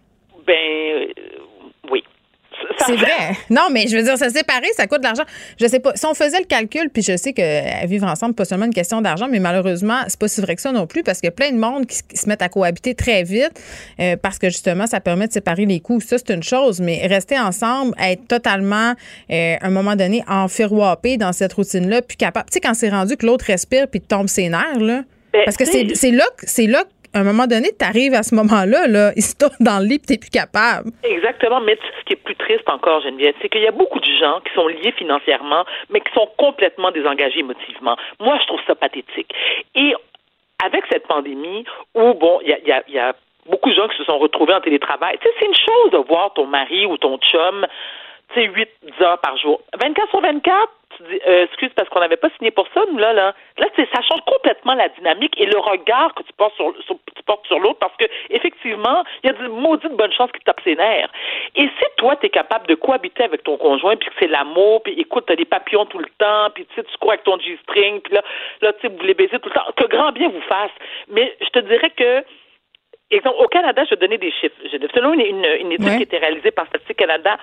Oui. C'est vrai. Non, mais je veux dire, se séparer, ça coûte de l'argent. Je sais pas. Si on faisait le calcul, puis je sais que vivre ensemble, pas seulement une question d'argent, mais malheureusement, c'est pas si vrai que ça non plus, parce qu'il y a plein de monde qui se mettent à cohabiter très vite, parce que justement, ça permet de séparer les coûts. Ça, c'est une chose, mais rester ensemble, être totalement, à un moment donné, enfiroipé dans cette routine-là, puis capable. Tu sais, quand c'est rendu que l'autre respire puis tombe ses nerfs, là. Parce que c'est là à un moment donné, tu arrives à ce moment-là, là, il se tourne dans le lit et tu n'es plus capable. Exactement. Mais ce qui est plus triste encore, Geneviève, c'est qu'il y a beaucoup de gens qui sont liés financièrement, mais qui sont complètement désengagés émotivement. Moi, je trouve ça pathétique. Et avec cette pandémie, où, bon, il y a beaucoup de gens qui se sont retrouvés en télétravail, tu sais, c'est une chose de voir ton mari ou ton chum, tu sais, 8 heures par jour. 24 sur 24, tu dis, excuse, parce qu'on n'avait pas signé pour ça, nous, là. Là, ça change complètement la dynamique et le regard que tu portes sur l'autre, parce que, effectivement, il y a de maudites bonnes chances qu'il tape ses nerfs. Et si toi, tu es capable de cohabiter avec ton conjoint, puis que c'est l'amour, puis écoute, tu as des papillons tout le temps, puis tu cours avec ton G-string, puis là, tu sais, vous les baisez tout le temps, que grand bien vous fasse. Mais je te dirais que, exemple, au Canada, je vais donner des chiffres. Selon une étude qui a été réalisée par Statistique Canada,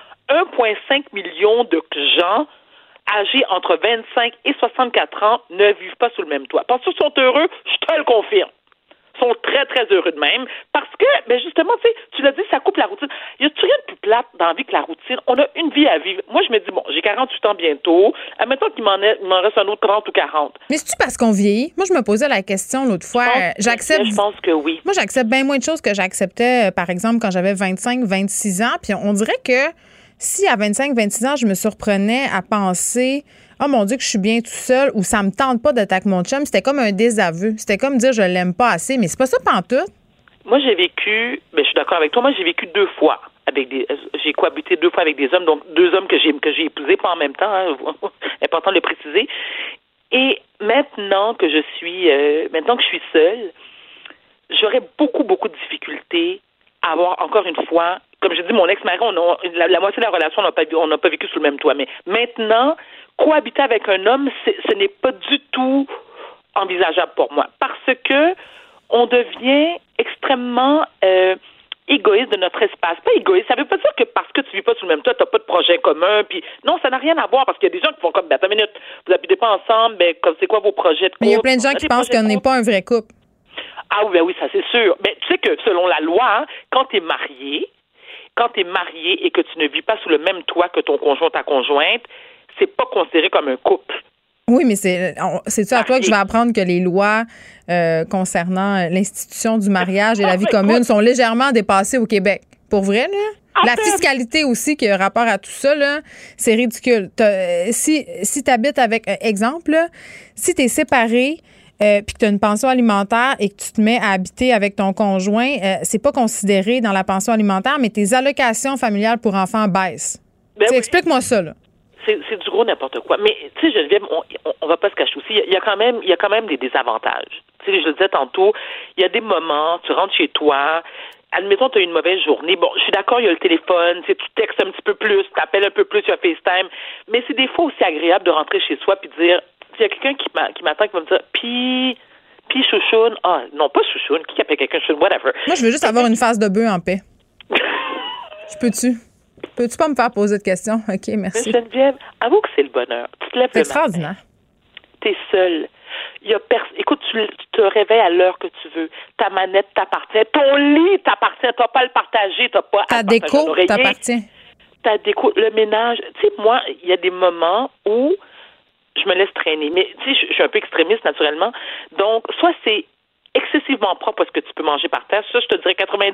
1,5 million de gens âgés entre 25 et 64 ans ne vivent pas sous le même toit. Parce qu'ils sont heureux, je te le confirme. Ils sont très, très heureux de même. Parce que, ben justement, tu l'as dit, ça coupe la routine. Y a-tu rien de plus plate dans la vie que la routine? On a une vie à vivre. Moi, je me dis, bon, j'ai 48 ans bientôt. Admettons qu'il m'en reste un autre 30 ou 40. Mais c'est-tu parce qu'on vieillit? Moi, je me posais la question l'autre fois. Je pense que oui. Moi, j'accepte bien moins de choses que j'acceptais, par exemple, quand j'avais 25, 26 ans. Puis on dirait que si à 25, 26 ans, je me surprenais à penser « Oh mon Dieu, que je suis bien tout seul » ou « Ça me tente pas d'être avec mon chum », c'était comme un désaveu. C'était comme dire « Je l'aime pas assez », mais c'est pas ça pantoute. Moi, j'ai vécu, je suis d'accord avec toi, moi, j'ai vécu 2 fois j'ai cohabité 2 fois avec des hommes, donc 2 hommes que j'ai épousés, pas en même temps, hein, important de le préciser. Et maintenant que je suis seule, j'aurais beaucoup, beaucoup de difficultés à avoir, encore une fois, comme je dis, mon ex-mari, la moitié de la relation, on n'a pas vécu sous le même toit. Mais maintenant, cohabiter avec un homme, ce n'est pas du tout envisageable pour moi. Parce que on devient extrêmement égoïste de notre espace. Pas égoïste, ça veut pas dire que parce que tu vis pas sous le même toit, t'as pas de projet commun, puis non, ça n'a rien à voir, parce qu'il y a des gens qui font comme, attends une minute, vous habitez pas ensemble, c'est quoi vos projets de couple? Mais il y a plein de gens qui pensent qu'on n'est pas un vrai couple. Ah oui, ça c'est sûr. Mais tu sais que selon la loi, hein, quand t'es marié et que tu ne vis pas sous le même toit que ton conjoint ou ta conjointe, c'est pas considéré comme un couple. Oui, mais c'est-tu à toi que je vais apprendre que les lois concernant l'institution du mariage et la vie commune sont légèrement dépassées au Québec? Pour vrai, là? La fiscalité aussi qui a rapport à tout ça, là, c'est ridicule. Si tu habites avec, exemple, là, si tu es séparé puis que tu as une pension alimentaire et que tu te mets à habiter avec ton conjoint, c'est pas considéré dans la pension alimentaire, mais tes allocations familiales pour enfants baissent. Explique-moi ça, là. C'est du gros n'importe quoi. Mais, tu sais, Geneviève, on va pas se cacher aussi. Il y a quand même des désavantages. Tu sais, je le disais tantôt, il y a des moments, tu rentres chez toi, admettons, tu as eu une mauvaise journée. Bon, je suis d'accord, il y a le téléphone, tu textes un petit peu plus, tu appelles un peu plus, il y a FaceTime. Mais c'est des fois aussi agréable de rentrer chez soi puis de dire, il y a quelqu'un qui m'attend qui va me dire, puis chouchoune. Ah, non, pas chouchoune. Qui appelle quelqu'un chouchoune? Whatever. Moi, je veux juste avoir une face de bœuf en paix. Peux-tu pas me faire poser de questions? OK, merci. Mais Geneviève, avoue que c'est le bonheur. Tu te lèves c'est extraordinaire. T'es seule. Écoute, tu te réveilles à l'heure que tu veux. Ta manette t'appartient. Ton lit t'appartient. T'as pas à le partager. T'as pas ta déco t'appartient. Ta déco, le ménage. Tu sais, moi, il y a des moments où je me laisse traîner. Mais, tu sais, je suis un peu extrémiste, naturellement. Donc, soit c'est excessivement propre parce que tu peux manger par terre. Ça, je te dirais 90%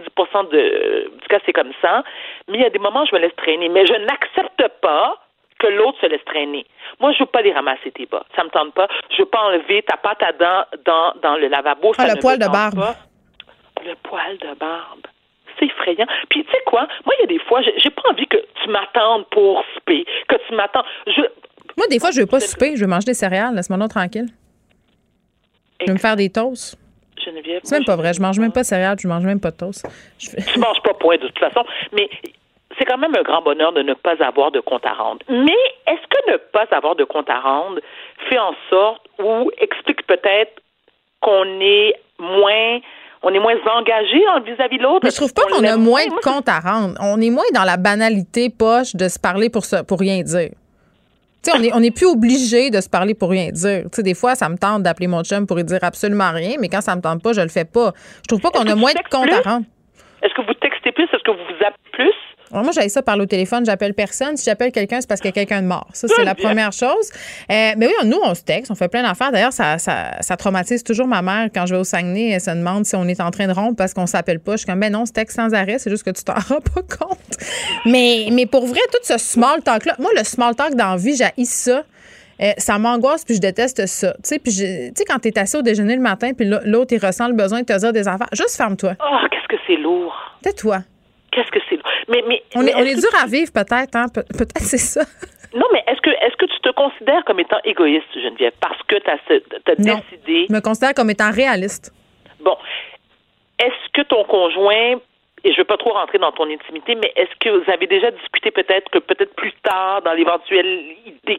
du cas, c'est comme ça. Mais il y a des moments où je me laisse traîner. Mais je n'accepte pas que l'autre se laisse traîner. Moi, je veux pas les ramasser tes bas. Ça me tente pas. Je veux pas enlever ta pâte à dents dans le lavabo. Ah, le poil de barbe. Pas. Le poil de barbe. C'est effrayant. Puis, tu sais quoi? Moi, il y a des fois, j'ai pas envie que tu m'attendes pour souper, que tu m'attends. Moi, des fois, je veux pas souper. Je veux manger des céréales. Laisse-moi donc tranquille. Je veux me faire des toasts. Geneviève, c'est même pas vrai. Je mange même pas de céréales. Je mange même pas de toast. Tu manges pas point de toute façon. Mais c'est quand même un grand bonheur de ne pas avoir de compte à rendre. Mais est-ce que ne pas avoir de compte à rendre fait en sorte ou explique peut-être qu'on est moins engagé vis-à-vis de l'autre? Mais je trouve pas qu'on a moins de compte à rendre. On est moins dans la banalité poche de se parler pour rien dire. Tu sais, on n'est plus obligé de se parler pour rien dire. Tu sais, des fois, ça me tente d'appeler mon chum pour lui dire absolument rien, mais quand ça me tente pas, je le fais pas. Je trouve pas qu'on a moins de compte à rendre. Est-ce que vous textez plus? Est-ce que vous vous appelez plus? Alors moi, j'avais ça parler au téléphone. J'appelle personne. Si j'appelle quelqu'un, c'est parce qu'il y a quelqu'un de mort. Ça, c'est la première chose. Mais oui, nous, on se texte. On fait plein d'affaires. D'ailleurs, ça traumatise toujours ma mère. Quand je vais au Saguenay, elle se demande si on est en train de rompre parce qu'on s'appelle pas. Je suis comme, ben non, on se texte sans arrêt. C'est juste que tu t'en rends pas compte. Mais pour vrai, tout ce small talk-là, moi, le small talk dans la vie, j'haïs ça. Ça m'angoisse, puis je déteste ça. Tu sais, quand t'es assis au déjeuner le matin, puis l'autre, il ressent le besoin de te dire des affaires, juste ferme-toi. Oh, qu'est-ce que c'est lourd. Tais-toi. Qu'est-ce que c'est lourd. Mais on est dur à vivre, peut-être, hein? Peut-être c'est ça. Non, mais est-ce que tu te considères comme étant égoïste, Geneviève, parce que t'as décidé... Je me considère comme étant réaliste. Bon. Est-ce que ton conjoint... Et je ne veux pas trop rentrer dans ton intimité, mais est-ce que vous avez déjà discuté peut-être plus tard, dans l'éventualité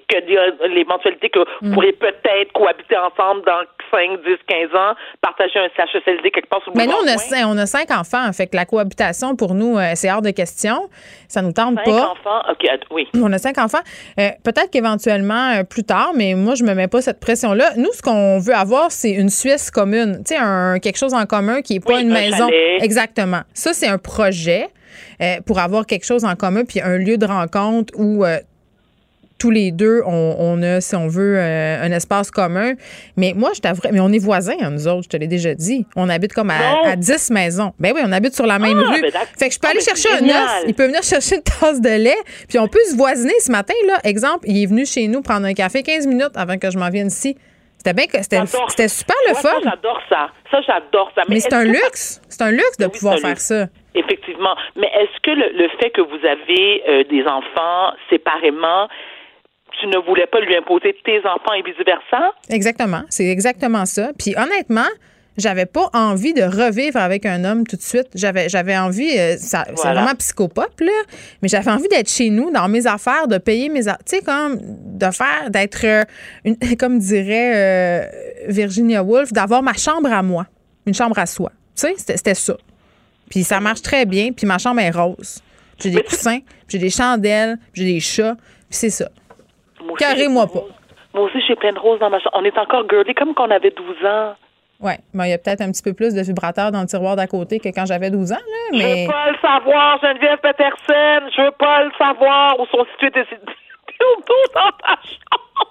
que vous pourriez peut-être cohabiter ensemble dans 5, 10, 15 ans, partager un CHSLD quelque part sur le boulevard? Mais nous, on a 5 enfants. Fait que la cohabitation, pour nous, c'est hors de question. Ça nous tente pas. 5 enfants? OK, oui. On a 5 enfants. Peut-être qu'éventuellement, plus tard, mais moi, je me mets pas cette pression-là. Nous, ce qu'on veut avoir, c'est une Suisse commune. Tu sais, quelque chose en commun qui n'est pas une maison. Chalet. Exactement. Ça, c'est un projet pour avoir quelque chose en commun, puis un lieu de rencontre où tous les deux, on a, si on veut, un espace commun. Mais moi, je t'avouerais, mais on est voisins, hein, nous autres, je te l'ai déjà dit. On habite comme à 10 maisons. Ben oui, on habite sur la même rue. Fait que je peux aller chercher un œuf, il peut venir chercher une tasse de lait, puis on peut se voisiner ce matin, là. Exemple, il est venu chez nous prendre un café 15 minutes avant que je m'en vienne ici. C'était super le fun. Ça, j'adore ça. Mais c'est un luxe. C'est un luxe de pouvoir faire ça. Effectivement. Mais est-ce que le fait que vous avez des enfants séparément, tu ne voulais pas lui imposer tes enfants et vice-versa? Exactement. C'est exactement ça. Puis honnêtement, j'avais pas envie de revivre avec un homme tout de suite. J'avais envie, c'est vraiment psychopop, là, mais j'avais envie d'être chez nous, dans mes affaires, de payer mes affaires. Tu sais, comme d'être, comme dirait Virginia Woolf, d'avoir ma chambre à moi, une chambre à soi. Tu sais, c'était ça. Puis ça marche très bien, puis ma chambre est rose. J'ai des coussins, j'ai des chandelles, j'ai des chats, puis c'est ça. Carrez-moi pas. Moi aussi, j'ai plein de roses dans ma chambre. On est encore girly comme quand on avait 12 ans. Oui, mais il y a peut-être un petit peu plus de vibrateurs dans le tiroir d'à côté que quand j'avais 12 ans, là, mais... Je veux pas le savoir, Geneviève Peterson. Je veux pas le savoir où sont situés tes dildos dans ta chambre.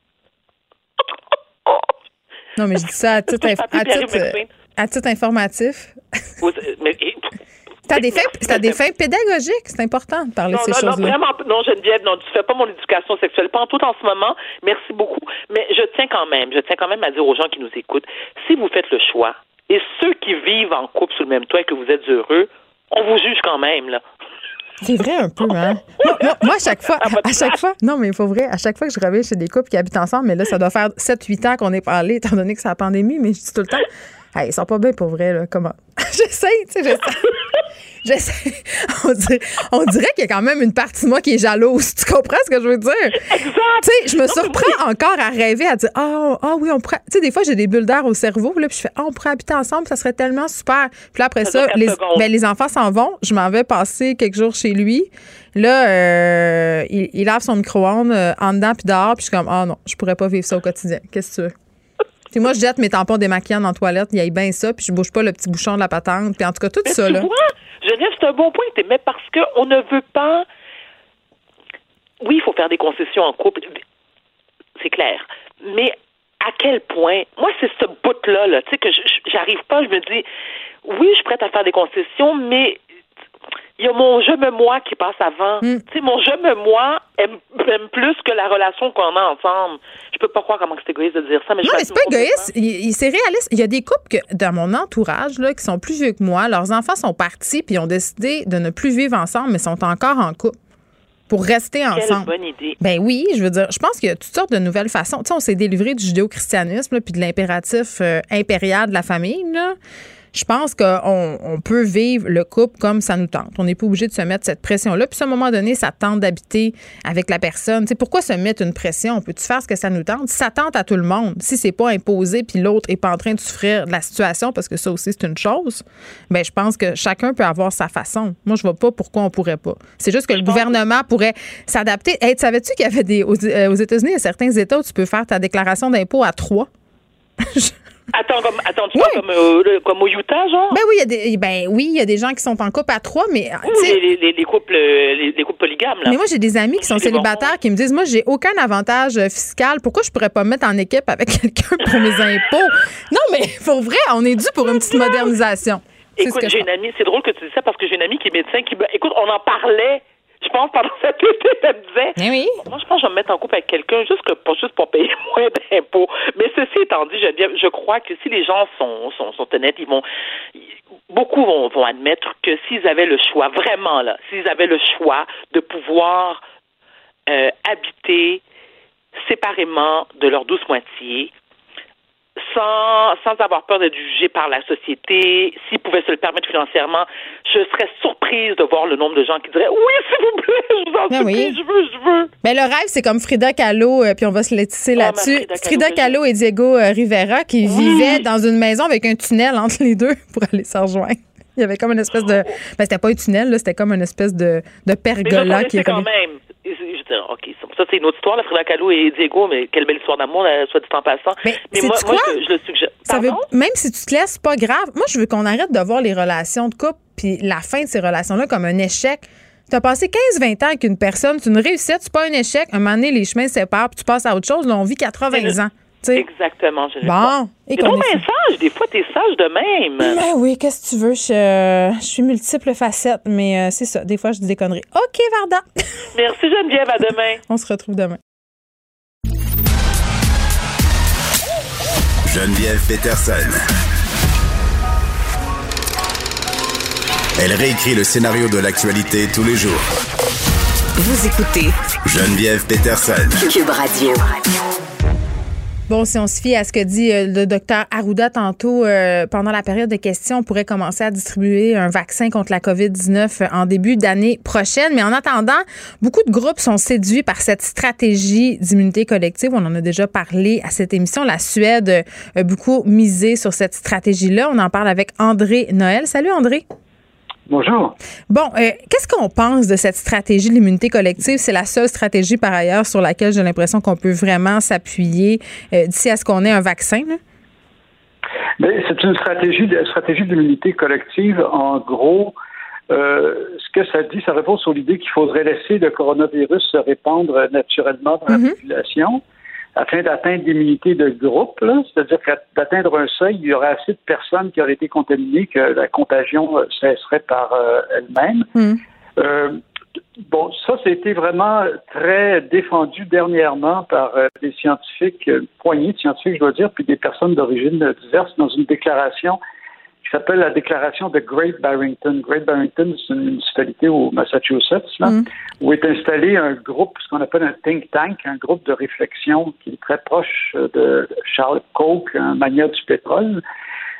Non, mais je dis ça à titre informatif. T'as des fins pédagogiques, c'est important de parler de ces choses-là. Non, vraiment, non, Geneviève, non, tu fais pas mon éducation sexuelle, pas en tout en ce moment. Merci beaucoup. Mais je tiens quand même à dire aux gens qui nous écoutent, si vous faites le choix, et ceux qui vivent en couple sous le même toit et que vous êtes heureux, on vous juge quand même, là. C'est vrai un peu, hein? Moi, à chaque fois, non, mais il faut vrai, à chaque fois que je reviens chez des couples qui habitent ensemble, mais là, ça doit faire 7-8 ans qu'on est parlé, étant donné que c'est la pandémie, mais je dis tout le temps, Hey, ils sont pas bien pour vrai, là. Comment? J'essaie. On dirait qu'il y a quand même une partie de moi qui est jalouse. Tu comprends ce que je veux dire? Exact. Tu sais, je me surprends encore à rêver, à dire, oui, on pourrait. Tu sais, des fois, j'ai des bulles d'air au cerveau, là, puis je fais, on pourrait habiter ensemble, ça serait tellement super. Puis là, après ça, les enfants s'en vont. Je m'en vais passer quelques jours chez lui. Là, il lave son micro-ondes en dedans puis dehors, puis je suis comme, non, je pourrais pas vivre ça au quotidien. Qu'est-ce que tu veux? Puis moi, je jette mes tampons démaquillants dans la toilette, il y a bien ça, puis je bouge pas le petit bouchon de la patente, puis en tout cas, tout ça, là. Tu vois, Geneviève, c'est un bon point, mais parce qu'on ne veut pas... Oui, il faut faire des concessions en couple, c'est clair, mais à quel point... Moi, c'est ce bout-là, là, tu sais, que j'arrive pas, je me dis, oui, je suis prête à faire des concessions, mais... Il y a mon je me moi qui passe avant. Tu sais, mon je me moi aime plus que la relation qu'on a ensemble. Je peux pas croire comment c'est égoïste de dire ça. Mais non, mais c'est pas égoïste. C'est réaliste. Il y a des couples dans mon entourage là, qui sont plus vieux que moi. Leurs enfants sont partis puis ont décidé de ne plus vivre ensemble, mais sont encore en couple pour rester ensemble. Quelle bonne idée. Ben oui, je veux dire, je pense qu'il y a toutes sortes de nouvelles façons. Tu sais, on s'est délivré du judéo-christianisme puis de l'impératif impérial de la famille, là. Je pense qu'on peut vivre le couple comme ça nous tente. On n'est pas obligé de se mettre cette pression-là. Puis à un moment donné, ça tente d'habiter avec la personne. Tu sais, pourquoi se mettre une pression? On peut-tu faire ce que ça nous tente? Si ça tente à tout le monde, si c'est pas imposé puis l'autre est pas en train de souffrir de la situation, parce que ça aussi, c'est une chose, bien, je pense que chacun peut avoir sa façon. Moi, je vois pas pourquoi on pourrait pas. C'est juste que le gouvernement pourrait s'adapter. Hey, savais-tu qu'il y avait aux États-Unis, il y a certains États où tu peux faire ta déclaration d'impôt à 3? Attends, tu parles comme au Utah, genre? Ben oui, il y a des gens qui sont en couple à 3, mais les couples polygames, là. Mais moi, j'ai des amis qui sont célibataires qui me disent, moi, j'ai aucun avantage fiscal. Pourquoi je pourrais pas me mettre en équipe avec quelqu'un pour mes impôts? Non, mais pour vrai, on est dû pour une petite modernisation. Écoute, j'ai une amie, c'est drôle que tu dis ça parce que j'ai une amie qui est médecin écoute, on en parlait. Je pense pendant cet été, elle me disait, oui. Moi, je pense que je vais me mettre en couple avec quelqu'un juste pour payer moins d'impôts. Mais ceci étant dit, je crois que si les gens sont honnêtes, beaucoup vont admettre que s'ils avaient le choix, vraiment là, s'ils avaient le choix de pouvoir habiter séparément de leur douce moitié, sans avoir peur d'être jugé par la société, s'ils pouvaient se le permettre financièrement, je serais surprise de voir le nombre de gens qui diraient « Oui, s'il vous plaît, je vous en supplie, je veux. » Mais le rêve, c'est comme Frida Kahlo, puis on va se laisser là-dessus. Frida Kahlo et Diego Rivera qui vivaient dans une maison avec un tunnel entre les deux pour aller se rejoindre. Il y avait comme une espèce de... Ben, c'était pas un tunnel, là, c'était comme une espèce de pergola qui est quand même. OK, ça, c'est une autre histoire, la Frida Kahlo et Diego, mais quelle belle histoire d'amour, soit dit en passant. Mais moi, je le suggère. Même si tu te laisses, c'est pas grave. Moi, je veux qu'on arrête de voir les relations de couple puis la fin de ces relations-là comme un échec. Tu as passé 15-20 ans avec une personne, c'est une réussite, c'est pas un échec. Un moment donné, les chemins se séparent puis tu passes à autre chose. Là, on vit 80 ans. T'sais. Exactement. Bon. Et donc, bien sage. Des fois, t'es sage de même. Ben oui, qu'est-ce que tu veux? Je suis multiple facettes, mais c'est ça. Des fois, je dis des conneries. OK, Varda. Merci, Geneviève. À demain. On se retrouve demain. Geneviève Peterson. Elle réécrit le scénario de l'actualité tous les jours. Vous écoutez Geneviève Peterson. Cube Radio. Bon, si on se fie à ce que dit le docteur Arruda tantôt, pendant la période de questions, on pourrait commencer à distribuer un vaccin contre la COVID-19 en début d'année prochaine. Mais en attendant, beaucoup de groupes sont séduits par cette stratégie d'immunité collective. On en a déjà parlé à cette émission. La Suède a beaucoup misé sur cette stratégie-là. On en parle avec André Noël. Salut, André. Bonjour. Bon, qu'est-ce qu'on pense de cette stratégie de l'immunité collective? C'est la seule stratégie, par ailleurs, sur laquelle j'ai l'impression qu'on peut vraiment s'appuyer d'ici à ce qu'on ait un vaccin, là? Bien, c'est une stratégie d'immunité collective. En gros, ce que ça dit, ça repose sur l'idée qu'il faudrait laisser le coronavirus se répandre naturellement dans la population afin d'atteindre l'immunité de groupe, là. C'est-à-dire d'atteindre un seuil, il y aurait assez de personnes qui auraient été contaminées que la contagion cesserait par elle-même. Bon, ça a été vraiment très défendu dernièrement par des scientifiques, une poignée de scientifiques, je dois dire, puis des personnes d'origine diverse dans une déclaration qui s'appelle la déclaration de Great Barrington. Great Barrington, c'est une municipalité au Massachusetts, là, où est installé un groupe, ce qu'on appelle un think tank, un groupe de réflexion qui est très proche de Charles Koch, un magnat du pétrole.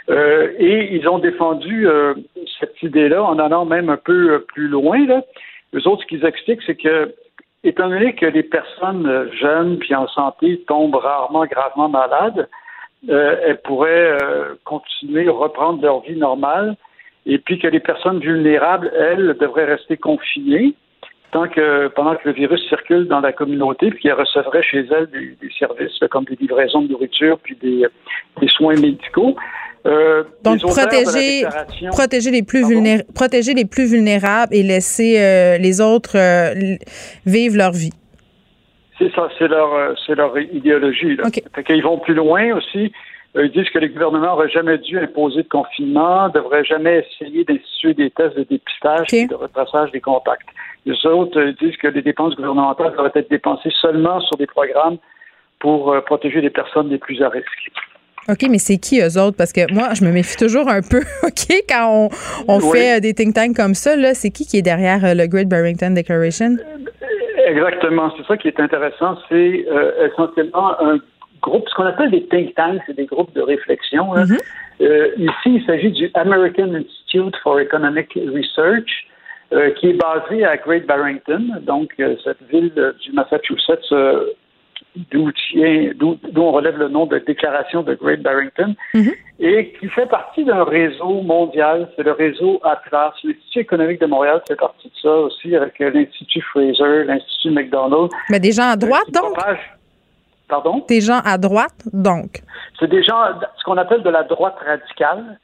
Et ils ont défendu cette idée-là en allant même un peu plus loin. Là. Eux autres, ce qu'ils expliquent, c'est que, étant donné que les personnes jeunes puis en santé tombent rarement gravement malades, elles pourraient continuer à reprendre leur vie normale, et puis que les personnes vulnérables, elles, devraient rester confinées pendant que le virus circule dans la communauté, puis qu'elles recevraient chez elles des services comme des livraisons de nourriture puis des soins médicaux. Donc, protéger les plus vulnérables et laisser les autres vivre leur vie. C'est ça, c'est leur idéologie. Là. Okay. Fait qu'ils vont plus loin aussi. Ils disent que les gouvernements n'auraient jamais dû imposer de confinement, ne devraient jamais essayer d'instituer des tests de dépistage et de retraçage des contacts. Les autres disent que les dépenses gouvernementales devraient être dépensées seulement sur des programmes pour protéger les personnes les plus à risque. OK, mais c'est qui eux autres? Parce que moi, je me méfie toujours un peu, OK, quand on fait des think tanks comme ça, là, c'est qui est derrière le Great Barrington Declaration? Exactement, c'est ça qui est intéressant. C'est essentiellement un groupe, ce qu'on appelle des think tanks, c'est des groupes de réflexion. Hein. Ici, il s'agit du American Institute for Economic Research, qui est basé à Great Barrington, donc cette ville du Massachusetts d'où on relève le nom de déclaration de Great Barrington, et qui fait partie d'un réseau mondial, c'est le réseau Atlas. L'Institut économique de Montréal fait partie de ça aussi, avec l'Institut Fraser, l'Institut McDonald. Mais des gens à droite, donc? Pardon? Des gens à droite, donc? C'est des gens, ce qu'on appelle de la droite radicale,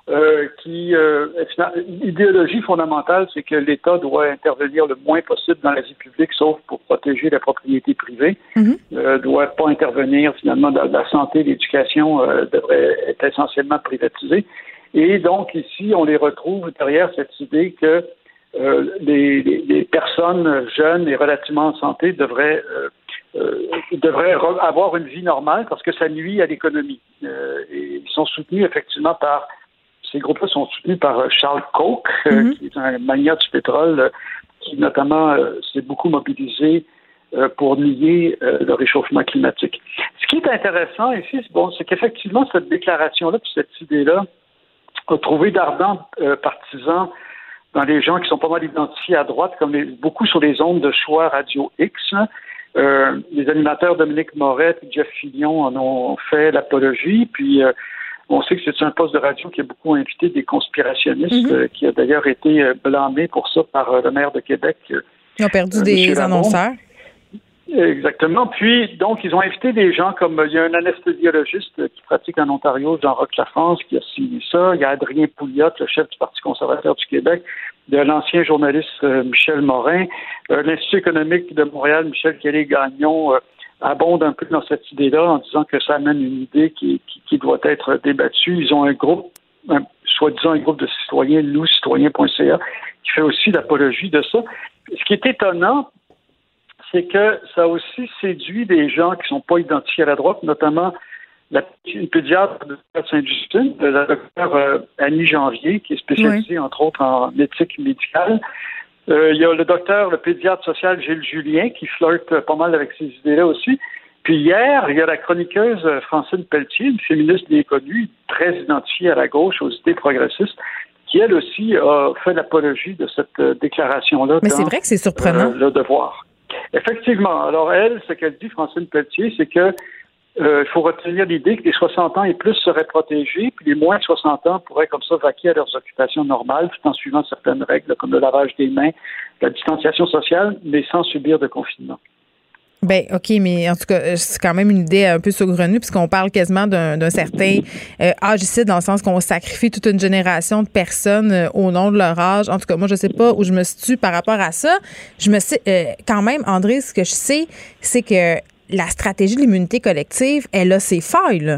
l'idéologie fondamentale, c'est que l'État doit intervenir le moins possible dans la vie publique, sauf pour protéger la propriété privée. Doit pas intervenir finalement dans la santé, l'éducation devrait être essentiellement privatisée. Et donc ici, on les retrouve derrière cette idée que les personnes jeunes et relativement en santé devraient avoir une vie normale parce que ça nuit à l'économie. Et ils sont soutenus effectivement par ces groupes-là sont soutenus par Charles Koch, qui est un magnat du pétrole, qui notamment s'est beaucoup mobilisé pour nier le réchauffement climatique. Ce qui est intéressant ici, c'est qu'effectivement, cette déclaration-là, puis cette idée-là, a trouvé d'ardents partisans dans les gens qui sont pas mal identifiés à droite, comme beaucoup sur les ondes de choix Radio X. Les animateurs Dominique Moret et Jeff Fillion en ont fait l'apologie, puis on sait que c'est un poste de radio qui a beaucoup invité des conspirationnistes, qui a d'ailleurs été blâmé pour ça par le maire de Québec. Ils ont perdu des annonceurs. Exactement. Puis, donc, ils ont invité des gens comme, il y a un anesthésiologiste qui pratique en Ontario, Jean-Roch Lafrance, qui a signé ça. Il y a Adrien Pouliot, le chef du Parti conservateur du Québec. Il y a l'ancien journaliste Michel Morin. L'Institut économique de Montréal, Michel Kelly-Gagnon, abonde un peu dans cette idée-là en disant que ça amène une idée qui doit être débattue. Ils ont un groupe, soi-disant un groupe de citoyens, nous-citoyens.ca, qui fait aussi l'apologie de ça. Ce qui est étonnant, c'est que ça a aussi séduit des gens qui ne sont pas identifiés à la droite, notamment une pédiatre de Sainte-Justine, la docteure Annie Janvier, qui est spécialisée, entre autres, en éthique médicale. Il y a le pédiatre social Gilles Julien, qui flirte pas mal avec ces idées-là aussi. Puis hier, il y a la chroniqueuse Francine Pelletier, une féministe bien connue, très identifiée à la gauche, aux idées progressistes, qui, elle aussi, a fait l'apologie de cette déclaration-là. Mais c'est vrai que c'est surprenant. Le Devoir. Effectivement. Alors, elle, ce qu'elle dit, Francine Pelletier, c'est que il faut retenir l'idée que les 60 ans et plus seraient protégés, puis les moins de 60 ans pourraient comme ça vaquer à leurs occupations normales, tout en suivant certaines règles, comme le lavage des mains, la distanciation sociale, mais sans subir de confinement. Ben OK, mais en tout cas, c'est quand même une idée un peu saugrenue, puisqu'on parle quasiment d'un certain âgicide, dans le sens qu'on sacrifie toute une génération de personnes au nom de leur âge. En tout cas, moi, je sais pas où je me situe par rapport à ça. Je me sais quand même, André, ce que je sais, c'est que la stratégie de l'immunité collective, elle a ses failles, là.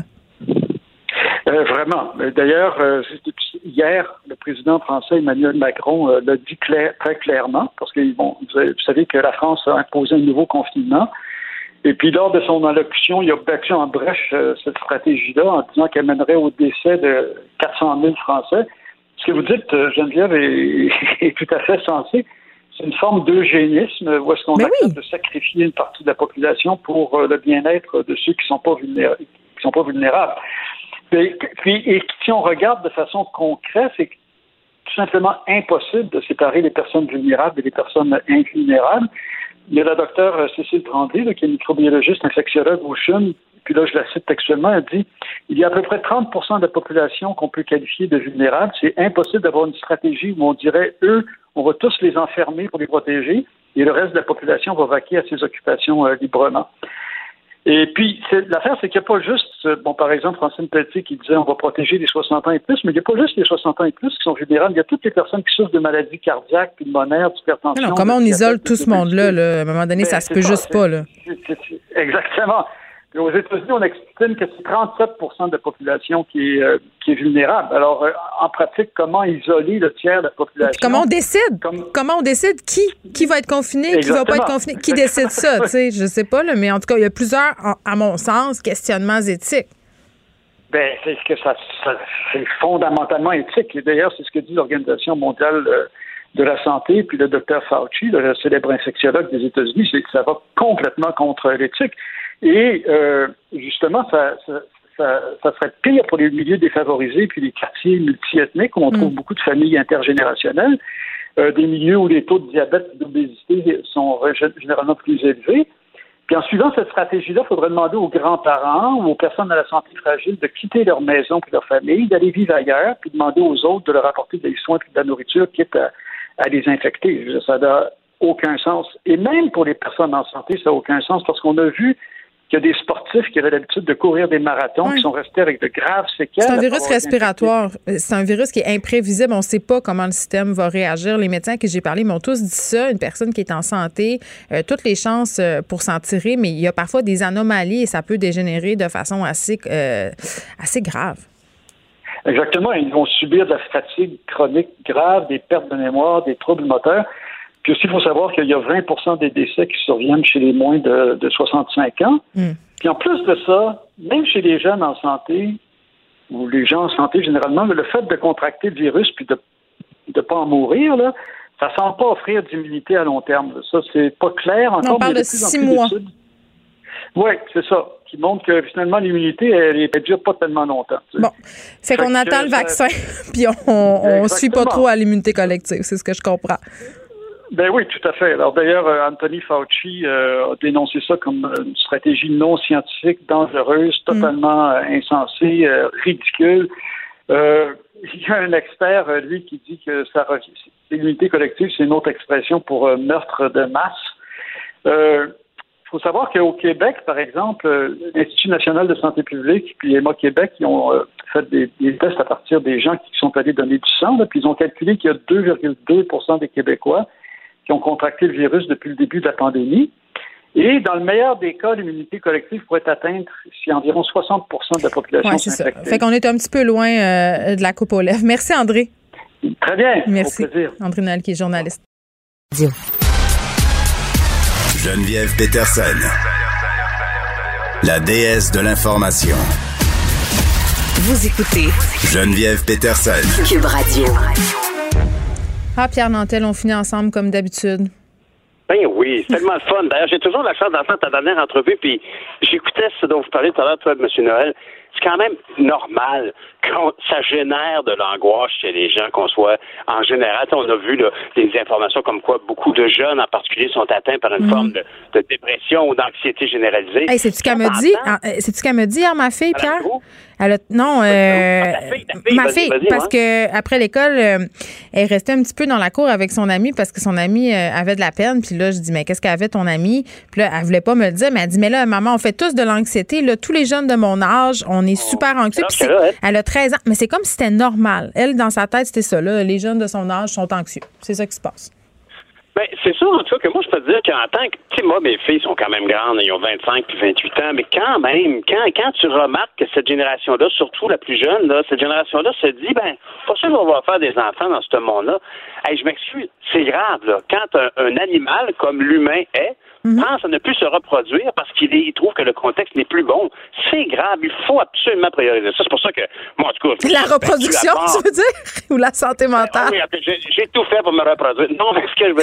Vraiment. D'ailleurs, hier, le président français Emmanuel Macron l'a dit très clairement, parce que vous savez que la France a imposé un nouveau confinement. Et puis, lors de son allocution, il a battu en brèche cette stratégie-là en disant qu'elle mènerait au décès de 400 000 Français. Ce que vous dites, Geneviève, est tout à fait sensé. C'est une forme d'eugénisme où est-ce qu'on accepte de sacrifier une partie de la population pour le bien-être de ceux qui sont pas vulnérables. Et si on regarde de façon concrète, c'est tout simplement impossible de séparer les personnes vulnérables et les personnes invulnérables. Il y a la docteure Cécile Tremblay, qui est microbiologiste infectiologue au CHUM, puis là, je la cite textuellement, elle dit « Il y a à peu près 30% de la population qu'on peut qualifier de vulnérable. C'est impossible d'avoir une stratégie où on dirait, eux, on va tous les enfermer pour les protéger, et le reste de la population va vaquer à ses occupations librement. » Et puis, l'affaire, c'est qu'il n'y a pas juste, par exemple, Francine Pelletier qui disait on va protéger les 60 ans et plus, mais il n'y a pas juste les 60 ans et plus qui sont vulnérables. Il y a toutes les personnes qui souffrent de maladies cardiaques, pulmonaires, d'hypertension. Non, comment on isole tout ce monde-là, là? À un moment donné, ça se peut juste pas, là. Exactement. Et aux États-Unis, on estime que c'est 37% de la population qui est vulnérable. Alors, en pratique, comment isoler le tiers de la population? Puis comment on décide? Comment on décide qui va être confiné, Exactement. qui va pas être confiné? Qui décide ça? Tu sais, je sais pas, là, mais en tout cas, il y a plusieurs, à mon sens, questionnements éthiques. C'est que c'est fondamentalement éthique. Et d'ailleurs, c'est ce que dit l'Organisation mondiale de la santé, puis le Dr Fauci, le célèbre infectiologue des États-Unis, c'est que ça va complètement contre l'éthique. Et justement, ça serait pire pour les milieux défavorisés puis les quartiers multiethniques où on trouve beaucoup de familles intergénérationnelles, des milieux où les taux de diabète et d'obésité sont généralement plus élevés. Puis en suivant cette stratégie-là, il faudrait demander aux grands-parents ou aux personnes à la santé fragile de quitter leur maison puis leur famille, d'aller vivre ailleurs, puis demander aux autres de leur apporter des soins puis de la nourriture, quitte à les infecter. Ça n'a aucun sens. Et même pour les personnes en santé, ça n'a aucun sens parce qu'on a vu qu'il y a des sportifs qui avaient l'habitude de courir des marathons qui sont restés avec de graves séquelles. C'est un virus respiratoire. C'est un virus qui est imprévisible. On ne sait pas comment le système va réagir. Les médecins que j'ai parlé m'ont tous dit ça. Une personne qui est en santé, toutes les chances pour s'en tirer, mais il y a parfois des anomalies et ça peut dégénérer de façon assez grave. Exactement. Ils vont subir de la fatigue chronique grave, des pertes de mémoire, des troubles moteurs. Puis aussi, il faut savoir qu'il y a 20% des décès qui surviennent chez les moins de 65 ans. Puis en plus de ça, même chez les jeunes en santé, ou les gens en santé généralement, le fait de contracter le virus puis de ne pas en mourir, là, ça ne semble pas offrir d'immunité à long terme. Ça, c'est pas clair encore. On parle de 6 mois. Oui, c'est ça. Qui montre que finalement, l'immunité, elle ne dure pas tellement longtemps. Bon. Fait qu'on attend le vaccin, puis on ne suit pas trop à l'immunité collective. C'est ce que je comprends. Ben oui, tout à fait. Alors d'ailleurs, Anthony Fauci a dénoncé ça comme une stratégie non scientifique, dangereuse, totalement insensée, ridicule. Il y a un expert, lui, qui dit que l'immunité collective, c'est une autre expression pour meurtre de masse. Il faut savoir qu'au Québec, par exemple, l'Institut national de santé publique puis EMA Québec, ils ont fait des tests à partir des gens qui sont allés donner du sang, là, puis ils ont calculé qu'il y a 2,2% des Québécois qui ont contracté le virus depuis le début de la pandémie. Et dans le meilleur des cas, l'immunité collective pourrait atteindre si environ 60% de la population s'infecte. Fait qu'on est un petit peu loin de la coupe aux lèvres. Merci, André. Très bien. Merci. Au plaisir. André Noël, qui est journaliste. Geneviève Peterson, la déesse de l'information. Vous écoutez Geneviève Peterson. Cube Radio. Ah, Pierre Nantel, on finit ensemble comme d'habitude. Ben oui, c'est tellement le fun. D'ailleurs, j'ai toujours la chance d'entendre ta dernière entrevue, puis j'écoutais ce dont vous parlez tout à l'heure, toi, M. Noël. C'est quand même normal que ça génère de l'angoisse chez les gens, qu'on soit en général. On a vu là, des informations comme quoi beaucoup de jeunes en particulier sont atteints par une forme de dépression ou d'anxiété généralisée. Hey, c'est-tu qu'elle me dit hier, ma fille, Pierre? Ma fille, parce que après l'école, elle restait un petit peu dans la cour avec son amie parce que son amie avait de la peine. Puis là, je dis, mais qu'est-ce qu'elle avait, ton amie? Puis là, elle voulait pas me le dire, mais elle dit, mais là, maman, on fait tous de l'anxiété. Là, tous les jeunes de mon âge, on est super anxieux. Puis elle a 13 ans, mais c'est comme si c'était normal. Elle, dans sa tête, c'était ça. Là, les jeunes de son âge sont anxieux. C'est ça qui se passe. Ben, c'est sûr, en tout cas, que moi, je peux te dire qu'en tant que, tu sais, moi, mes filles sont quand même grandes, ils ont 25 puis 28 ans, mais quand même, quand tu remarques que cette génération-là, surtout la plus jeune, là, cette génération-là se dit, ben, pas sûr qu'on va faire des enfants dans ce monde-là. Hey, je m'excuse, c'est grave, là. Quand un animal, comme l'humain est, pense à ne plus se reproduire parce qu'il trouve que le contexte n'est plus bon. C'est grave. Il faut absolument prioriser ça. C'est pour ça que, moi, en tout cas... La reproduction, tu veux dire? Ou la santé mentale? Oui, j'ai tout fait pour me reproduire. Non, mais ce que je veux dire, c'est que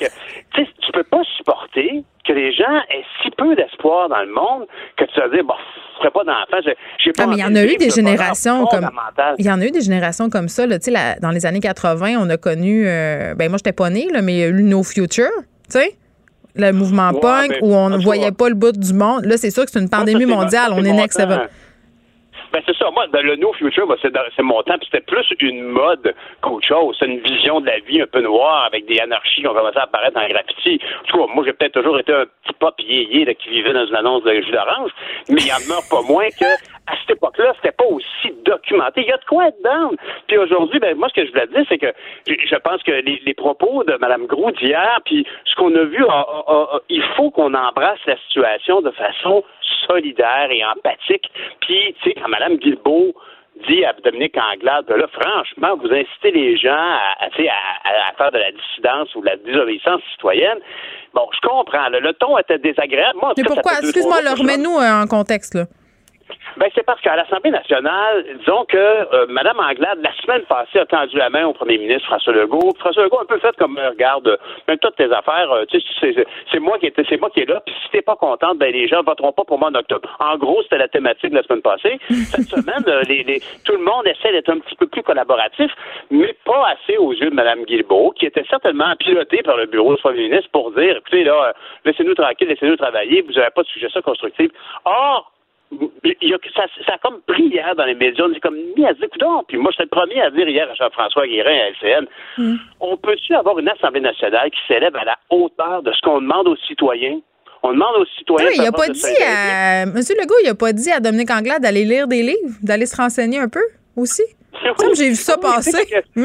tu sais, tu peux pas supporter que les gens aient si peu d'espoir dans le monde que tu vas dire, bon, je ferai pas d'enfants. J'ai pas mais il y en a eu des générations comme... Il y en a eu des générations comme ça. Là, dans les années 80, on a connu... moi, j'étais pas née, là, mais il y a eu No Future, tu sais? Le mouvement punk où on ne voyait pas le bout du monde. Là, c'est sûr que c'est une pandémie mondiale. On est né avec ça. Ben c'est ça. Moi, le No Future, c'est mon temps. Puis c'était plus une mode qu'autre chose. C'est une vision de la vie un peu noire avec des anarchies qui ont commencé à apparaître en graffiti. En tout cas, moi, j'ai peut-être toujours été un petit pop yéyé qui vivait dans une annonce de jus d'orange, mais il en demeure pas moins que à cette époque-là, c'était pas aussi documenté. Il y a de quoi être down. Puis aujourd'hui, moi, ce que je voulais dire, c'est que je pense que les propos de Mme Groux d'hier, puis ce qu'on a vu, il faut qu'on embrasse la situation de façon solidaire et empathique. Puis, tu sais, quand Mme Guilbeault dit à Dominique Anglade, là, franchement, vous incitez les gens à faire de la dissidence ou de la désobéissance citoyenne. Bon, je comprends. Le ton était désagréable. Moi, mais pourquoi? Excuse-moi, remets-nous en contexte, là. C'est parce qu'à l'Assemblée nationale, disons que Mme Anglade, la semaine passée, a tendu la main au premier ministre François Legault. François Legault a un peu fait comme, regarde, même toutes tes affaires, tu sais, c'est moi qui est là, puis si t'es pas contente, les gens voteront pas pour moi en octobre. En gros, c'était la thématique de la semaine passée. Cette semaine, tout le monde essaie d'être un petit peu plus collaboratif, mais pas assez aux yeux de Mme Guilbeault, qui était certainement pilotée par le bureau du premier ministre pour dire, écoutez, là, laissez-nous tranquille, laissez-nous travailler, vous n'avez pas de suggestions constructives. Or, ça a comme pris hier dans les médias, on s'est comme mis à dire, écoute, puis moi, j'étais le premier à dire hier à Jean-François Guérin à LCN, on peut-tu avoir une Assemblée nationale qui s'élève à la hauteur de ce qu'on demande aux citoyens? On demande aux citoyens... Oui, il n'a pas dit à... M. Legault, il n'a pas dit à Dominique Anglade d'aller lire des livres, d'aller se renseigner un peu aussi. Oui, j'ai vu ça passer.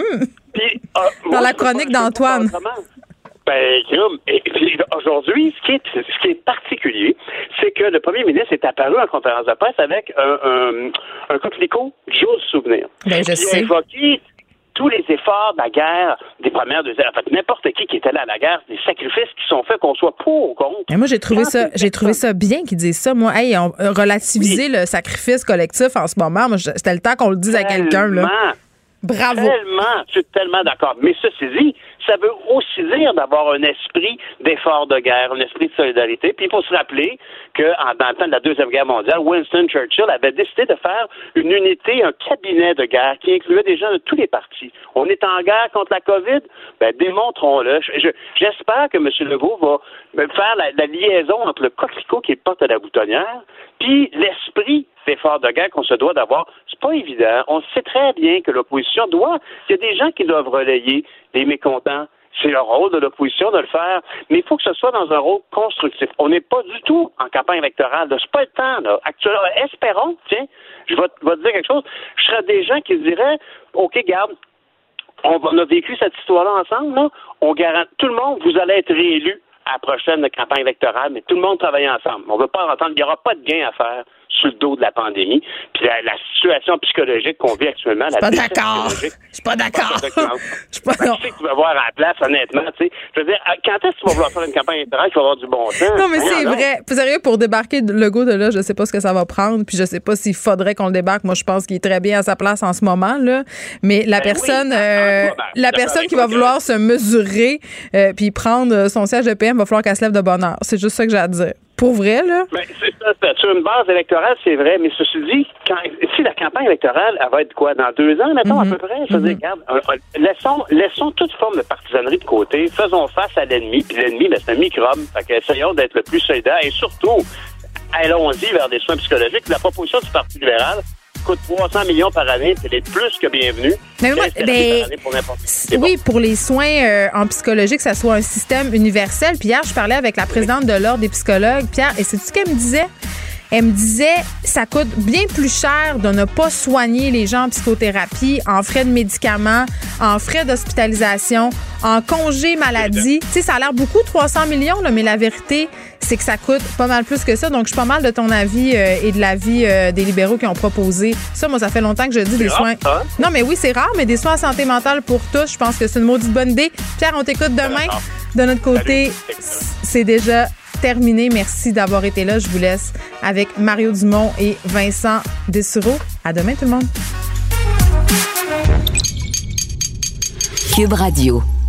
Dans la chronique d'Antoine. Et puis aujourd'hui, ce qui est particulier, c'est que le premier ministre est apparu en conférence de presse avec un coquelicot du jour du souvenir. Je sais. Il a évoqué tous les efforts de la guerre des premières, deuxièmes, en fait, n'importe qui était là à la guerre, des sacrifices qui sont faits, qu'on soit pour ou contre. Et moi, j'ai trouvé ça bien qu'ils disent ça. Moi, relativiser le sacrifice collectif en ce moment, moi, c'était le temps qu'on le dise à quelqu'un, là. Bravo. Je suis tellement d'accord. Mais ceci dit, ça veut aussi dire d'avoir un esprit d'effort de guerre, un esprit de solidarité. Puis il faut se rappeler que dans le temps de la Deuxième Guerre mondiale, Winston Churchill avait décidé de faire une unité, un cabinet de guerre qui incluait des gens de tous les partis. On est en guerre contre la COVID? Démontrons-le. J'espère que M. Legault va faire la liaison entre le coquelicot qui est porte à la boutonnière puis l'esprit d'effort de guerre qu'on se doit d'avoir. C'est pas évident. On sait très bien que l'opposition doit... Il y a des gens qui doivent relayer les mécontents. C'est le rôle de l'opposition de le faire. Mais il faut que ce soit dans un rôle constructif. On n'est pas du tout en campagne électorale. C'est pas le temps, là. Actuellement, espérons, tiens, je vais te dire quelque chose. Je serais des gens qui se diraient, OK, garde, on a vécu cette histoire-là ensemble, là. On garantit, tout le monde, vous allez être réélus à la prochaine campagne électorale, mais tout le monde travaille ensemble. On ne veut pas entendre, il n'y aura pas de gain à faire sur le dos de la pandémie. Puis la situation psychologique qu'on vit actuellement... Je suis pas d'accord. Tu sais que tu vas voir à la place, honnêtement, tu sais. Je veux dire, quand est-ce que tu vas vouloir faire une campagne électorale qui va avoir du bon sens? Non, mais c'est vrai. Sérieux, pour débarquer Legault de là, je sais pas ce que ça va prendre, puis je sais pas s'il faudrait qu'on le débarque. Moi, je pense qu'il est très bien à sa place en ce moment, là. Mais la personne qui va vouloir se mesurer puis prendre son siège de PM, va falloir qu'elle se lève de bonne heure. C'est juste ça que j'ai à dire. Pour vrai, là? C'est ça. Sur une base électorale, c'est vrai. Mais ceci dit, si la campagne électorale, elle va être quoi? Dans 2 ans, mettons, à peu près? Je veux dire, regarde, laissons toute forme de partisanerie de côté. Faisons face à l'ennemi. Puis l'ennemi, c'est un microbe. Fait qu'essayons d'être le plus solidaire. Et surtout, allons-y vers des soins psychologiques. La proposition du Parti libéral coûte 300 millions par année, c'est plus que bienvenu. Oui, pour les soins en psychologie, que ça soit un système universel. Puis hier, je parlais avec la présidente de l'Ordre des psychologues, Pierre, et c'est-tu qu'elle me disait? Elle me disait, ça coûte bien plus cher de ne pas soigner les gens en psychothérapie, en frais de médicaments, en frais d'hospitalisation, en congé maladie. Tu sais, ça a l'air beaucoup, 300 millions, là, mais la vérité, c'est que ça coûte pas mal plus que ça. Donc, je suis pas mal de ton avis et de l'avis des libéraux qui ont proposé ça. Moi, ça fait longtemps que je dis des soins. Non, mais oui, c'est rare, mais des soins en santé mentale pour tous, je pense que c'est une maudite bonne idée. Pierre, on t'écoute demain. De notre côté, c'est déjà terminé. Merci d'avoir été là. Je vous laisse avec Mario Dumont et Vincent Dessureau. À demain, tout le monde. Cube Radio.